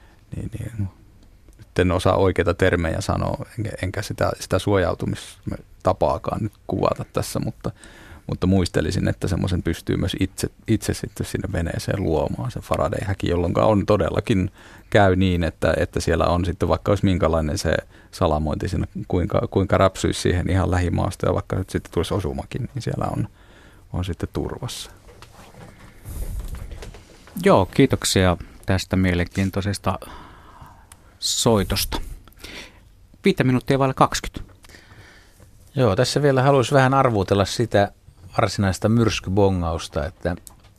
nyt en osaa oikeita termejä sanoa, enkä sitä suojautumistapaakaan nyt kuvata tässä, mutta muistelisin, että semmoisen pystyy myös itse sitten sinne veneeseen luomaan se Faraday-häki, jolloin on todellakin käy niin, että siellä on sitten vaikka olisi minkälainen se salamointi siinä, kuinka räpsyisi siihen ihan lähimaasta ja vaikka nyt sitten tulisi osumakin, niin siellä on sitten turvassa. Joo, kiitoksia tästä mielenkiintoisesta soitosta. 5 minuuttia vaille 20. Joo, tässä vielä haluaisin vähän arvuutella sitä varsinaista myrskybongausta, että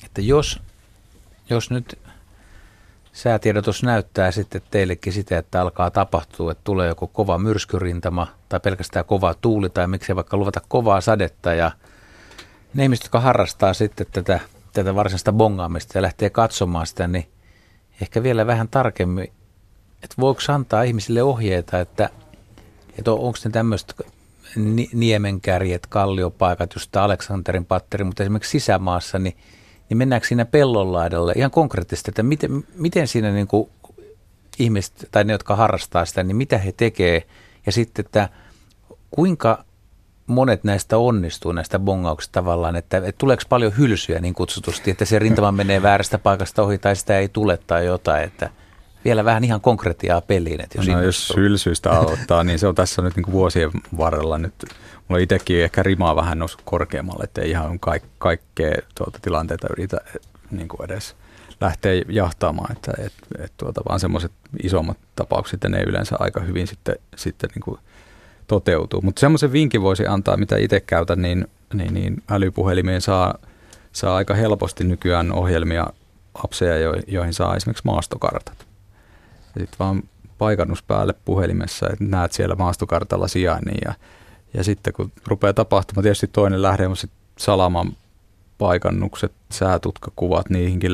jos nyt säätiedotus näyttää sitten teillekin sitä, että alkaa tapahtua, että tulee joku kova myrskyrintama tai pelkästään kova tuuli tai miksei vaikka luvata kovaa sadetta ja ne ihmiset, jotka harrastaa sitten tätä varsinaista bongaamista ja lähtee katsomaan sitä, niin ehkä vielä vähän tarkemmin, että voiko antaa ihmisille ohjeita, että onko ne tämmöistä niemenkärjet, kalliopaikat, just Aleksanterin patteri, mutta esimerkiksi sisämaassa, niin mennäänkö siinä pellonlaidalle ihan konkreettisesti, että miten siinä niin kuin ihmiset tai ne, jotka harrastaa sitä, niin mitä he tekee ja sitten, että kuinka monet näistä onnistuu näistä bongauksista tavallaan, että tuleeko paljon hylsyjä niin kutsutusti, että se rintama menee väärästä paikasta ohi tai sitä ei tule tai jotain, että vielä vähän ihan konkretiaa peliin. Että jos hylsyistä aloittaa, niin se on tässä nyt niin kuin vuosien varrella nyt. Mulla itsekin ehkä rimaa vähän noussut korkeammalle, ettei ihan kaikkea tilanteita yritä niin kuin edes lähteä jahtaamaan, vaan semmoiset isommat tapaukset, ne yleensä aika hyvin sitten niin kuin toteutuu. Mutta semmoisen vinkin voisi antaa, mitä itse käytän, niin älypuhelimeen saa aika helposti nykyään ohjelmia, appseja, joihin saa esimerkiksi maastokartat. Ja sitten vaan paikannus päälle puhelimessa, että näet siellä maastokartalla sijainnin ja sitten kun rupeaa tapahtumaan, tietysti toinen lähde on sitten salaman paikannukset, säätutkakuvat, niihinkin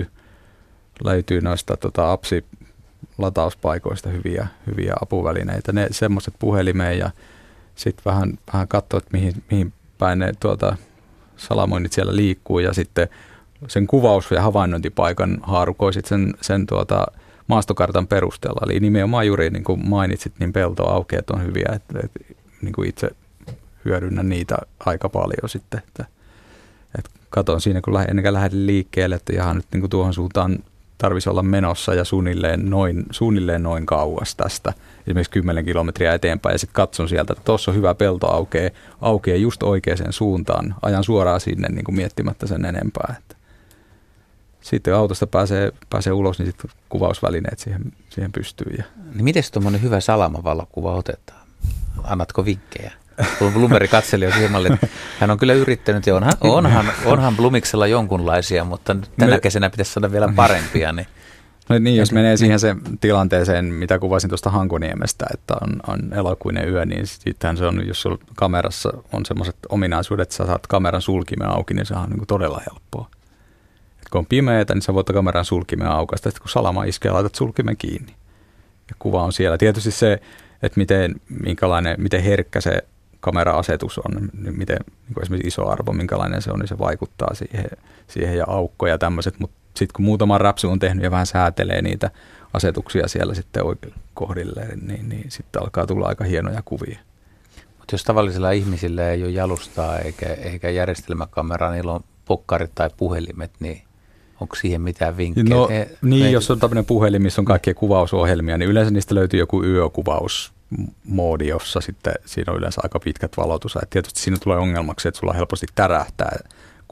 löytyy noista appsi-latauspaikoista hyviä apuvälineitä. Ne semmoiset puhelimeen ja sitten vähän katsoa, että mihin päin ne salamoinnit siellä liikkuu ja sitten sen kuvaus- ja havainnointipaikan haarukoisit sen maastokartan perusteella. Eli nimenomaan juuri niin kuin mainitsit, niin peltoaukeet on hyviä, että niin kuin itse hyödynnän niitä aika paljon sitten. Että katon siinä, kun ennen kuin lähden liikkeelle, että ihan nyt niin kuin tuohon suuntaan tarvitsisi olla menossa ja suunnilleen noin kauas tästä, esimerkiksi 10 kilometriä eteenpäin, ja sitten katson sieltä, että tuossa on hyvä pelto aukeaa just oikeaan suuntaan, ajan suoraan sinne niin kuin miettimättä sen enempää. Että sitten autosta pääsee ulos, niin sitten kuvausvälineet siihen pystyy. Niin miten tuommoinen hyvä salamavalokuva otetaan? Annatko vinkkejä? Blumeri katseli jo silmälle, että hän on kyllä yrittänyt ja onhan Blumiksella jonkunlaisia, mutta tänä kesänä pitäisi saada vielä parempia. Niin, jos menee siihen se tilanteeseen, mitä kuvasin tuosta Hankoniemestä, että on elokuinen yö, niin sittenhän se on, jos sulla kamerassa on sellaiset ominaisuudet, että sä saat kameran sulkimen auki, niin se on niin kuin todella helppoa. Kun on pimeätä, niin sä voit kameran sulkimen aukaista, että kun salama iskee, laitat sulkimen kiinni. Ja kuva on siellä. Tietysti se, että miten herkkä se kamera-asetus on, niin miten niin esimerkiksi iso arvo, minkälainen se on, niin se vaikuttaa siihen ja aukkoja ja tämmöiset. Mutta sitten kun muutama räpsy on tehnyt ja vähän säätelee niitä asetuksia siellä sitten oikein kohdilleen, niin sitten alkaa tulla aika hienoja kuvia. Mutta jos tavallisilla ihmisillä ei ole jalustaa eikä järjestelmäkameraa, niillä on pokkarit tai puhelimet, niin onko siihen mitään vinkkejä? No niin, jos on tämmöinen puhelin, missä on kaikkia kuvausohjelmia, niin yleensä niistä löytyy joku yökuvausmoodi, jossa sitten siinä on yleensä aika pitkät valotusajat. Tietysti siinä tulee ongelmaksi, että sulla helposti tärähtää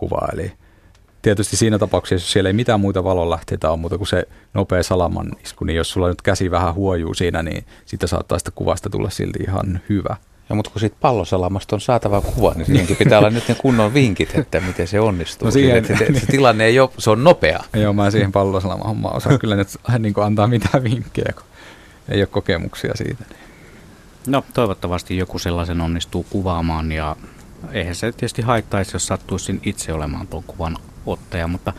kuvaa. Eli tietysti siinä tapauksessa, jos siellä ei mitään muita valonlähteitä ole muuta kuin se nopea salaman isku, niin jos sulla nyt käsi vähän huojuu siinä, niin sitten saattaa sitä kuvasta tulla silti ihan hyvä. Ja mutta kun siitä pallosalamasta on saatava kuva, niin siihenkin pitää olla nyt ne kunnon vinkit, että miten se onnistuu. No siihen, se tilanne ei ole, se on nopea. Joo, mä siihen pallosalama-hommaan osaan kyllä nyt niin antaa mitään vinkkejä, kun ei ole kokemuksia siitä. No toivottavasti joku sellaisen onnistuu kuvaamaan ja eihän se tietysti haittaisi, jos sattuisin itse olemaan tuon kuvan ottaja, mutta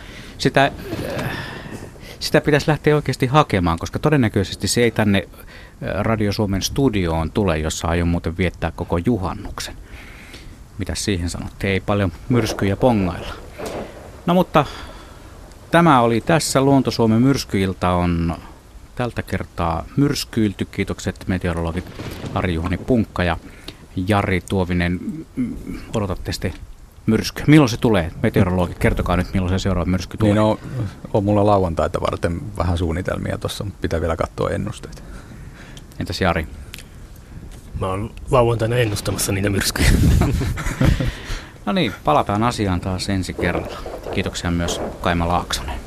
sitä pitäisi lähteä oikeasti hakemaan, koska todennäköisesti se ei tänne Radio Suomen studioon tule, jossa aion muuten viettää koko juhannuksen. Mitäs siihen sanotte? Ei paljon myrskyjä pongailla. No mutta tämä oli tässä. Luonto Suomen myrskyilta on tältä kertaa myrskyilty. Kiitokset meteorologit Ari-Juhani Punkka ja Jari Tuovinen. Odotatte sitten myrsky. Milloin se tulee? Meteorologit, kertokaa nyt, milloin se seuraava myrsky tulee. Niin on mulla lauantaita varten vähän suunnitelmia tuossa, mutta pitää vielä katsoa ennusteita. Entäs Jari? Mä oon lauantaina ennustamassa niitä myrskyjä. No niin, palataan asiaan taas ensi kerralla. Kiitoksia myös Kaima Laaksonen.